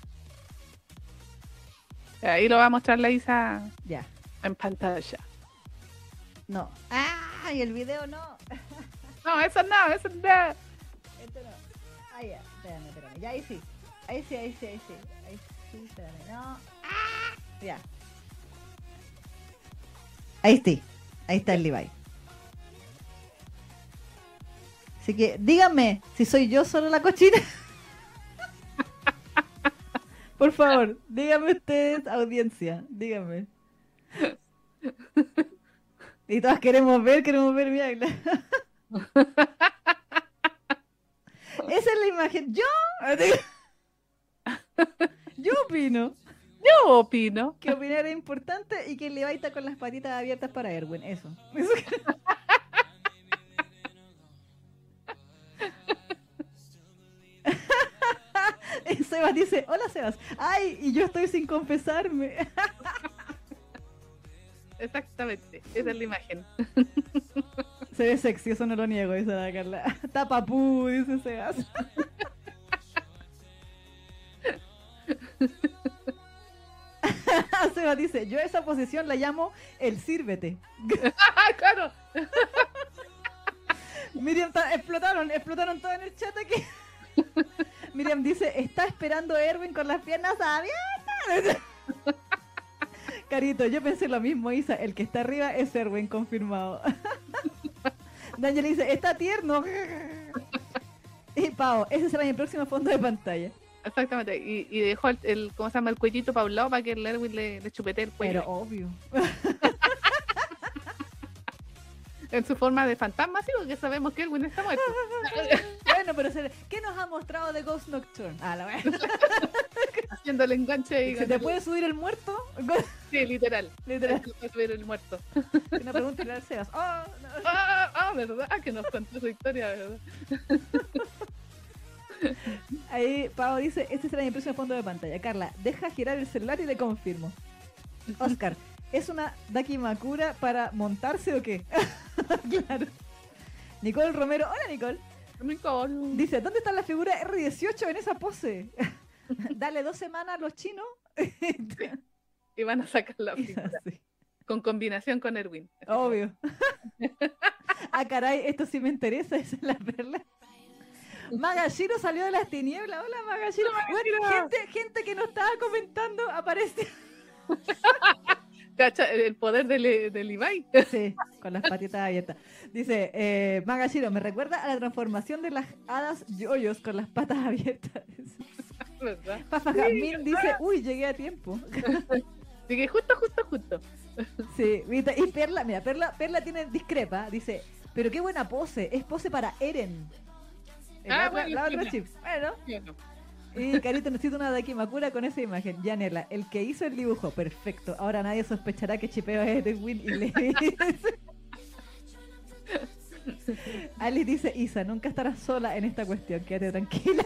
Ahí lo va a mostrar la Isa Ya. en pantalla. No. ¡Ah! Y el video no. No, eso no, eso no. Esto no. Ah, ya. Espérame. Ya, ahí sí. Ahí sí. Ahí sí, espérame. No. ¡Ah! Ya. Ahí sí. Ahí está el Levi. Así que díganme si soy yo solo la cochina. Por favor, díganme ustedes, audiencia. Díganme. Y todas queremos ver, mira. Esa es la imagen. Yo opino Yo opino. que opinar es importante y que el Levi está con las patitas abiertas para Erwin. Eso. Sebas dice, hola Sebas. Ay, y yo estoy sin confesarme. Exactamente, esa es la imagen. Se ve sexy, eso no lo niego, dice la Carla. Tapapú, dice Sebas. Sebas dice, yo a esa posición la llamo el sírvete. ¡Claro! Miriam, explotaron todo en el chat aquí. Miriam dice, está esperando a Erwin con las piernas abiertas. Carito, yo pensé lo mismo, Isa. El que está arriba es Erwin, confirmado. Daniel dice, está tierno. Y Pau, ese será mi próximo fondo de pantalla. Exactamente, y dejó el ¿cómo se llama? El cuellito para un lado para que el Erwin le chupete el cuello. Pero obvio. En su forma de fantasma, sí, porque sabemos que Erwin está muerto. Bueno, pero ¿qué nos ha mostrado de Ghost Nocturne? Ah, la verdad. Haciendo el enganche y ¿Se te puede subir el muerto? Sí, literal. Literal. Se puede subir el muerto. Una pregunta al Sebas. Oh, no. ¿Verdad? Que nos contó su historia, ¿verdad? Ahí Pau dice, este será mi próximo fondo de pantalla. Carla, deja girar el celular y le confirmo. Oscar, ¿es una Dakimakura para montarse o qué? Claro. Nicole Romero, hola Nicole. Dice, ¿dónde está la figura R18 en esa pose? Dale 2 semanas a los chinos. Y van a sacar la figura. Sí. Con combinación con Erwin. Obvio. Ah, caray, esto sí me interesa, esa es la perla. Magashiro salió de las tinieblas. Hola Magashiro. Bueno, gente que no estaba comentando aparece. ¿Cacha? El poder del Ibai. Sí, con las patitas abiertas. Dice, Magashiro, me recuerda a la transformación de las hadas yoyos con las patas abiertas. ¿Verdad? Fafa Jamín dice, uy, llegué a tiempo. Así que justo. Sí, ¿viste? Y Perla, mira, Perla tiene discrepa, dice, pero qué buena pose, es pose para Eren. Bueno, la otra chip. Bueno. Bueno. Y Carito, necesito una Dakimakura con esa imagen. Yanela, el que hizo el dibujo, perfecto. Ahora nadie sospechará que chipeo a Edwin y Levi. Alice dice, Isa, nunca estarás sola en esta cuestión, quédate tranquila.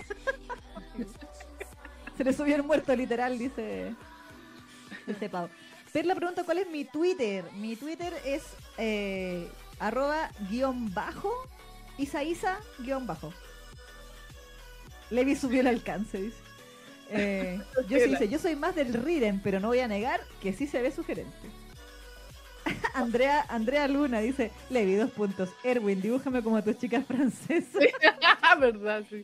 Se le subió el muerto literal, dice Pau. Perla pregunta cuál es mi Twitter. Mi Twitter es @_Isa_. Levi subió el alcance, dice. Yo soy más del Riden, pero no voy a negar que sí se ve sugerente. Andrea Luna dice, Levi, 2 puntos. Erwin, dibújame como tus chicas francesas. ¿Verdad? Sí.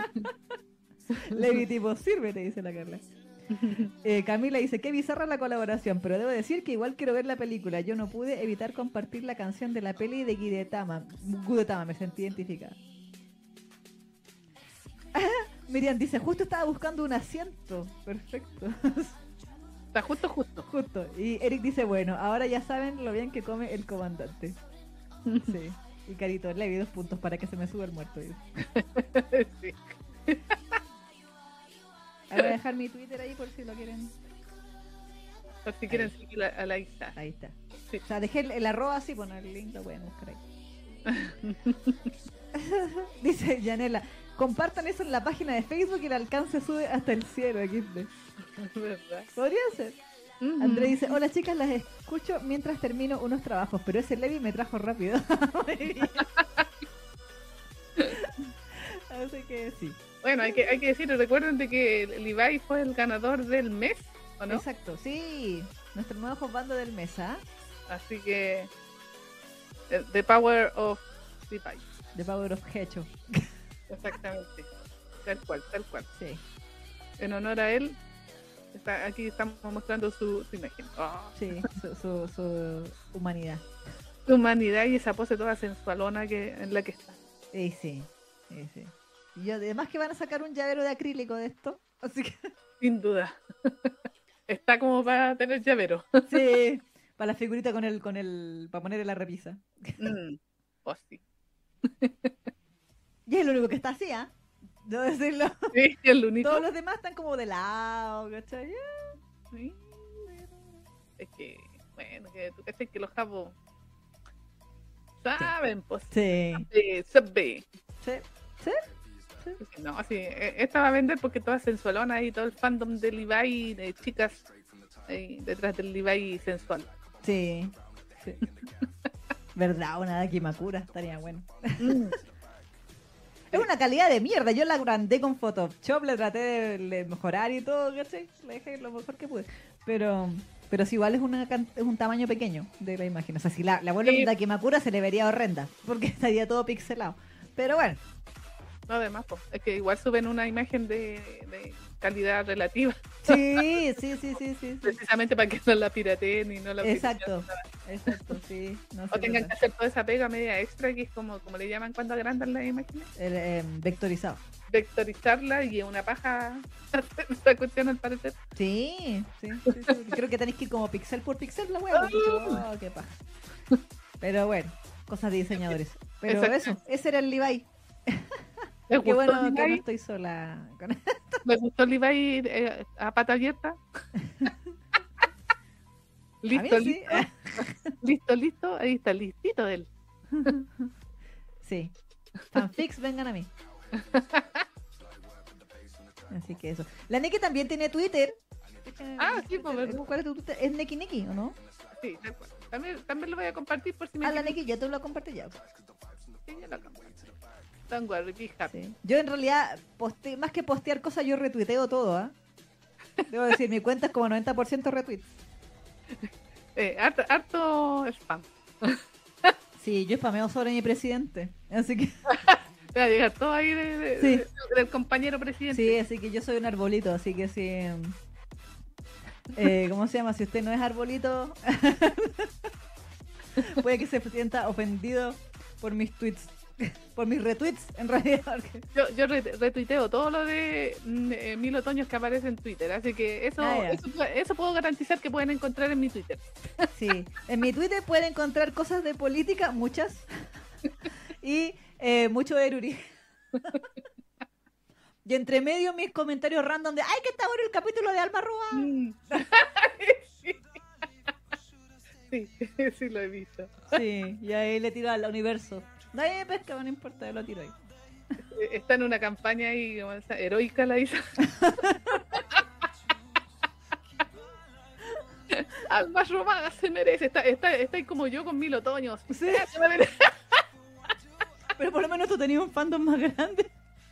Levi tipo, sírvete, dice la Carla. Camila dice, qué bizarra la colaboración, pero debo decir que igual quiero ver la película. Yo no pude evitar compartir la canción de la peli de Gudetama, me sentí identificada. Miriam dice, justo estaba buscando un asiento. Perfecto. Está justo. Justo. Y Eric dice, bueno, ahora ya saben lo bien que come el comandante. Sí. Y Carito, Levi, 2 puntos para que se me suba el muerto. Dice. Sí. Voy a dejar mi Twitter ahí por si lo quieren. Por si quieren seguir a la Isa. Ahí está. Sí. O sea, dejé el arroba así, poner el link, lo pueden buscar ahí. Dice Yanela, compartan eso en la página de Facebook y el alcance sube hasta el cielo. XD. ¿Verdad? Podría ser. André dice, hola chicas, las escucho mientras termino unos trabajos, pero ese Levi me trajo rápido. Muy bien. Así que sí. Bueno, hay que decir, recuerden de que Levi fue el ganador del mes, ¿o no? Exacto, sí. Nuestro nuevo jobando del mes, ¿ah? Así que The Power of Levi. The Power of Hecho. Exactamente. Tal cual. Sí. En honor a él, aquí estamos mostrando su imagen. Oh. Sí, su humanidad. Su humanidad y esa pose toda sensualona en la que está. Sí. Y además que van a sacar un llavero de acrílico de esto. Así que... Sin duda. Está como para tener llavero. Sí, para la figurita para poner en la repisa. Pues sí. Y es lo único que está así, ¿ah? Debo decirlo. Sí, es el único. Todos los demás están como de lado, ¿cachai? Sí. Es que, bueno, que tú cachai que los japos saben, pues. Sí. Sabe. Sí. No, sí, esta va a vender porque toda sensualona y todo el fandom de Levi, de chicas detrás del Levi sensual. Sí. Verdad, una Dakimakura estaría bueno. Es una calidad de mierda. Yo la agrandé con Photoshop, le traté de mejorar y todo, ¿cachai? Le dejé lo mejor que pude. Pero si igual es un tamaño pequeño de la imagen. O sea, si la vuelvo en Dakimakura se le vería horrenda, porque estaría todo pixelado. Pero bueno. No, además, pues, es que igual suben una imagen de calidad relativa. Sí. Precisamente para que no la pirateen y no la Exacto, sí. No o tengan que hacer toda esa pega media extra, que es como le llaman cuando agrandan las imágenes. Vectorizado. Vectorizarla y una paja esta cuestión al parecer. Sí. Creo que tenéis que ir como pixel por pixel la wea. Qué paja. Pero bueno, cosas de diseñadores. Pero eso, ese era el Levi. Qué bueno Levi? que no estoy sola con esto. Me gustó Levi a pata abierta. Listo. Listo. Ahí está, listito él. Sí. Fanfics, vengan a mí. Así que eso. La Neki también tiene Twitter. Sí, pues verdad. ¿Cuál es tu Twitter? ¿Es Neki, o no? Sí, tal cual. También lo voy a compartir por si me la Neki, ya tú lo compartí ya. Sí, ya lo compartí. Don't worry, be happy. Sí. Yo en realidad, más que postear cosas, yo retuiteo todo, ¿ah? Debo decir, mi cuenta es como 90% retweet. Harto spam. Sí, yo spameo sobre mi presidente. Así que... Va a llegar todo ahí del compañero presidente. Sí, así que yo soy un arbolito, así que sí... ¿cómo se llama? Si usted no es arbolito, puede que se sienta ofendido por mis tweets. Por mis retweets, en realidad. Porque... Yo retuiteo todo lo de Mil Otoños que aparece en Twitter, así que eso puedo garantizar que pueden encontrar en mi Twitter. Sí, en mi Twitter pueden encontrar cosas de política, muchas, y mucho de Eruri. Y entre medio mis comentarios random de ¡ay, que está bueno el capítulo de Alma Roa! Sí, sí lo he visto. Sí, y ahí le tiro al universo. Nadie me pesca, no importa, yo lo tiro ahí. Está en una campaña ahí como esa, heroica la Isa. Alma Romana se merece. Está ahí como yo con Mil Otoños. Sí. Pero por lo menos tú tenías un fandom más grande.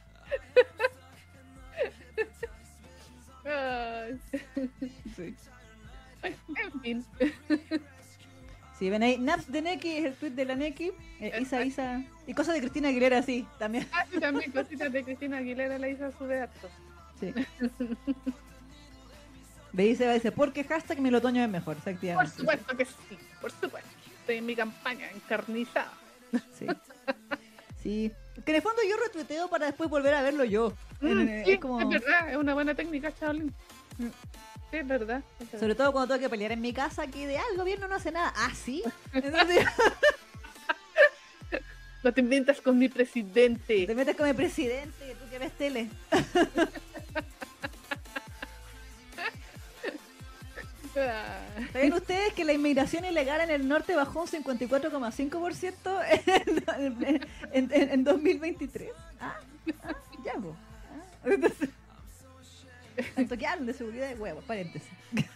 Ay. Sí. En fin. Sí, ven ahí, Naps de Neki es el tweet de la Neki, Isa, y cosas de Cristina Aguilera, sí, también. Ah, sí, también cositas de Cristina Aguilera la Isa sube harto. Sí. Dice, porque hashtag Mil Otoño es mejor, Por efectivamente. supuesto que sí, por supuesto. Estoy en mi campaña encarnizada. Sí. Sí. Que en el fondo yo retuiteo para después volver a verlo yo. Sí, Es como... es verdad, es una buena técnica, Shaolin. Sí, es verdad. Sobre todo cuando tengo que pelear en mi casa, que de el gobierno no hace nada. Ah, sí. Entonces, No te inventas con mi presidente. te metes con el presidente, tú que ves tele. ¿Saben ustedes que la inmigración ilegal en el norte bajó un 54,5% en 2023? Ya, pues. Entonces, tanto que hablan de seguridad de huevos, paréntesis.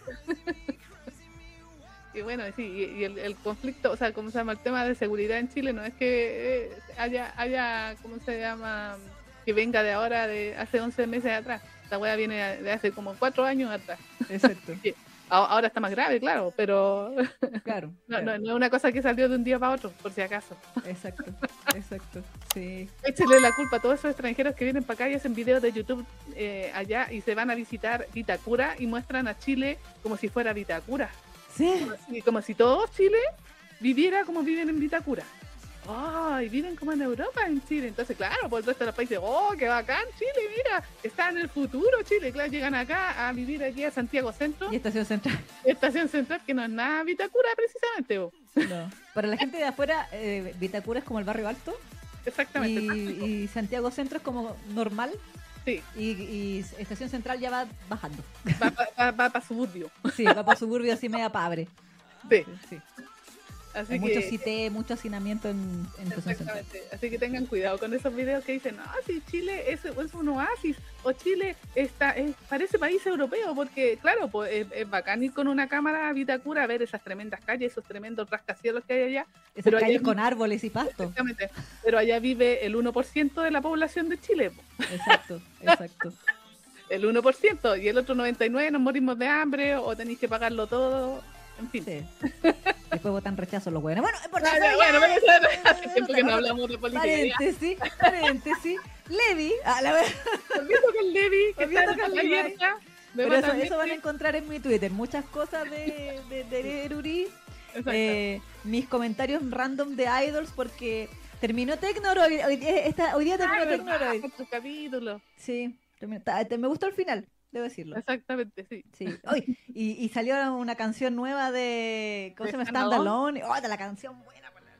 Y bueno, sí, y el conflicto, o sea, ¿cómo se llama? El tema de seguridad en Chile no es que haya, ¿cómo se llama? Que venga de ahora, de hace 11 meses atrás. Esta wea viene de hace como 4 años atrás. Exacto. Sí. Ahora está más grave, claro, pero Claro. no es una cosa que salió de un día para otro, por si acaso. Exacto, sí. Échale la culpa a todos esos extranjeros que vienen para acá y hacen videos de YouTube allá y se van a visitar Vitacura y muestran a Chile como si fuera Vitacura. Sí. Como si todo Chile viviera como viven en Vitacura. Y viven como en Europa, en Chile. Entonces, claro, por el resto de los países, qué bacán Chile, mira, está en el futuro Chile. Claro, llegan acá a vivir aquí a Santiago Centro. Y Estación Central. Estación Central, que no es nada Vitacura precisamente. No. Para la gente de afuera, Vitacura es como el barrio alto. Exactamente. Y Santiago Centro es como normal. Sí. Y Estación Central ya va bajando. Va para suburbio. Sí, va para suburbio así media pabre. Sí. Así Hay que, mucho cité, mucho hacinamiento en Estación Central. exactamente. Así que tengan cuidado con esos videos que dicen, si Chile es un oasis, o Chile parece país europeo, porque claro, pues es bacán ir con una cámara a Vitacura a ver esas tremendas calles, esos tremendos rascacielos que hay allá. Esas pero calles allá con árboles y pasto. Exactamente. Pero allá vive el 1% de la población de Chile. Exacto. El 1%, y el otro 99% nos morimos de hambre, o tenéis que pagarlo todo. En fin. Sí. Después votan rechazo los hueones. Bueno, por Bueno, hace tiempo que no hablamos de política. Paréntesis. Levi, la verdad. Volviendo con Levi, que Volviendo está con en Levi. abierta. Pero eso van a encontrar en mi Twitter. Muchas cosas de Eruri. Mis comentarios random de idols, porque terminó Tecnoroid. Hoy día terminó Tecnoroid. Tu capítulo. Sí, me gustó el final, debo decirlo. Exactamente, sí. Hoy, y salió una canción nueva de ¿cómo se llama? Stand Alone. De la canción buena.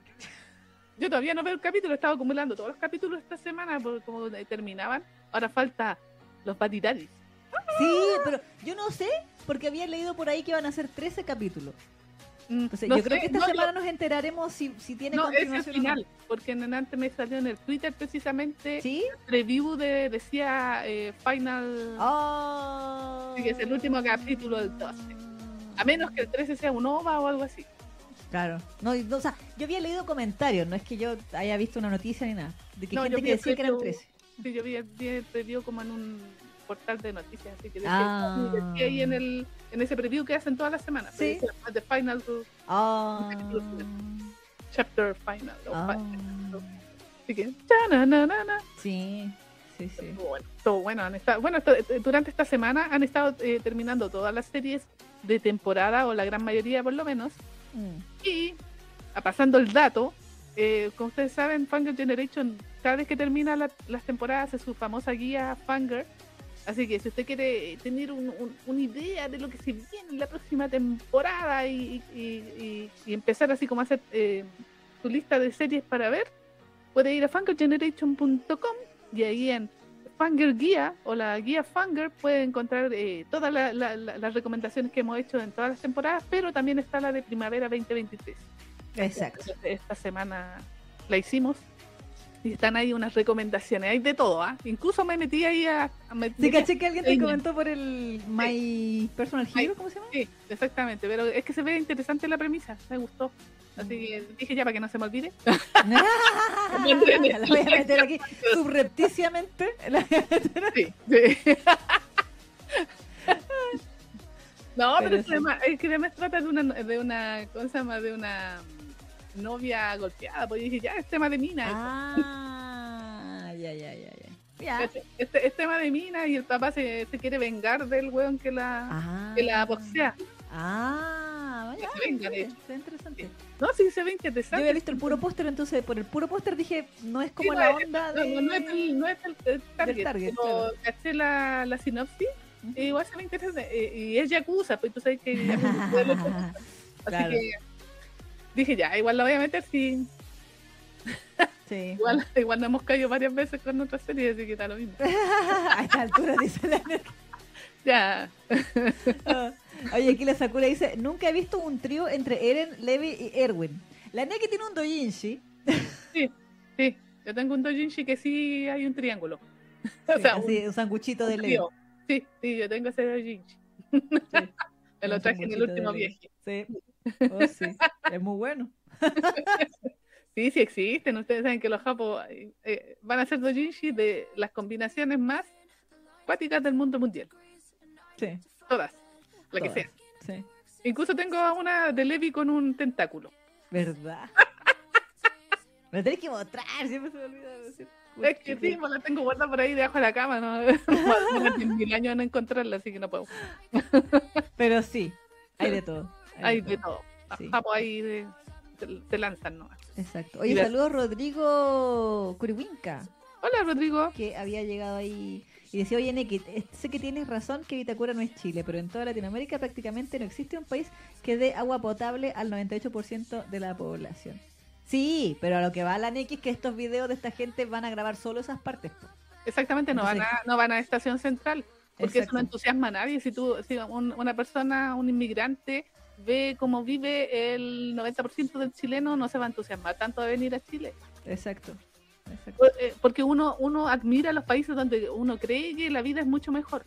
Yo todavía no veo el capítulo, estaba acumulando todos los capítulos esta semana, porque como terminaban, ahora falta los Batitaris. Sí, pero yo no sé, porque había leído por ahí que van a ser 13 capítulos. Entonces, yo creo que esta semana nos enteraremos si tiene continuación. Es el final, porque antes me salió en el Twitter precisamente. ¿Sí? El review decía Final. Sí, que es el último capítulo del 12. A menos que el 13 sea un OVA o algo así. Claro. No, o sea, yo había leído comentarios, no es que yo haya visto una noticia ni nada. De que gente que decía que eran 13. Sí, yo vi el review como en un portal de noticias, así que decía ahí en ese preview que hacen todas las semanas. Sí. The Final Chapter Final. Así que Sí. todo bueno. Durante esta semana han estado terminando todas las series de temporada, o la gran mayoría por lo menos. Y pasando el dato, como ustedes saben, Fangirl Generation, cada vez que termina las temporadas hace su famosa guía Fangirl. Así que si usted quiere tener una idea de lo que se viene en la próxima temporada y empezar así como a hacer su lista de series para ver, puede ir a fangirlgeneration.com y ahí en Fangirl Guía o la guía Fangirl puede encontrar todas las recomendaciones que hemos hecho en todas las temporadas, pero también está la de primavera 2023. Exacto. Esta semana la hicimos y están ahí unas recomendaciones, hay de todo, ¿ah? Incluso me metí ahí Sí, caché que alguien te comentó por el My Personal Hero, ¿cómo se llama? Sí, exactamente, pero es que se ve interesante la premisa, me gustó. Así que dije ya para que no se me olvide. La voy a meter aquí subrepticiamente. Sí, sí. No, pero sí. es que además trata de una, ¿cómo se llama? De una novia golpeada, pues dije, ya, es tema de mina. Ya. Este es tema de mina y el papá se quiere vengar del weón que la boxea. Vaya, Se venga, de hecho. está interesante. No, sí, se ve interesante. Yo había visto el puro póster, entonces por el puro póster dije, no es como la onda de... No es el target, target, pero claro. caché la sinopsis, igual se ve interesante, y es Yakuza, pues tú sabes que así Claro. que dije ya, igual la voy a meter, sí. Sí. Igual nos hemos caído varias veces con otras series, así que está lo mismo. A esta altura dice la Ya. Oye, aquí la Sakura dice, nunca he visto un trío entre Eren, Levi y Erwin. La Neki tiene un doujinshi. Sí, yo tengo un doujinshi que sí hay un triángulo. Sí, así, un sanguchito de Levi. Sí, yo tengo ese doujinshi. Sí, Me lo traje en el último viaje. Sí, sí, es muy bueno. Sí existen. Ustedes saben que los japos van a hacer doujinshi de las combinaciones más cuáticas del mundo mundial. Sí. Todas, que sea. Sí. Incluso tengo una de Levi con un tentáculo. ¿Verdad? Me tenés que mostrar, siempre se me olvida decir. Es que sí, la tengo guardada por ahí debajo de la cama, ¿no? Durante 1000 años en encontrarla, así que no puedo. Pero sí, hay de todo. Hay de todo. Sí. Japos ahí te lanzan, ¿no? Exacto. Oye, saludos Rodrigo Curiwinka. Hola, Rodrigo. Que había llegado ahí y decía, oye, Neki, sé que tienes razón que Vitacura no es Chile, pero en toda Latinoamérica prácticamente no existe un país que dé agua potable al 98% de la población. Sí, pero a lo que va la Neki es que estos videos de esta gente van a grabar solo esas partes. Exactamente, no van a Estación Central, porque eso no entusiasma a nadie. Si una persona, un inmigrante, ve cómo vive el 90% del chileno, no se va a entusiasmar tanto de venir a Chile. Exacto. Porque uno admira los países donde uno cree que la vida es mucho mejor.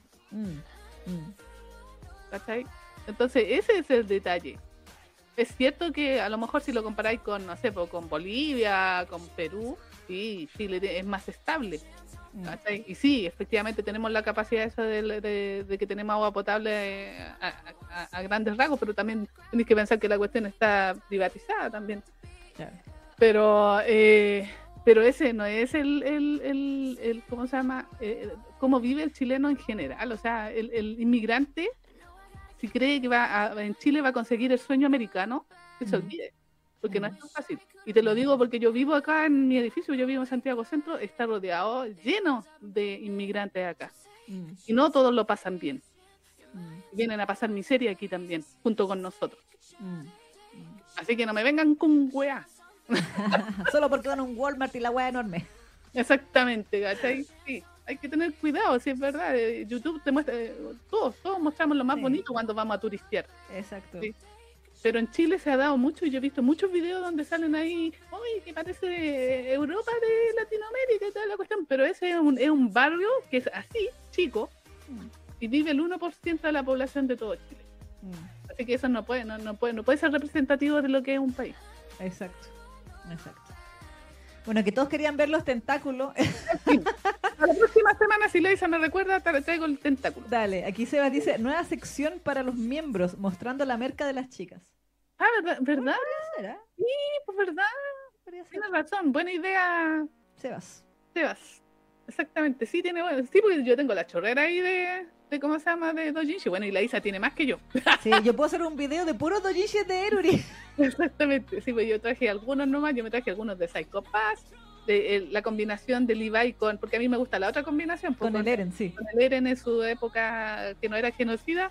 ¿Cachai? Entonces ese es el detalle. Es cierto que a lo mejor si lo comparáis con, no sé, con Bolivia, con Perú, sí, Chile es más estable. ¿Cachai? Y sí, efectivamente tenemos la capacidad esa de que tenemos agua potable a grandes rasgos, pero también tenéis que pensar que la cuestión está privatizada también. Claro. Pero ese no es el ¿cómo se llama? Cómo vive el chileno en general. O sea, el inmigrante, si cree que en Chile va a conseguir el sueño americano, que se olvide, porque no es tan fácil. Y te lo digo porque yo vivo acá en mi edificio, yo vivo en Santiago Centro, está rodeado, lleno de inmigrantes acá. Y no todos lo pasan bien. Vienen a pasar miseria aquí también, junto con nosotros. Así que no me vengan con weá. Solo porque van a un Walmart y la weá enorme. Exactamente, ¿cachai? Sí, hay que tener cuidado, si es verdad. YouTube te muestra, todos mostramos lo más bonito cuando vamos a turistear. Exacto. ¿Sí? Pero en Chile se ha dado mucho y yo he visto muchos videos donde salen ahí, oye, que parece Europa de Latinoamérica y toda la cuestión, pero ese es un barrio que es así, chico, y vive el 1% de la población de todo Chile. Así que eso no puede ser representativo de lo que es un país. Exacto. Bueno, que todos querían ver los tentáculos. Sí. A la próxima semana, si Leisa me recuerda, traigo el tentáculo. Dale, aquí Sebas dice, nueva sección para los miembros, mostrando la merca de las chicas. Ah, ¿verdad? ¿Será? Sí, pues verdad. Tienes razón, buena idea. Sebas. Exactamente, sí, sí, porque yo tengo la chorrera ahí de de ¿cómo se llama? De doujinshi. Bueno, y la Isa tiene más que yo. Sí, yo puedo hacer un video de puros doujinshis de Eruri. Exactamente, sí, pues yo traje algunos nomás, yo me traje algunos de Psycho Pass, de la combinación de Levi con, porque a mí me gusta la otra combinación, pues, Con el Eren, sí. con el Eren en su época que no era genocida.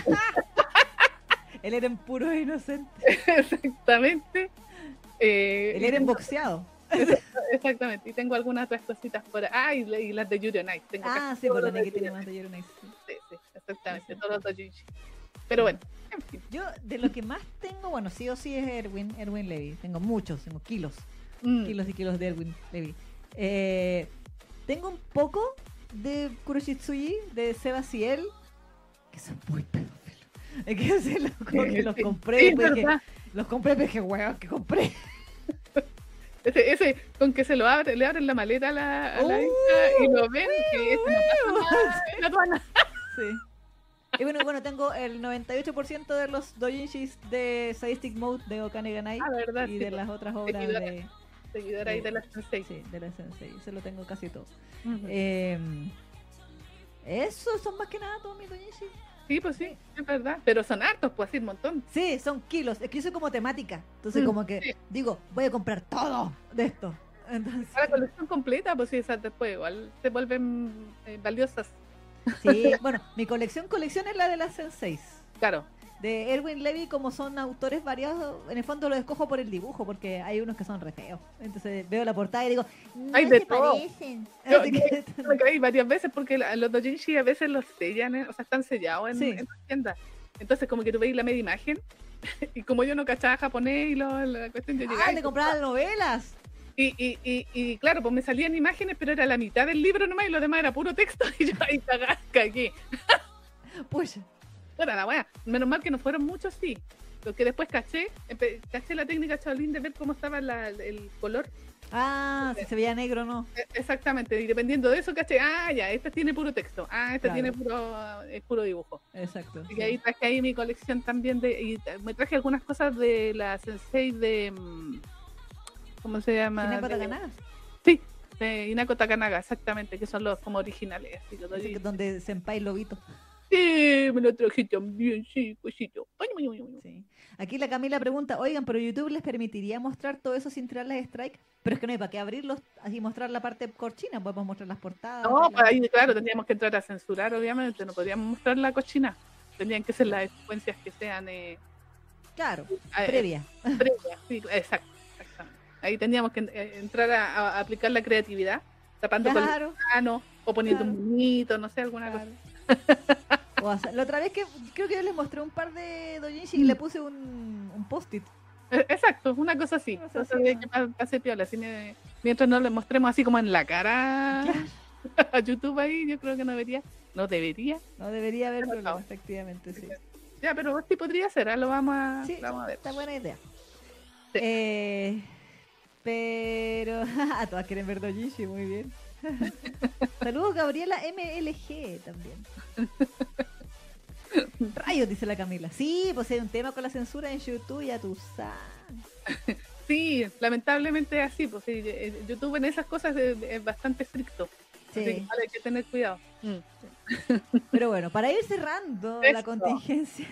El Eren puro e inocente. Exactamente. El Eren boxeado. Exactamente, y tengo algunas otras cositas por ahí, y las de Yuri on Ice. Tengo Sí, por la que tiene más de Yuri on Ice. Sí, exactamente, todos los doujinshi. Pero bueno, en fin. Yo, de lo que más tengo, bueno, sí o sí es Erwin Levy. Tengo muchos, tengo kilos y kilos de Erwin Levy. Tengo un poco de Kuroshitsuji, de Seba Ciel, que son muy pedófilos. Es que decirlo, como que los compré, Sí, porque los compré, pero que huevos que compré. Ese con que le abren la maleta a la hija y lo ven, que ese no pasa nada en la aduana. Sí. Y bueno, tengo el 98% de los doujinshis de Sadistic Mode de Okane Ganai verdad, y sí, de las otras obras seguidora ahí de la Sensei. Sí, de la Sensei. Se lo tengo casi todo. Uh-huh. Eso son más que nada todos mis doujinshis. Sí, pues sí, es verdad. Pero son hartos, pues así un montón. Sí, son kilos. Es que yo soy como temática. Entonces, como que digo, voy a comprar todo de esto. Entonces, A la colección completa, pues sí, esas después igual se vuelven valiosas. sí, bueno, mi colección es la de las Senseis. Claro. De Erwin Levy, como son autores variados, en el fondo los escojo por el dibujo, porque hay unos que son re feos. Entonces veo la portada y digo, no Hay de se todo. parecen. Yo Así que- me caí varias veces porque los doujinshi a veces los sellan, o sea, están sellados Sí. en las tiendas. Entonces como que tú veis la media imagen y como yo no cachaba japonés y la cuestión yo llegaba le compraban novelas. y claro, pues me salían imágenes, pero era la mitad del libro nomás y lo demás era puro texto y yo ahí cagué. Pues, Era la wea. Menos mal que no fueron muchos, sí. Lo que después caché la técnica Shaolin de ver cómo estaba el color. si se veía negro, no. Exactamente, y dependiendo de eso, caché, ya, esta tiene puro texto, esta Claro. tiene puro dibujo. Exacto. Y sí. ahí traje ahí mi colección también y me traje algunas cosas de la Sensei de ¿cómo se llama? Hinako Takanaga. Sí, de Hinako Takanaga, exactamente, que son los como originales. Así, los Ese que- donde Senpai Lobito. Sí, me lo traje también, sí, cosito. Sí. Aquí la Camila pregunta, oigan, pero YouTube les permitiría mostrar todo eso sin tirar las strikes, pero es que no hay para qué abrirlos y mostrar la parte corchina, podemos mostrar las portadas. No, pues ahí, claro, tendríamos que entrar a censurar, obviamente, no podríamos mostrar la cochina. Tendrían que ser las secuencias que sean Claro, previa. previas. Sí, exactamente. Ahí tendríamos que entrar a aplicar la creatividad, tapando con Claro. la mano o poniendo Claro. un monito, no sé, alguna cosa. La otra vez que creo que yo les mostré un par de doujinshi y le puse un post-it. Exacto, una cosa así. O sea, Entonces, sí, de no. que pase piola. Así mientras no le mostremos así como en la cara a YouTube ahí, yo creo que no debería. No debería haber Pero problema, no. efectivamente, sí. Ya, pero sí podría ser, lo vamos a, Sí, lo vamos a ver. está buena idea. Sí. Pero a todas quieren ver doujinshi, muy bien. Saludos Gabriela MLG también. Rayos, dice la Camila. Sí, pues hay un tema con la censura en YouTube, ya tú sabes. Sí, lamentablemente es así, pues sí, YouTube en esas cosas es bastante estricto. Sí. Así que vale, hay que tener cuidado. Pero bueno, para ir cerrando la Eso. contingencia,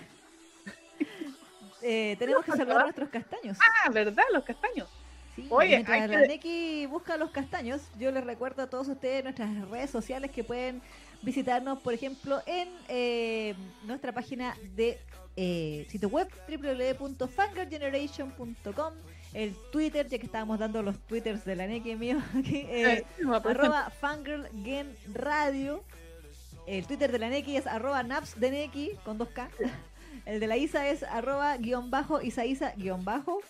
tenemos que saludar a nuestros castaños. ¿Verdad? Los castaños. Sí, Oye, mientras hay la que- Neki busca los castaños, yo les recuerdo a todos ustedes nuestras redes sociales que pueden visitarnos, por ejemplo, en nuestra página de sitio web www.fangirlgeneration.com, el Twitter, ya que estábamos dando los twitters de la Neki mío aquí, arroba fangirlgenradio, el Twitter de la Neki es arroba napsdeneki con 2K, el de la Isa es arroba _isaisa_.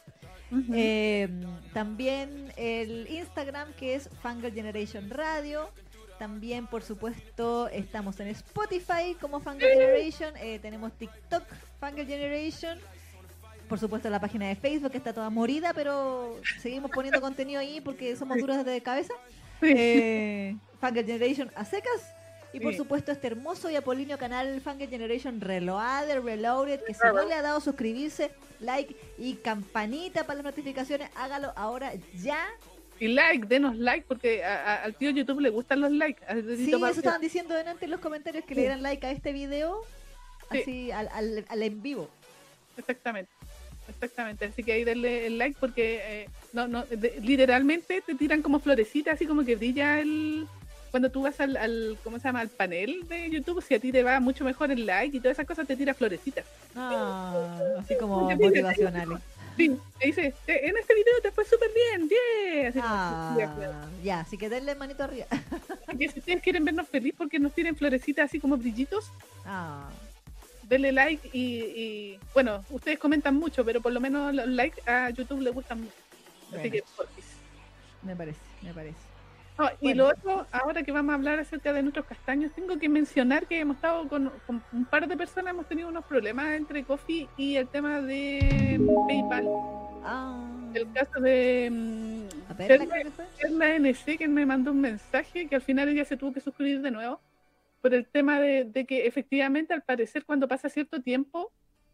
También el Instagram que es Fangirl Generation Radio. También, por supuesto, estamos en Spotify como Fangirl Generation. Tenemos TikTok Fangirl Generation. Por supuesto, la página de Facebook que está toda morida, pero seguimos poniendo contenido ahí porque somos duras de cabeza. Fangirl Generation a secas. Y por Sí. supuesto este hermoso y apolíneo canal Fangirl Generation Reloaded, que si no le ha dado suscribirse, like y campanita para las notificaciones, hágalo ahora ya, Y like, denos like, porque al tío YouTube le gustan los likes. Sí, eso estaban diciendo antes en los comentarios, que le dieran like a este video, Sí. así al en vivo. Exactamente. Así que ahí denle el like porque literalmente te tiran como florecitas, así como que brilla cuando tú vas al ¿cómo se llama? Al panel de YouTube, si a ti te va mucho mejor el like y todas esas cosas, te tira florecitas. Así como motivacionales. Sí, te dice, en este video te fue súper bien, yeah. Así Ya, así que denle manito arriba. Así que si ustedes quieren vernos feliz porque nos tienen florecitas así como brillitos, Ah, denle like y bueno, ustedes comentan mucho, pero por lo menos los likes a YouTube le gustan mucho. Así bueno, que porfis. me parece. No, y Bueno. lo otro, ahora que vamos a hablar acerca de nuestros castaños, tengo que mencionar que hemos estado con un par de personas, hemos tenido unos problemas entre Coffee y el tema de PayPal. El caso de ¿A Perla creo que fue? Perla NC, que me mandó un mensaje que al final ella se tuvo que suscribir de nuevo por el tema de que efectivamente al parecer cuando pasa cierto tiempo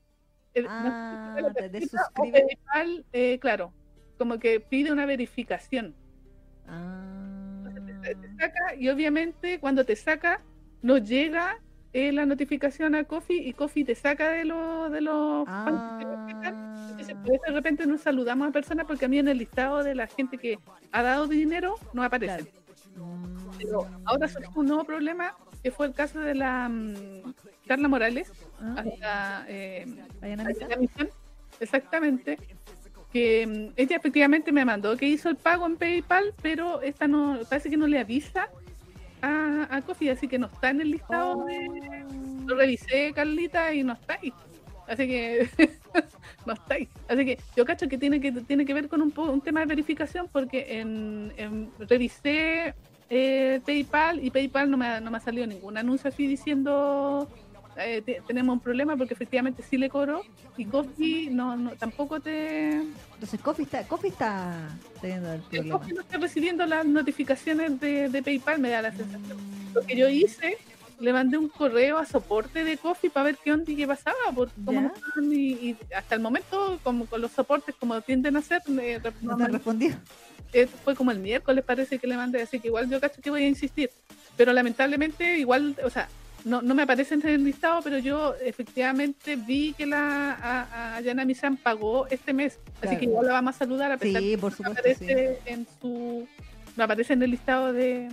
te desuscribe. PayPal, claro, como que pide una verificación. Te saca, y obviamente cuando te saca nos llega la notificación a Coffee y Coffee te saca de los entonces por eso de repente nos saludamos a personas porque a mí en el listado de la gente que ha dado dinero no aparecen. Pero ahora surge un nuevo problema que fue el caso de la Carla Morales Ayana Misión, exactamente, que ella efectivamente me mandó que hizo el pago en PayPal, pero esta no, parece que no le avisa a Coffee, así que no está en el listado lo revisé, Carlita, y no está ahí. Así que no está ahí. Así que yo cacho que tiene que ver con un tema de verificación, porque revisé PayPal y PayPal no me ha salido ningún anuncio así diciendo tenemos un problema, porque efectivamente sí le cobró y Coffee no tampoco te... Entonces Coffee está teniendo el problema. Coffee no está recibiendo las notificaciones de PayPal, me da la sensación. Lo que yo hice, le mandé un correo a soporte de Coffee para ver qué onda y qué pasaba, porque cómo no estaban, y hasta el momento, como con los soportes como tienden a hacer, No te respondió. Fue como el miércoles parece que le mandé, así que igual yo cacho que voy a insistir, pero lamentablemente igual, o sea, no me aparece en el listado, pero yo efectivamente vi que a Ayana Misión pagó este mes, así que igual la vamos a saludar a pesar de por que supuesto, aparece no aparece en el listado de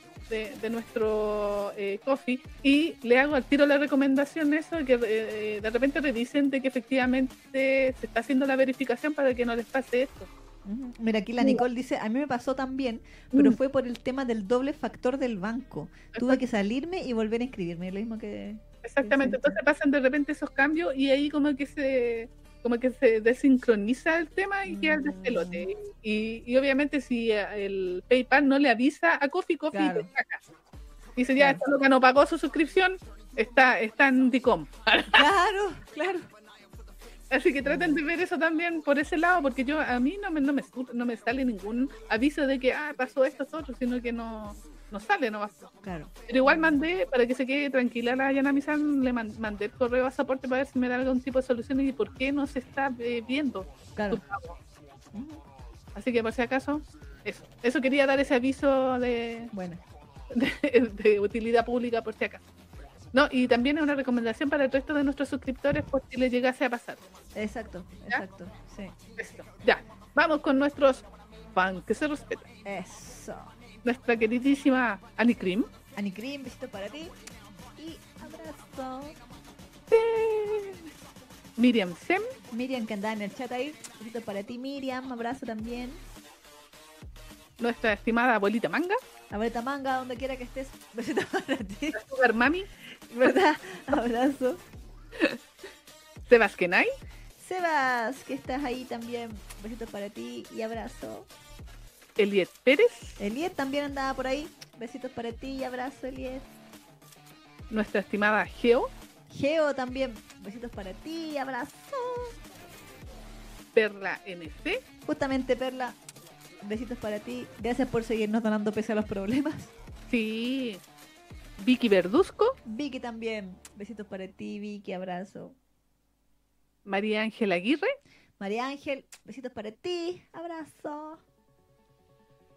nuestro Coffee, y le hago al tiro la recomendación eso, que de repente revisen de que efectivamente se está haciendo la verificación para que no les pase esto. Mira, aquí la Nicole dice, a mí me pasó también, pero fue por el tema del doble factor del banco. Tuve que salirme y volver a inscribirme, lo mismo que... Exactamente, entonces pasan de repente esos cambios y ahí como que se desincroniza el tema y queda el despelote. Y obviamente si el PayPal no le avisa a Coffee claro. te saca. Dice, ya, esta loca no pagó su suscripción, está en DICOM. Claro. Así que traten de ver eso también por ese lado, porque a mí no me sale ningún aviso de que pasó esto, otro, sino que no sale, no va. Claro. Pero igual mandé, para que se quede tranquila la Ayana Misión, le mandé el correo a soporte para ver si me da algún tipo de solución y por qué no se está viendo claro. su pago. Así que por si acaso, eso quería dar ese aviso de utilidad pública por si acaso. No, y también es una recomendación para el resto de nuestros suscriptores por si les llegase a pasar. Exacto, sí. Eso. Ya, vamos con nuestros fans que se respetan. Eso. Nuestra queridísima Annie Cream. Annie Cream, besito para ti. Y abrazo. Miriam Sem. Miriam, que anda en el chat ahí. Besito para ti, Miriam. Abrazo también. Nuestra estimada abuelita Manga. Abuelita Manga, donde quiera que estés. Besito para ti. La Sugar Mami. ¿Verdad? Abrazo. Sebas Kenai. Sebas, que estás ahí también. Besitos para ti y abrazo. Eliet Pérez. Eliet también andaba por ahí. Besitos para ti y abrazo, Eliet. Nuestra estimada Geo. Geo también. Besitos para ti y abrazo. Perla NC. Justamente, Perla. Besitos para ti. Gracias por seguirnos donando pese a los problemas. Sí. Vicky Verduzco. Vicky también. Besitos para ti, Vicky. Abrazo. María Ángel Aguirre. María Ángel. Besitos para ti. Abrazo.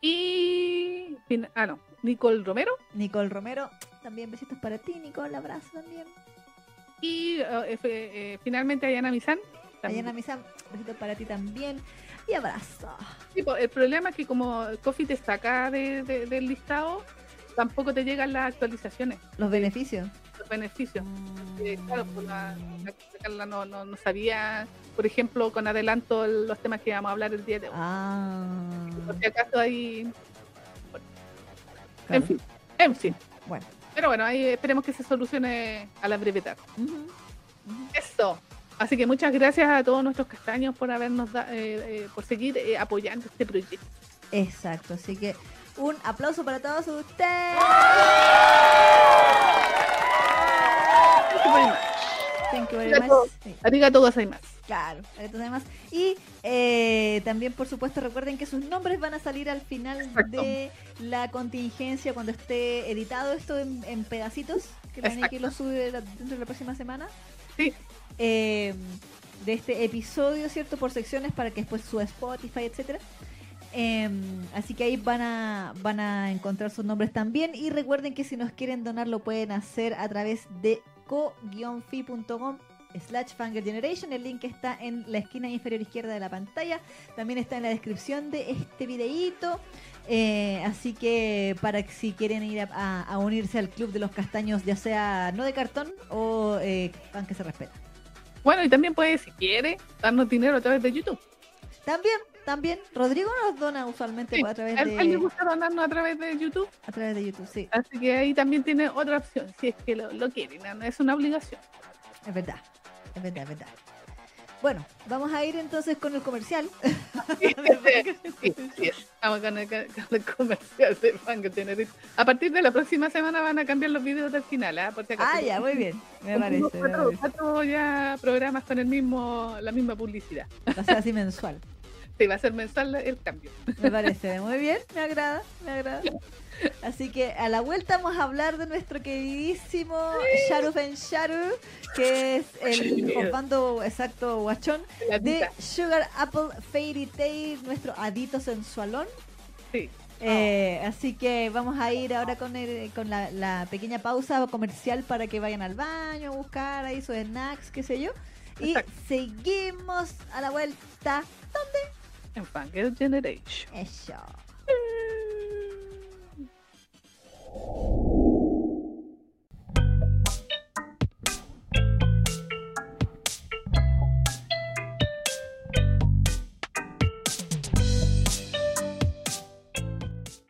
Y... Nicole Romero. Nicole Romero, también besitos para ti, Nicole, abrazo también. Y finalmente Ayana Mizan. Ayana Mizan, besitos para ti también. Y abrazo. Sí, pues, el problema es que como Coffee te está acá del listado, tampoco te llegan las actualizaciones. Los beneficios. Los beneficios. Claro, pues la Carla no sabía, por ejemplo, con adelanto los temas que íbamos a hablar el día de hoy. Por si acaso ahí... Bueno. Claro. En fin. Bueno. Pero bueno, ahí esperemos que se solucione a la brevedad. Eso. Así que muchas gracias a todos nuestros castaños por habernos por seguir apoyando este proyecto. Exacto, así que un aplauso para todos ustedes. Thank you very much. Arigato gozaimasu. Claro, arigato gozaimasu. Y también, por supuesto, recuerden que sus nombres van a salir al final de la contingencia cuando esté editado esto en pedacitos, que la aquí lo sube dentro de la próxima semana. Sí. De este episodio, ¿cierto? Por secciones para que después suba Spotify, etcétera. Así que ahí van a encontrar sus nombres también. Y recuerden que si nos quieren donar lo pueden hacer a través de co-fi.com/fangirlgeneration. El link está en la esquina inferior izquierda de la pantalla. También está en la descripción de este videíto. Así que para que si quieren ir a unirse al club de los castaños, ya sea no de cartón o pan que se respeta. Bueno, y también puede, si quiere, darnos dinero a través de YouTube. También. Rodrigo nos dona usualmente a través de... ¿A él le gusta donarnos a través de YouTube? A través de YouTube, sí. Así que ahí también tiene otra opción, si es que lo quieren, no es una obligación. Es verdad. Bueno, vamos a ir entonces con el comercial. Sí, vamos con el comercial de Fangirl Generation. A partir de la próxima semana van a cambiar los videos del final, ¿eh? Por si acaso. Ya, muy bien. Me parece. Cuatro ya programas con la misma publicidad. Va a ser así mensual. Sí, va a ser mensual el cambio. Me parece muy bien, me agrada. Así que a la vuelta vamos a hablar de nuestro queridísimo Sharu Sharu, que es el jopando exacto guachón de Sugar Apple Fairy Tail, nuestro adito sensualón. Sí. Así que vamos a ir ahora con la pequeña pausa comercial para que vayan al baño a buscar ahí sus snacks, qué sé yo. Y seguimos a la vuelta. ¿Dónde? En Fangirl Generation. Eso.